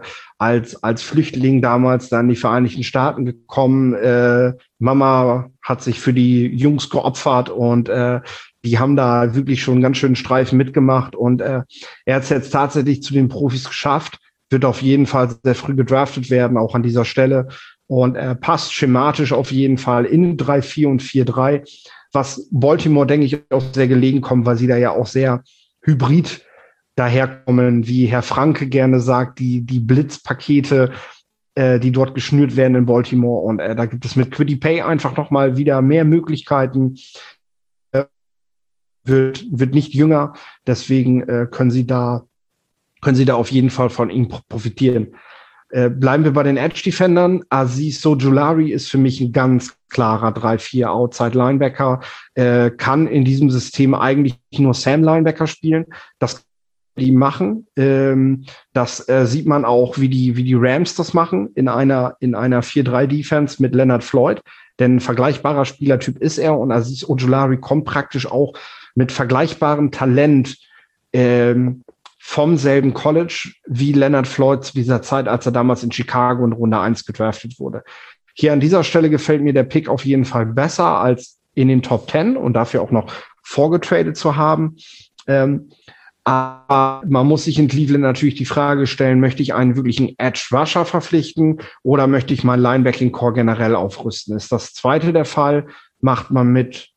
als Flüchtling damals dann in die Vereinigten Staaten gekommen, Mama hat sich für die Jungs geopfert und die haben da wirklich schon einen ganz schönen Streifen mitgemacht und er hat es jetzt tatsächlich zu den Profis geschafft, wird auf jeden Fall sehr früh gedraftet werden, auch an dieser Stelle. Und er passt schematisch auf jeden Fall in 3-4 und 4-3. Was Baltimore, denke ich, auch sehr gelegen kommt, weil sie da ja auch sehr hybrid daherkommen, wie Herr Franke gerne sagt, die Blitzpakete, die dort geschnürt werden in Baltimore. Und da gibt es mit Kwity Paye einfach nochmal wieder mehr Möglichkeiten. Wird nicht jünger, deswegen können sie da können sie da auf jeden Fall von ihm profitieren. Bleiben wir bei den Edge-Defendern. Azeez Ojulari ist für mich ein ganz klarer 3-4 Outside-Linebacker, kann in diesem System eigentlich nur Sam-Linebacker spielen. Das die machen. Das sieht man auch, wie die Rams das machen in einer 4-3-Defense mit Leonard Floyd. Denn ein vergleichbarer Spielertyp ist er und Azeez Ojulari kommt praktisch auch mit vergleichbarem Talent vom selben College wie Leonard Floyd zu dieser Zeit, als er damals in Chicago in Runde 1 gedraftet wurde. Hier an dieser Stelle gefällt mir der Pick auf jeden Fall besser als in den Top 10 und dafür auch noch vorgetradet zu haben. Aber man muss sich in Cleveland natürlich die Frage stellen, möchte ich einen wirklichen Edge-Rusher verpflichten oder möchte ich mein Linebacking-Core generell aufrüsten? Ist das zweite der Fall, macht man mit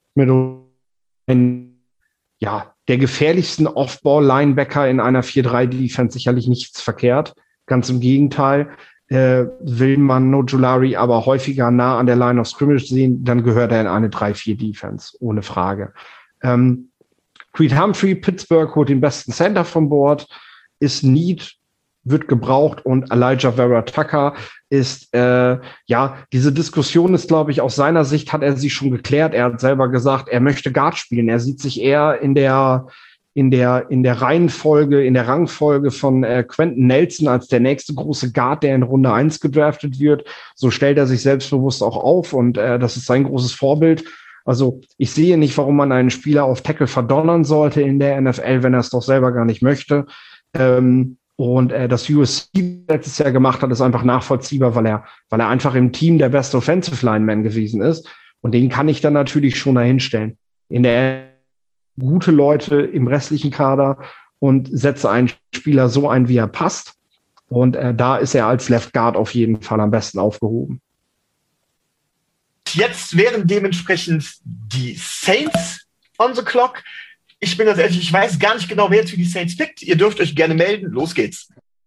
der gefährlichsten Off-Ball-Linebacker in einer 4-3-Defense sicherlich nichts verkehrt. Ganz im Gegenteil, will man Ojulari aber häufiger nah an der Line of Scrimmage sehen, dann gehört er in eine 3-4-Defense, ohne Frage. Creed Humphrey, Pittsburgh holt den besten Center vom Board, ist Need, wird gebraucht und Elijah Vera Tucker ist, diese Diskussion ist, glaube ich, aus seiner Sicht hat er sie schon geklärt. Er hat selber gesagt, er möchte Guard spielen. Er sieht sich eher in der Reihenfolge, in der Rangfolge von Quentin Nelson als der nächste große Guard, der in Runde 1 gedraftet wird. So stellt er sich selbstbewusst auch auf und das ist sein großes Vorbild. Also ich sehe nicht, warum man einen Spieler auf Tackle verdonnern sollte in der NFL, wenn er es doch selber gar nicht möchte. Und das USC letztes Jahr gemacht hat, ist einfach nachvollziehbar, weil er einfach im Team der beste Offensive Lineman gewesen ist. Und den kann ich dann natürlich schon dahinstellen. In der gute Leute im restlichen Kader und setze einen Spieler so ein, wie er passt. Und da ist er als Left Guard auf jeden Fall am besten aufgehoben. Jetzt wären dementsprechend die Saints on the clock. Ich bin ganz ehrlich, ich weiß gar nicht genau, wer jetzt für die Saints pickt. Ihr dürft euch gerne melden. Los geht's.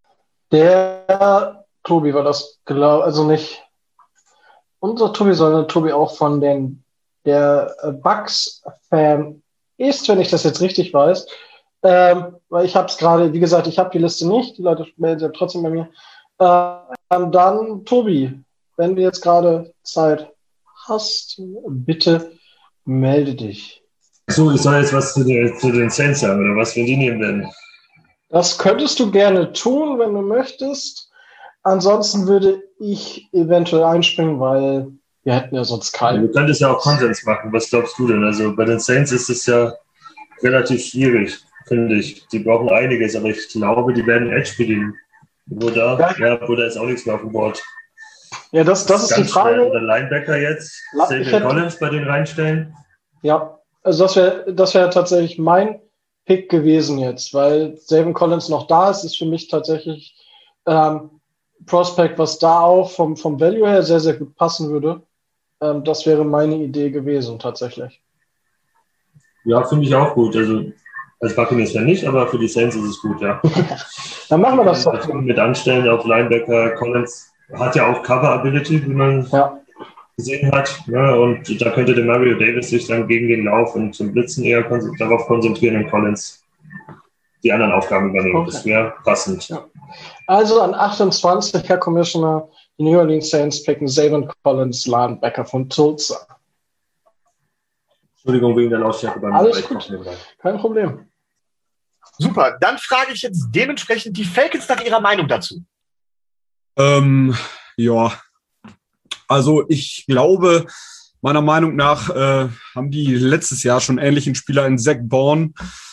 Der Tobi war das, also nicht unser Tobi, sondern Tobi auch von der Bucks-Fan ist, wenn ich das jetzt richtig weiß. Weil ich habe es gerade, wie gesagt, ich habe die Liste nicht. Die Leute melden sich trotzdem bei mir. Dann Tobi, wenn du jetzt gerade Zeit hast, bitte melde dich. So, ich soll jetzt was zu den Saints sagen, oder was, wenn die nehmen werden? Das könntest du gerne tun, wenn du möchtest. Ansonsten würde ich eventuell einspringen, weil wir hätten ja sonst keinen. Du könntest ja auch Konsens machen. Was glaubst du denn? Also bei den Saints ist es ja relativ schwierig, finde ich. Die brauchen einiges, aber ich glaube, die werden Edge bedienen. Wo da ist auch nichts mehr auf dem Board. Ja, das ist die Frage. Oder Linebacker jetzt, Xavier Collins bei denen reinstellen? Ja, also das wäre tatsächlich mein Pick gewesen jetzt, weil Xavier Collins noch da ist für mich tatsächlich Prospect, was da auch vom Value her sehr, sehr gut passen würde. Das wäre meine Idee gewesen, tatsächlich. Ja, finde ich auch gut. Also als Buccaneers ja nicht, aber für die Saints ist es gut, ja. Dann machen wir das doch. Mit Anstellen auf Linebacker. Collins hat ja auch Cover-Ability, wie man gesehen hat. Ja, und da könnte der Mario Davis sich dann gegen den Lauf und zum Blitzen eher darauf konzentrieren und Collins die anderen Aufgaben übernehmen. Okay. Das wäre passend. Ja. Also an 28, Herr Commissioner, die New Orleans Saints picken Xavier Collins, Linebacker von Tulsa. Entschuldigung wegen der Lautstärke beim Alles gut, kein Problem. Super, dann frage ich jetzt dementsprechend die Falcons nach ihrer Meinung dazu. Ja, also ich glaube, meiner Meinung nach haben die letztes Jahr schon ähnlichen Spieler in Zach Bourne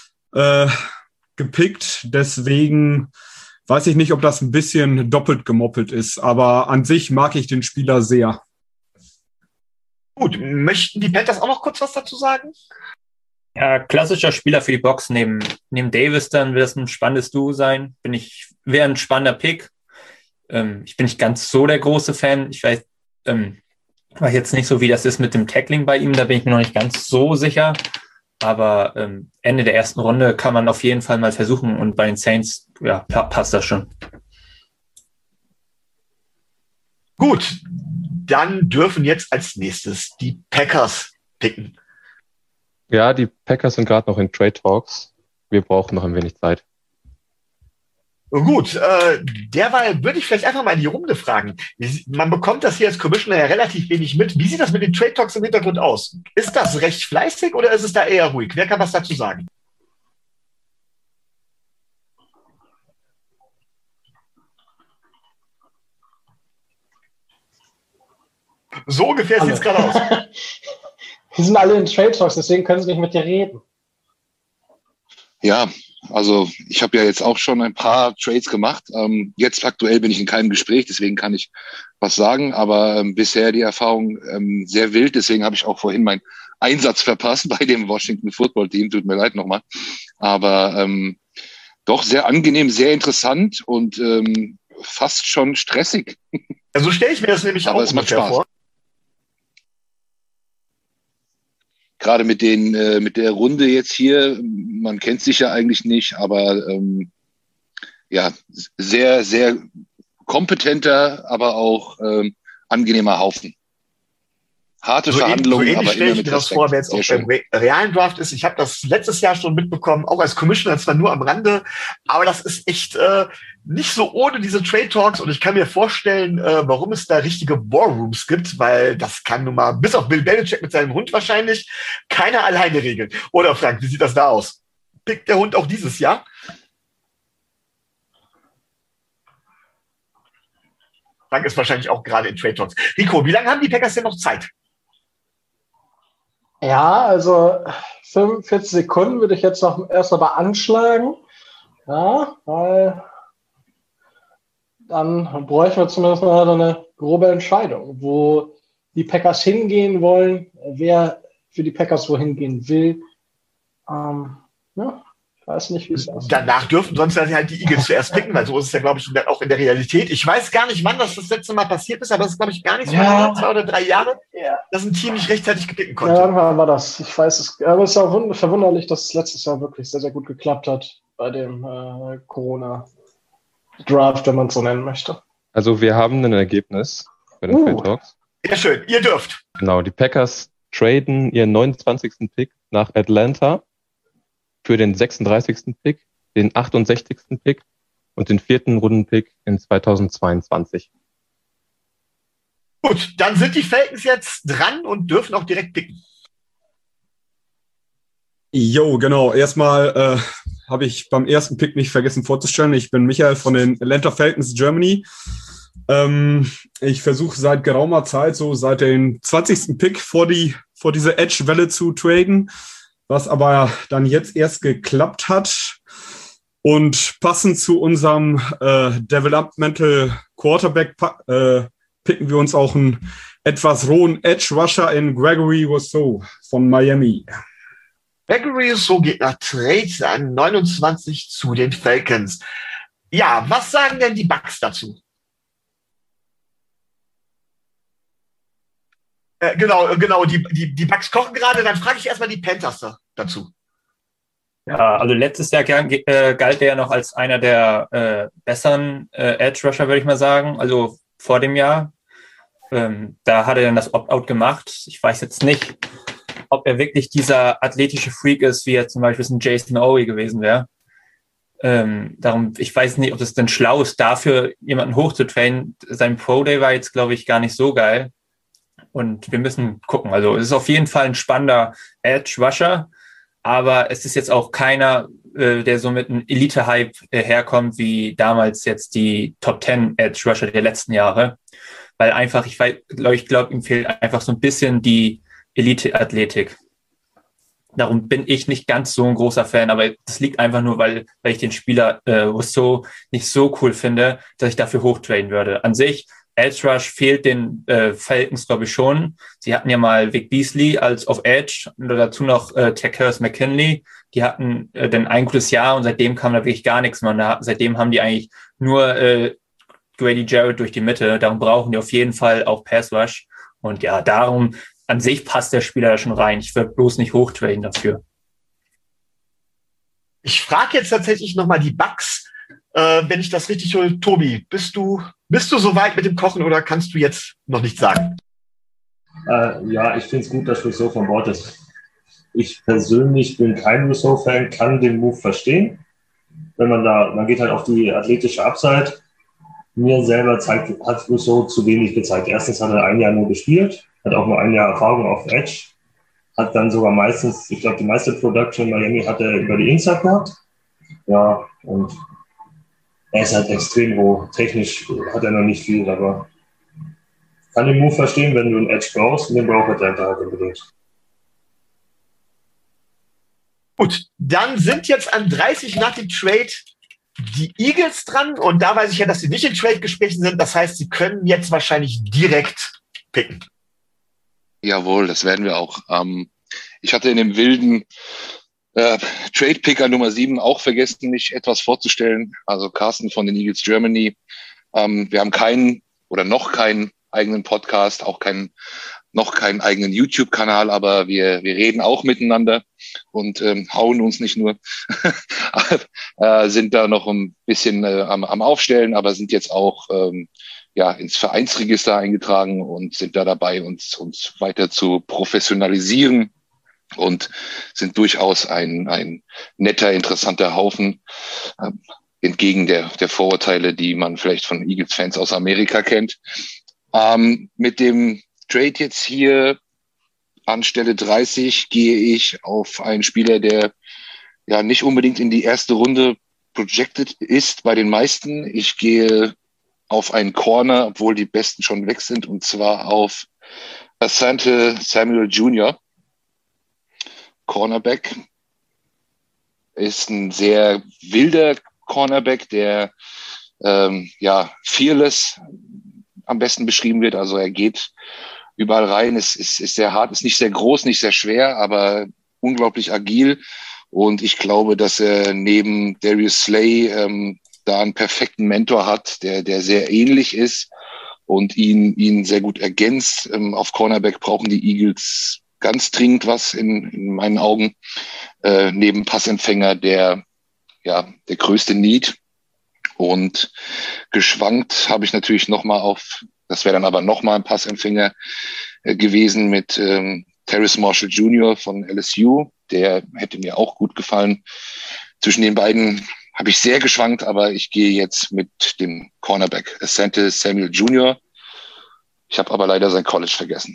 gepickt. Deswegen weiß ich nicht, ob das ein bisschen doppelt gemoppelt ist, aber an sich mag ich den Spieler sehr. Gut, möchten die Panthers auch noch kurz was dazu sagen? Ja, klassischer Spieler für die Box neben Davis, dann wird das ein spannendes Duo sein. Wäre ein spannender Pick. Ich bin nicht ganz so der große Fan. Ich weiß jetzt nicht so, wie das ist mit dem Tackling bei ihm. Da bin ich mir noch nicht ganz so sicher. Aber Ende der ersten Runde kann man auf jeden Fall mal versuchen. Und bei den Saints, ja, passt das schon. Gut, dann dürfen jetzt als nächstes die Packers picken. Ja, die Packers sind gerade noch in Trade Talks. Wir brauchen noch ein wenig Zeit. Gut, derweil würde ich vielleicht einfach mal in die Runde fragen. Man bekommt das hier als Commissioner ja relativ wenig mit. Wie sieht das mit den Trade Talks im Hintergrund aus? Ist das recht fleißig oder ist es da eher ruhig? Wer kann was dazu sagen? So ungefähr sieht es gerade aus. Die sind alle in Trade Talks, deswegen können sie nicht mit dir reden. Ja, also ich habe ja jetzt auch schon ein paar Trades gemacht. Jetzt aktuell bin ich in keinem Gespräch, deswegen kann ich was sagen. Aber bisher die Erfahrung sehr wild. Deswegen habe ich auch vorhin meinen Einsatz verpasst bei dem Washington Football Team. Tut mir leid nochmal. Aber doch sehr angenehm, sehr interessant und fast schon stressig. Also stelle ich mir das nämlich auch ungefähr vor. Gerade mit der Runde jetzt hier, man kennt sich ja eigentlich nicht, aber ja, sehr, sehr kompetenter, aber auch angenehmer Haufen. Harte Verhandlungen, aber immer mit Respekt. Das vor, wer jetzt auch beim realen Draft ist. Ich habe das letztes Jahr schon mitbekommen, auch als Commissioner, zwar nur am Rande, aber das ist echt nicht so ohne diese Trade Talks und ich kann mir vorstellen, warum es da richtige Warrooms gibt, weil das kann nun mal, bis auf Bill Belichick mit seinem Hund wahrscheinlich, keiner alleine regeln. Oder Frank, wie sieht das da aus? Pickt der Hund auch dieses Jahr? Frank ist wahrscheinlich auch gerade in Trade Talks. Rico, wie lange haben die Packers denn noch Zeit? Ja, also 45 Sekunden würde ich jetzt noch erst mal anschlagen. Ja, weil dann bräuchten wir zumindest mal eine grobe Entscheidung, wo die Packers hingehen wollen, wer für die Packers wohin gehen will. Ja, ich weiß nicht, wie es aussieht. Danach dürfen sonst halt die Eagles zuerst picken, weil so ist es ja, glaube ich, auch in der Realität. Ich weiß gar nicht, wann das letzte Mal passiert ist, aber es ist, glaube ich, gar nicht so lange, 2 oder 3 Jahre, dass ein Team nicht rechtzeitig picken konnte. Ja, irgendwann war das. Ich weiß es. Aber es ist auch verwunderlich, dass es letztes Jahr wirklich sehr, sehr gut geklappt hat bei dem Corona-Draft, wenn man es so nennen möchte. Also wir haben ein Ergebnis bei den Trade Talks. Sehr schön, ihr dürft. Genau, die Packers traden ihren 29. Pick nach Atlanta für den 36. Pick, den 68. Pick und den 4. Rundenpick in 2022. Gut, dann sind die Falcons jetzt dran und dürfen auch direkt picken. Jo, genau. Erstmal habe ich beim ersten Pick nicht vergessen vorzustellen. Ich bin Michael von den Atlanta Falcons Germany. Ich versuche seit geraumer Zeit, so seit dem 20. Pick vor diese Edge-Welle zu traden, was aber dann jetzt erst geklappt hat. Und passend zu unserem Developmental Quarterback picken wir uns auch einen etwas rohen Edge-Rusher in Gregory Rousseau von Miami. Gregory Rousseau geht nach Trade an 29 zu den Falcons. Ja, was sagen denn die Bucks dazu? Genau, die Bucks kochen gerade, dann frage ich erstmal die Panthers dazu. Ja, also letztes Jahr galt er ja noch als einer der besseren Edge-Rusher, würde ich mal sagen, also vor dem Jahr. Da hat er dann das Opt-out gemacht. Ich weiß jetzt nicht, ob er wirklich dieser athletische Freak ist, wie er zum Beispiel ein Jason Owe gewesen wäre. Darum, ich weiß nicht, ob es denn schlau ist, dafür jemanden hochzutrainen. Sein Pro-Day war jetzt, glaube ich, gar nicht so geil. Und wir müssen gucken. Also es ist auf jeden Fall ein spannender Edge-Rusher, aber es ist jetzt auch keiner, der so mit einem Elite-Hype herkommt, wie damals jetzt die Top 10 Edge-Rusher der letzten Jahre. Weil einfach, ich glaube, ihm fehlt einfach so ein bisschen die Elite-Athletik. Darum bin ich nicht ganz so ein großer Fan, aber das liegt einfach nur, weil ich den Spieler Rousseau nicht so cool finde, dass ich dafür hochtraden würde. An sich, Edge Rush fehlt den Falcons, glaube ich, schon. Sie hatten ja mal Vic Beasley als auf Edge und dazu noch Takers McKinley. Die hatten dann ein gutes Jahr und seitdem kam da wirklich gar nichts mehr. Seitdem haben die eigentlich nur Grady Jarrett durch die Mitte. Darum brauchen die auf jeden Fall auch Pass Rush. Und ja, darum an sich passt der Spieler da schon rein. Ich würde bloß nicht hochtraden dafür. Ich frage jetzt tatsächlich nochmal die Bucks, wenn ich das richtig höre. Tobi, bist du so weit mit dem Kochen oder kannst du jetzt noch nichts sagen? Ja, ich finde es gut, dass Rousseau von Bord ist. Ich persönlich bin kein Rousseau-Fan, kann den Move verstehen. man geht halt auf die athletische Upside. Mir selber hat Rousseau zu wenig gezeigt. Erstens hat er ein Jahr nur gespielt, hat auch nur ein Jahr Erfahrung auf Edge, hat dann sogar meistens, ich glaube, die meiste Production in Miami hat er über die Inside gehabt. Ja, und er ist halt extrem roh. Technisch hat er noch nicht viel, aber ich kann den Move verstehen, wenn du einen Edge brauchst, und den braucht Atlanta halt unbedingt. Gut, dann sind jetzt an 30 nach dem Trade die Eagles dran und da weiß ich ja, dass sie nicht in Trade-Gesprächen sind. Das heißt, sie können jetzt wahrscheinlich direkt picken. Jawohl, das werden wir auch. Ich hatte in dem wilden Trade-Picker Nummer 7 auch vergessen, mich etwas vorzustellen. Also Carsten von den Eagles Germany. Wir haben keinen oder noch keinen eigenen Podcast, auch noch keinen eigenen YouTube-Kanal, aber wir reden auch miteinander und hauen uns nicht nur, sind da noch ein bisschen am Aufstellen, aber sind jetzt auch ins Vereinsregister eingetragen und sind da dabei, uns weiter zu professionalisieren und sind durchaus ein netter, interessanter Haufen, entgegen der Vorurteile, die man vielleicht von Eagles-Fans aus Amerika kennt. Mit dem Trade jetzt hier an Stelle 30 gehe ich auf einen Spieler, der ja nicht unbedingt in die erste Runde projected ist bei den meisten. Ich gehe auf einen Corner, obwohl die Besten schon weg sind, und zwar auf Asante Samuel Jr. Cornerback. Ist ein sehr wilder Cornerback, der fearless am besten beschrieben wird. Also er geht überall rein, ist sehr hart, ist nicht sehr groß, nicht sehr schwer, aber unglaublich agil. Und ich glaube, dass er neben Darius Slay da einen perfekten Mentor hat, der sehr ähnlich ist und ihn sehr gut ergänzt. Auf Cornerback brauchen die Eagles ganz dringend was in meinen Augen. Neben Passempfänger der größte Need. Und geschwankt habe ich natürlich nochmal das wäre dann aber nochmal ein Passempfänger gewesen mit Terrace Marshall Jr. von LSU. Der hätte mir auch gut gefallen. Zwischen den beiden habe ich sehr geschwankt, aber ich gehe jetzt mit dem Cornerback Asante Samuel Jr. Ich habe aber leider sein College vergessen.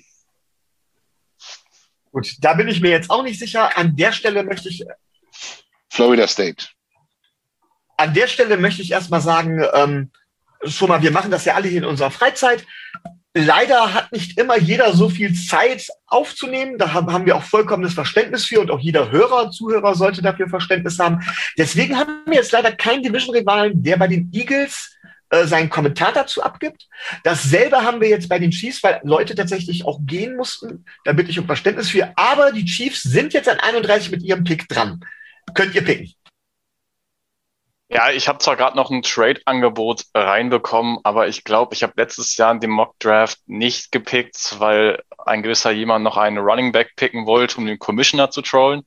Gut, da bin ich mir jetzt auch nicht sicher. An der Stelle möchte ich Florida State. An der Stelle möchte ich erstmal sagen, schon mal, wir machen das ja alle hier in unserer Freizeit. Leider hat nicht immer jeder so viel Zeit aufzunehmen. Da haben wir auch vollkommenes Verständnis für und auch jeder Zuhörer sollte dafür Verständnis haben. Deswegen haben wir jetzt leider keinen Division-Rivalen, der bei den Eagles seinen Kommentar dazu abgibt. Dasselbe haben wir jetzt bei den Chiefs, weil Leute tatsächlich auch gehen mussten. Da bitte ich um Verständnis für. Aber die Chiefs sind jetzt an 31 mit ihrem Pick dran. Könnt ihr picken? Ja, ich habe zwar gerade noch ein Trade-Angebot reinbekommen, aber ich glaube, ich habe letztes Jahr in dem Mock-Draft nicht gepickt, weil ein gewisser jemand noch einen Running Back picken wollte, um den Commissioner zu trollen.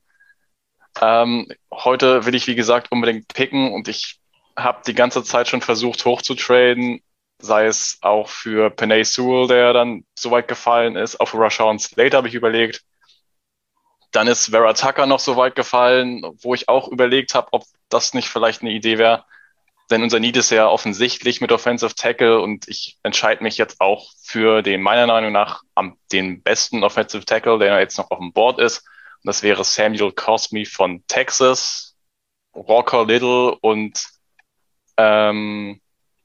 Heute will ich, wie gesagt, unbedingt picken und ich habe die ganze Zeit schon versucht hochzutraden, sei es auch für Penei Sewell, der dann so weit gefallen ist, auf Rashawn Slater habe ich überlegt. Dann ist Vera Tucker noch so weit gefallen, wo ich auch überlegt habe, ob das nicht vielleicht eine Idee wäre. Denn unser Need ist ja offensichtlich mit Offensive Tackle und ich entscheide mich jetzt auch für den meiner Meinung nach den besten Offensive Tackle, der jetzt noch auf dem Board ist. Und das wäre Samuel Cosmi von Texas, Walker Little und Dylan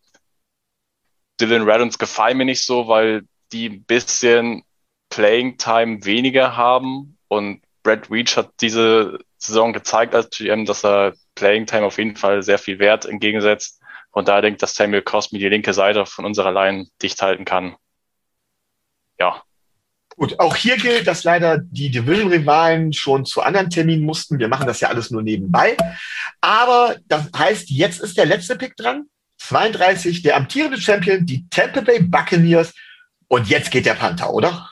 Radunz gefallen mir nicht so, weil die ein bisschen Playing Time weniger haben und Brad Veach hat diese Saison gezeigt als GM, dass er Playing Time auf jeden Fall sehr viel Wert entgegensetzt. Von daher denke ich, dass Samuel Cosmi die linke Seite von unserer Line dicht halten kann. Ja. Gut, auch hier gilt, dass leider die Division-Rivalen schon zu anderen Terminen mussten. Wir machen das ja alles nur nebenbei. Aber das heißt, jetzt ist der letzte Pick dran. 32, der amtierende Champion, die Tampa Bay Buccaneers. Und jetzt geht der Panther, oder?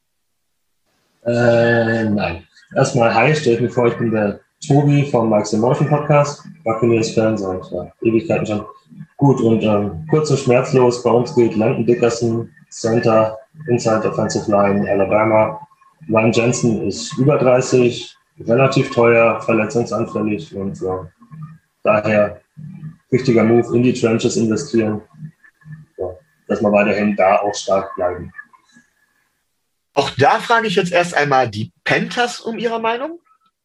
Nein. Erstmal, hi, stellt mir vor, ich bin der Tobi vom Mike's Emotion Podcast, Buccaneers-Fan seit Ewigkeiten schon. Gut, und kurz und schmerzlos, bei uns geht Landon Dickerson, Center, Inside Offensive Line, Alabama. Ryan Jensen ist über 30, relativ teuer, verletzungsanfällig und daher richtiger Move, in die Trenches investieren. Ja, dass wir weiterhin da auch stark bleiben. Auch da frage ich jetzt erst einmal die Panthers um ihre Meinung.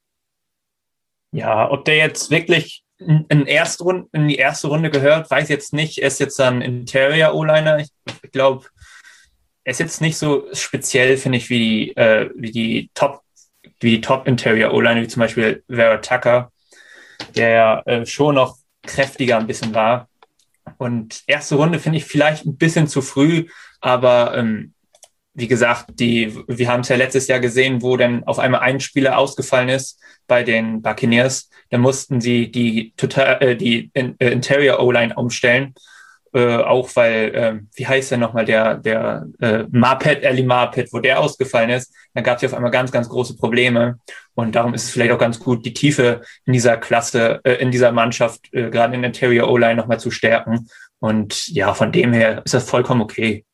Ja, ob der jetzt wirklich in die erste Runde gehört, weiß ich jetzt nicht. Er ist jetzt ein Interior O-Liner. Ich glaube, er ist jetzt nicht so speziell, finde ich, wie die Top Interior O-Liner, wie zum Beispiel Vera Tucker, der ja schon noch kräftiger ein bisschen war. Und erste Runde finde ich vielleicht ein bisschen zu früh, aber wie gesagt, wir haben es ja letztes Jahr gesehen, wo dann auf einmal ein Spieler ausgefallen ist bei den Buccaneers. Dann mussten sie die Interior O-Line umstellen. Auch weil, wie heißt der nochmal, der Ali Marpet, wo der ausgefallen ist, dann gab es ja auf einmal ganz, ganz große Probleme. Und darum ist es vielleicht auch ganz gut, die Tiefe in dieser Klasse, in dieser Mannschaft, gerade in der Interior O-Line nochmal zu stärken. Und ja, von dem her ist das vollkommen okay.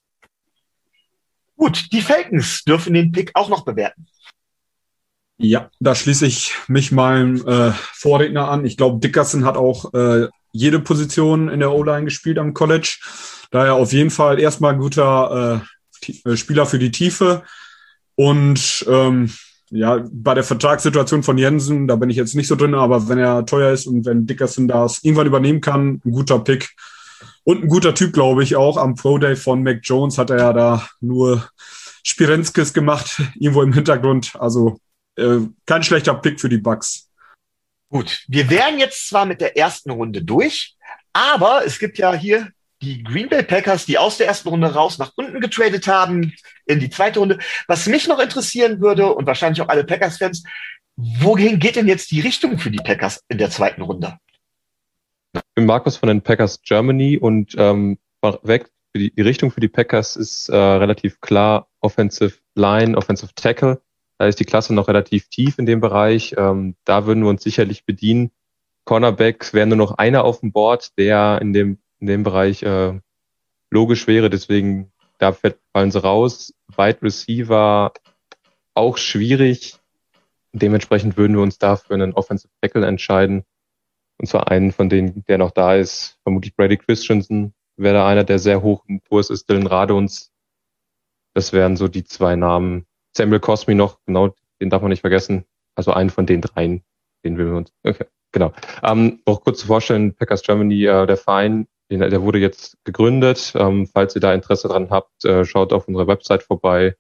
Gut, die Falcons dürfen den Pick auch noch bewerten. Ja, da schließe ich mich meinem Vorredner an. Ich glaube, Dickerson hat auch jede Position in der O-Line gespielt am College. Daher auf jeden Fall erstmal ein guter Spieler für die Tiefe. Und ja, bei der Vertragssituation von Jensen, da bin ich jetzt nicht so drin, aber wenn er teuer ist und wenn Dickerson das irgendwann übernehmen kann, ein guter Pick. Und ein guter Typ, glaube ich, auch. Am Pro Day von Mac Jones hat er ja da nur Spirenskis gemacht, irgendwo im Hintergrund. Also kein schlechter Pick für die Bucks. Gut, wir wären jetzt zwar mit der ersten Runde durch, aber es gibt ja hier die Green Bay Packers, die aus der ersten Runde raus nach unten getradet haben in die zweite Runde. Was mich noch interessieren würde und wahrscheinlich auch alle Packers-Fans, wohin geht denn jetzt die Richtung für die Packers in der zweiten Runde? Ich bin Markus von den Packers Germany und die Richtung für die Packers ist relativ klar: Offensive Line, Offensive Tackle. Da ist die Klasse noch relativ tief in dem Bereich. Da würden wir uns sicherlich bedienen. Cornerbacks wäre nur noch einer auf dem Board, der in dem Bereich logisch wäre. Deswegen, da fallen sie raus. Wide Receiver auch schwierig. Dementsprechend würden wir uns da für einen Offensive Tackle entscheiden. Und zwar einen von denen, der noch da ist, vermutlich Brady Christensen, wäre da einer, der sehr hoch im Kurs ist, Dylan Radunz. Das wären so die zwei Namen. Samuel Cosmi noch, genau, den darf man nicht vergessen. Also einen von den dreien, den will wir uns. Okay, genau. Noch kurz zu vorstellen, Packers Germany, der Verein, der wurde jetzt gegründet. Falls ihr da Interesse dran habt, schaut auf unserer Website vorbei.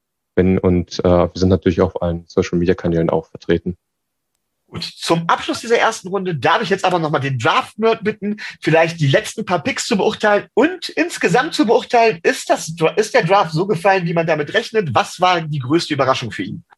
Wir sind natürlich auf allen Social-Media-Kanälen auch vertreten. Gut, zum Abschluss dieser ersten Runde darf ich jetzt aber nochmal den Draft-Nerd bitten, vielleicht die letzten paar Picks zu beurteilen und insgesamt zu beurteilen, ist der Draft so gefallen, wie man damit rechnet? Was war die größte Überraschung für ihn?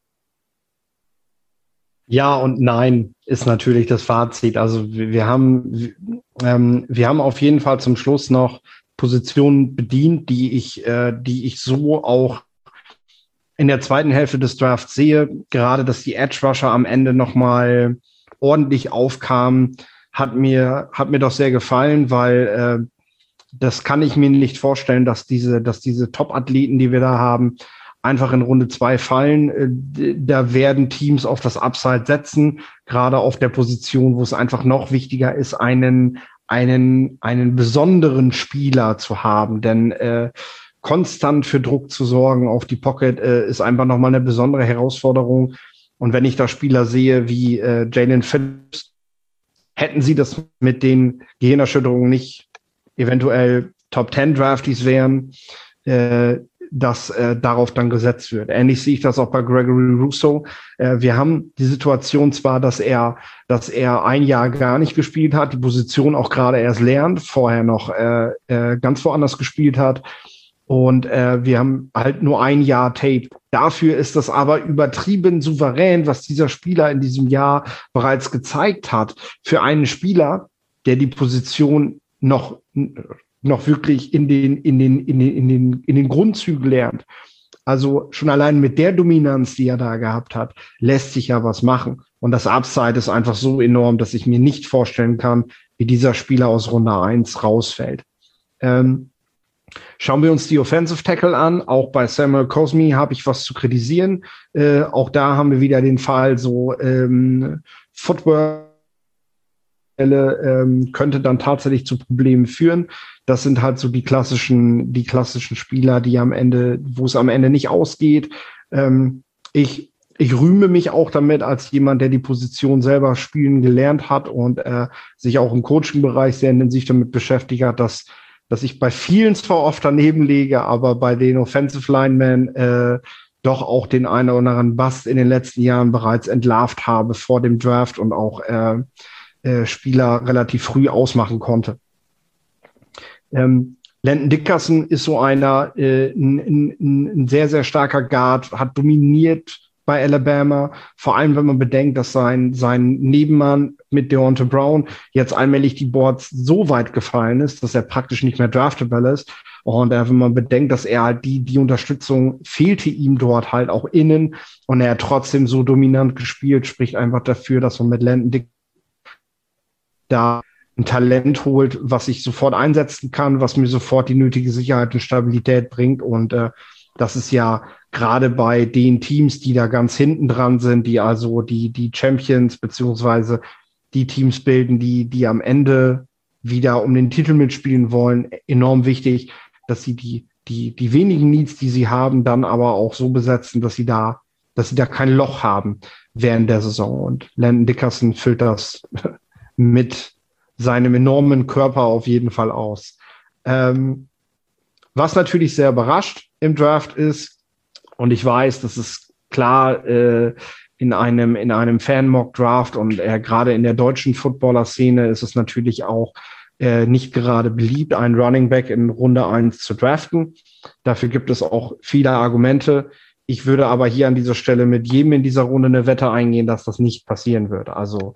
Ja und nein ist natürlich das Fazit. Also wir haben auf jeden Fall zum Schluss noch Positionen bedient, die ich so auch in der zweiten Hälfte des Drafts sehe. Gerade, dass die Edge Rusher am Ende nochmal ordentlich aufkamen, hat mir doch sehr gefallen, weil das kann ich mir nicht vorstellen, dass diese Top-Athleten, die wir da haben, einfach in Runde 2 fallen. Da werden Teams auf das Upside setzen, gerade auf der Position, wo es einfach noch wichtiger ist, einen besonderen Spieler zu haben, denn konstant für Druck zu sorgen auf die Pocket ist einfach nochmal eine besondere Herausforderung. Und wenn ich da Spieler sehe wie Jalen Phillips, hätten sie das mit den Gehirnerschütterungen nicht eventuell Top 10 Draftees wären, dass darauf dann gesetzt wird. Ähnlich sehe ich das auch bei Gregory Rousseau. Wir haben die Situation zwar, dass er ein Jahr gar nicht gespielt hat, die Position auch gerade erst lernt, vorher noch ganz woanders gespielt hat. Und wir haben halt nur ein Jahr Tape. Dafür ist das aber übertrieben souverän, was dieser Spieler in diesem Jahr bereits gezeigt hat. Für einen Spieler, der die Position noch wirklich in den Grundzügen lernt. Also schon allein mit der Dominanz, die er da gehabt hat, lässt sich ja was machen. Und das Upside ist einfach so enorm, dass ich mir nicht vorstellen kann, wie dieser Spieler aus Runde 1 rausfällt. Schauen wir uns die Offensive Tackle an. Auch bei Samuel Cosmi habe ich was zu kritisieren. Auch da haben wir wieder den Fall so Footwork könnte dann tatsächlich zu Problemen führen. Das sind halt so die klassischen Spieler, die wo es am Ende nicht ausgeht. Ich rühme mich auch damit als jemand, der die Position selber spielen gelernt hat und sich auch im Coaching-Bereich sehr intensiv damit beschäftigt hat, dass ich bei vielen zwar oft daneben liege, aber bei den Offensive Linemen doch auch den einen oder anderen Bust in den letzten Jahren bereits entlarvt habe vor dem Draft und auch Spieler relativ früh ausmachen konnte. Landon Dickerson ist so einer, ein sehr, sehr starker Guard, hat dominiert bei Alabama, vor allem wenn man bedenkt, dass sein Nebenmann mit Deonte Brown jetzt allmählich die Boards so weit gefallen ist, dass er praktisch nicht mehr draftable ist. Und wenn man bedenkt, dass er halt die Unterstützung fehlte ihm dort halt auch innen und er hat trotzdem so dominant gespielt, spricht einfach dafür, dass man mit Landon Dickerson da ein Talent holt, was ich sofort einsetzen kann, was mir sofort die nötige Sicherheit und Stabilität bringt. Und das ist ja gerade bei den Teams, die da ganz hinten dran sind, die also die Champions beziehungsweise die Teams bilden, die am Ende wieder um den Titel mitspielen wollen, enorm wichtig, dass sie die wenigen Needs, die sie haben, dann aber auch so besetzen, dass sie da kein Loch haben während der Saison. Und Landon Dickerson füllt das mit seinem enormen Körper auf jeden Fall aus. Was natürlich sehr überrascht im Draft ist, und ich weiß, das ist klar in einem Fan-Mock-Draft und gerade in der deutschen Footballer-Szene ist es natürlich auch nicht gerade beliebt, einen Running Back in Runde 1 zu draften. Dafür gibt es auch viele Argumente. Ich würde aber hier an dieser Stelle mit jedem in dieser Runde eine Wette eingehen, dass das nicht passieren wird. Also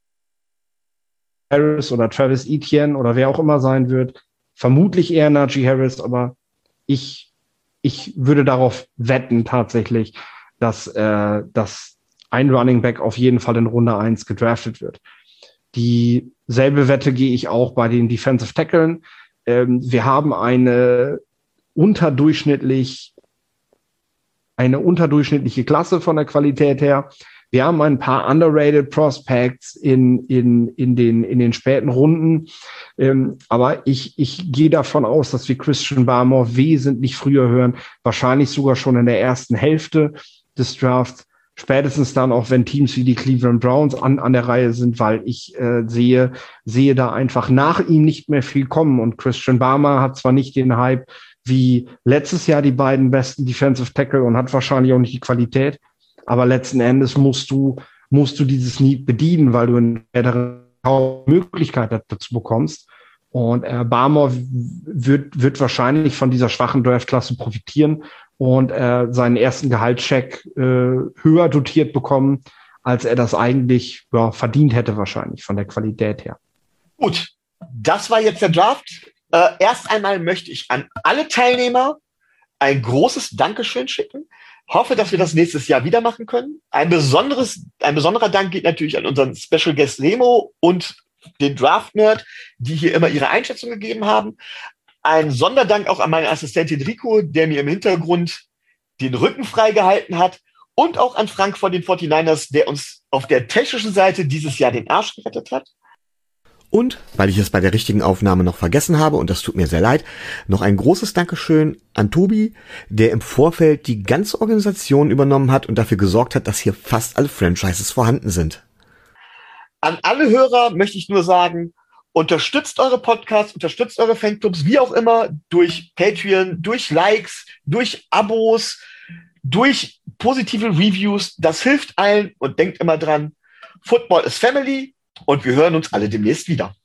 Harris oder Travis Etienne oder wer auch immer sein wird, vermutlich eher Najee Harris, aber ich würde darauf wetten tatsächlich, dass ein Running Back auf jeden Fall in Runde 1 gedraftet wird. Dieselbe Wette gehe ich auch bei den Defensive Tackeln. Wir haben eine unterdurchschnittliche Klasse von der Qualität her. Wir haben ein paar underrated Prospects in den späten Runden. Aber ich gehe davon aus, dass wir Christian Barmore wesentlich früher hören, wahrscheinlich sogar schon in der ersten Hälfte des Drafts. Spätestens dann auch, wenn Teams wie die Cleveland Browns an der Reihe sind, weil ich sehe da einfach nach ihm nicht mehr viel kommen. Und Christian Barmore hat zwar nicht den Hype wie letztes Jahr die beiden besten Defensive Tackle und hat wahrscheinlich auch nicht die Qualität, aber letzten Endes musst du dieses Need bedienen, weil du eine Möglichkeit dazu bekommst. Und Barmore wird wahrscheinlich von dieser schwachen Draftklasse profitieren und seinen ersten Gehaltscheck höher dotiert bekommen, als er das eigentlich verdient hätte wahrscheinlich von der Qualität her. Gut, das war jetzt der Draft. Erst einmal möchte ich an alle Teilnehmer ein großes Dankeschön schicken. Hoffe, dass wir das nächstes Jahr wieder machen können. Ein besonderer Dank geht natürlich an unseren Special Guest Remo und den Draft Nerd, die hier immer ihre Einschätzung gegeben haben. Ein Sonderdank auch an meine Assistentin Rico, der mir im Hintergrund den Rücken frei gehalten hat. Und auch an Frank von den 49ers, der uns auf der technischen Seite dieses Jahr den Arsch gerettet hat. Und, weil ich es bei der richtigen Aufnahme noch vergessen habe, und das tut mir sehr leid, noch ein großes Dankeschön an Tobi, der im Vorfeld die ganze Organisation übernommen hat und dafür gesorgt hat, dass hier fast alle Franchises vorhanden sind. An alle Hörer möchte ich nur sagen, unterstützt eure Podcasts, unterstützt eure Fanclubs, wie auch immer, durch Patreon, durch Likes, durch Abos, durch positive Reviews. Das hilft allen und denkt immer dran, Football is Family. Und wir hören uns alle demnächst wieder.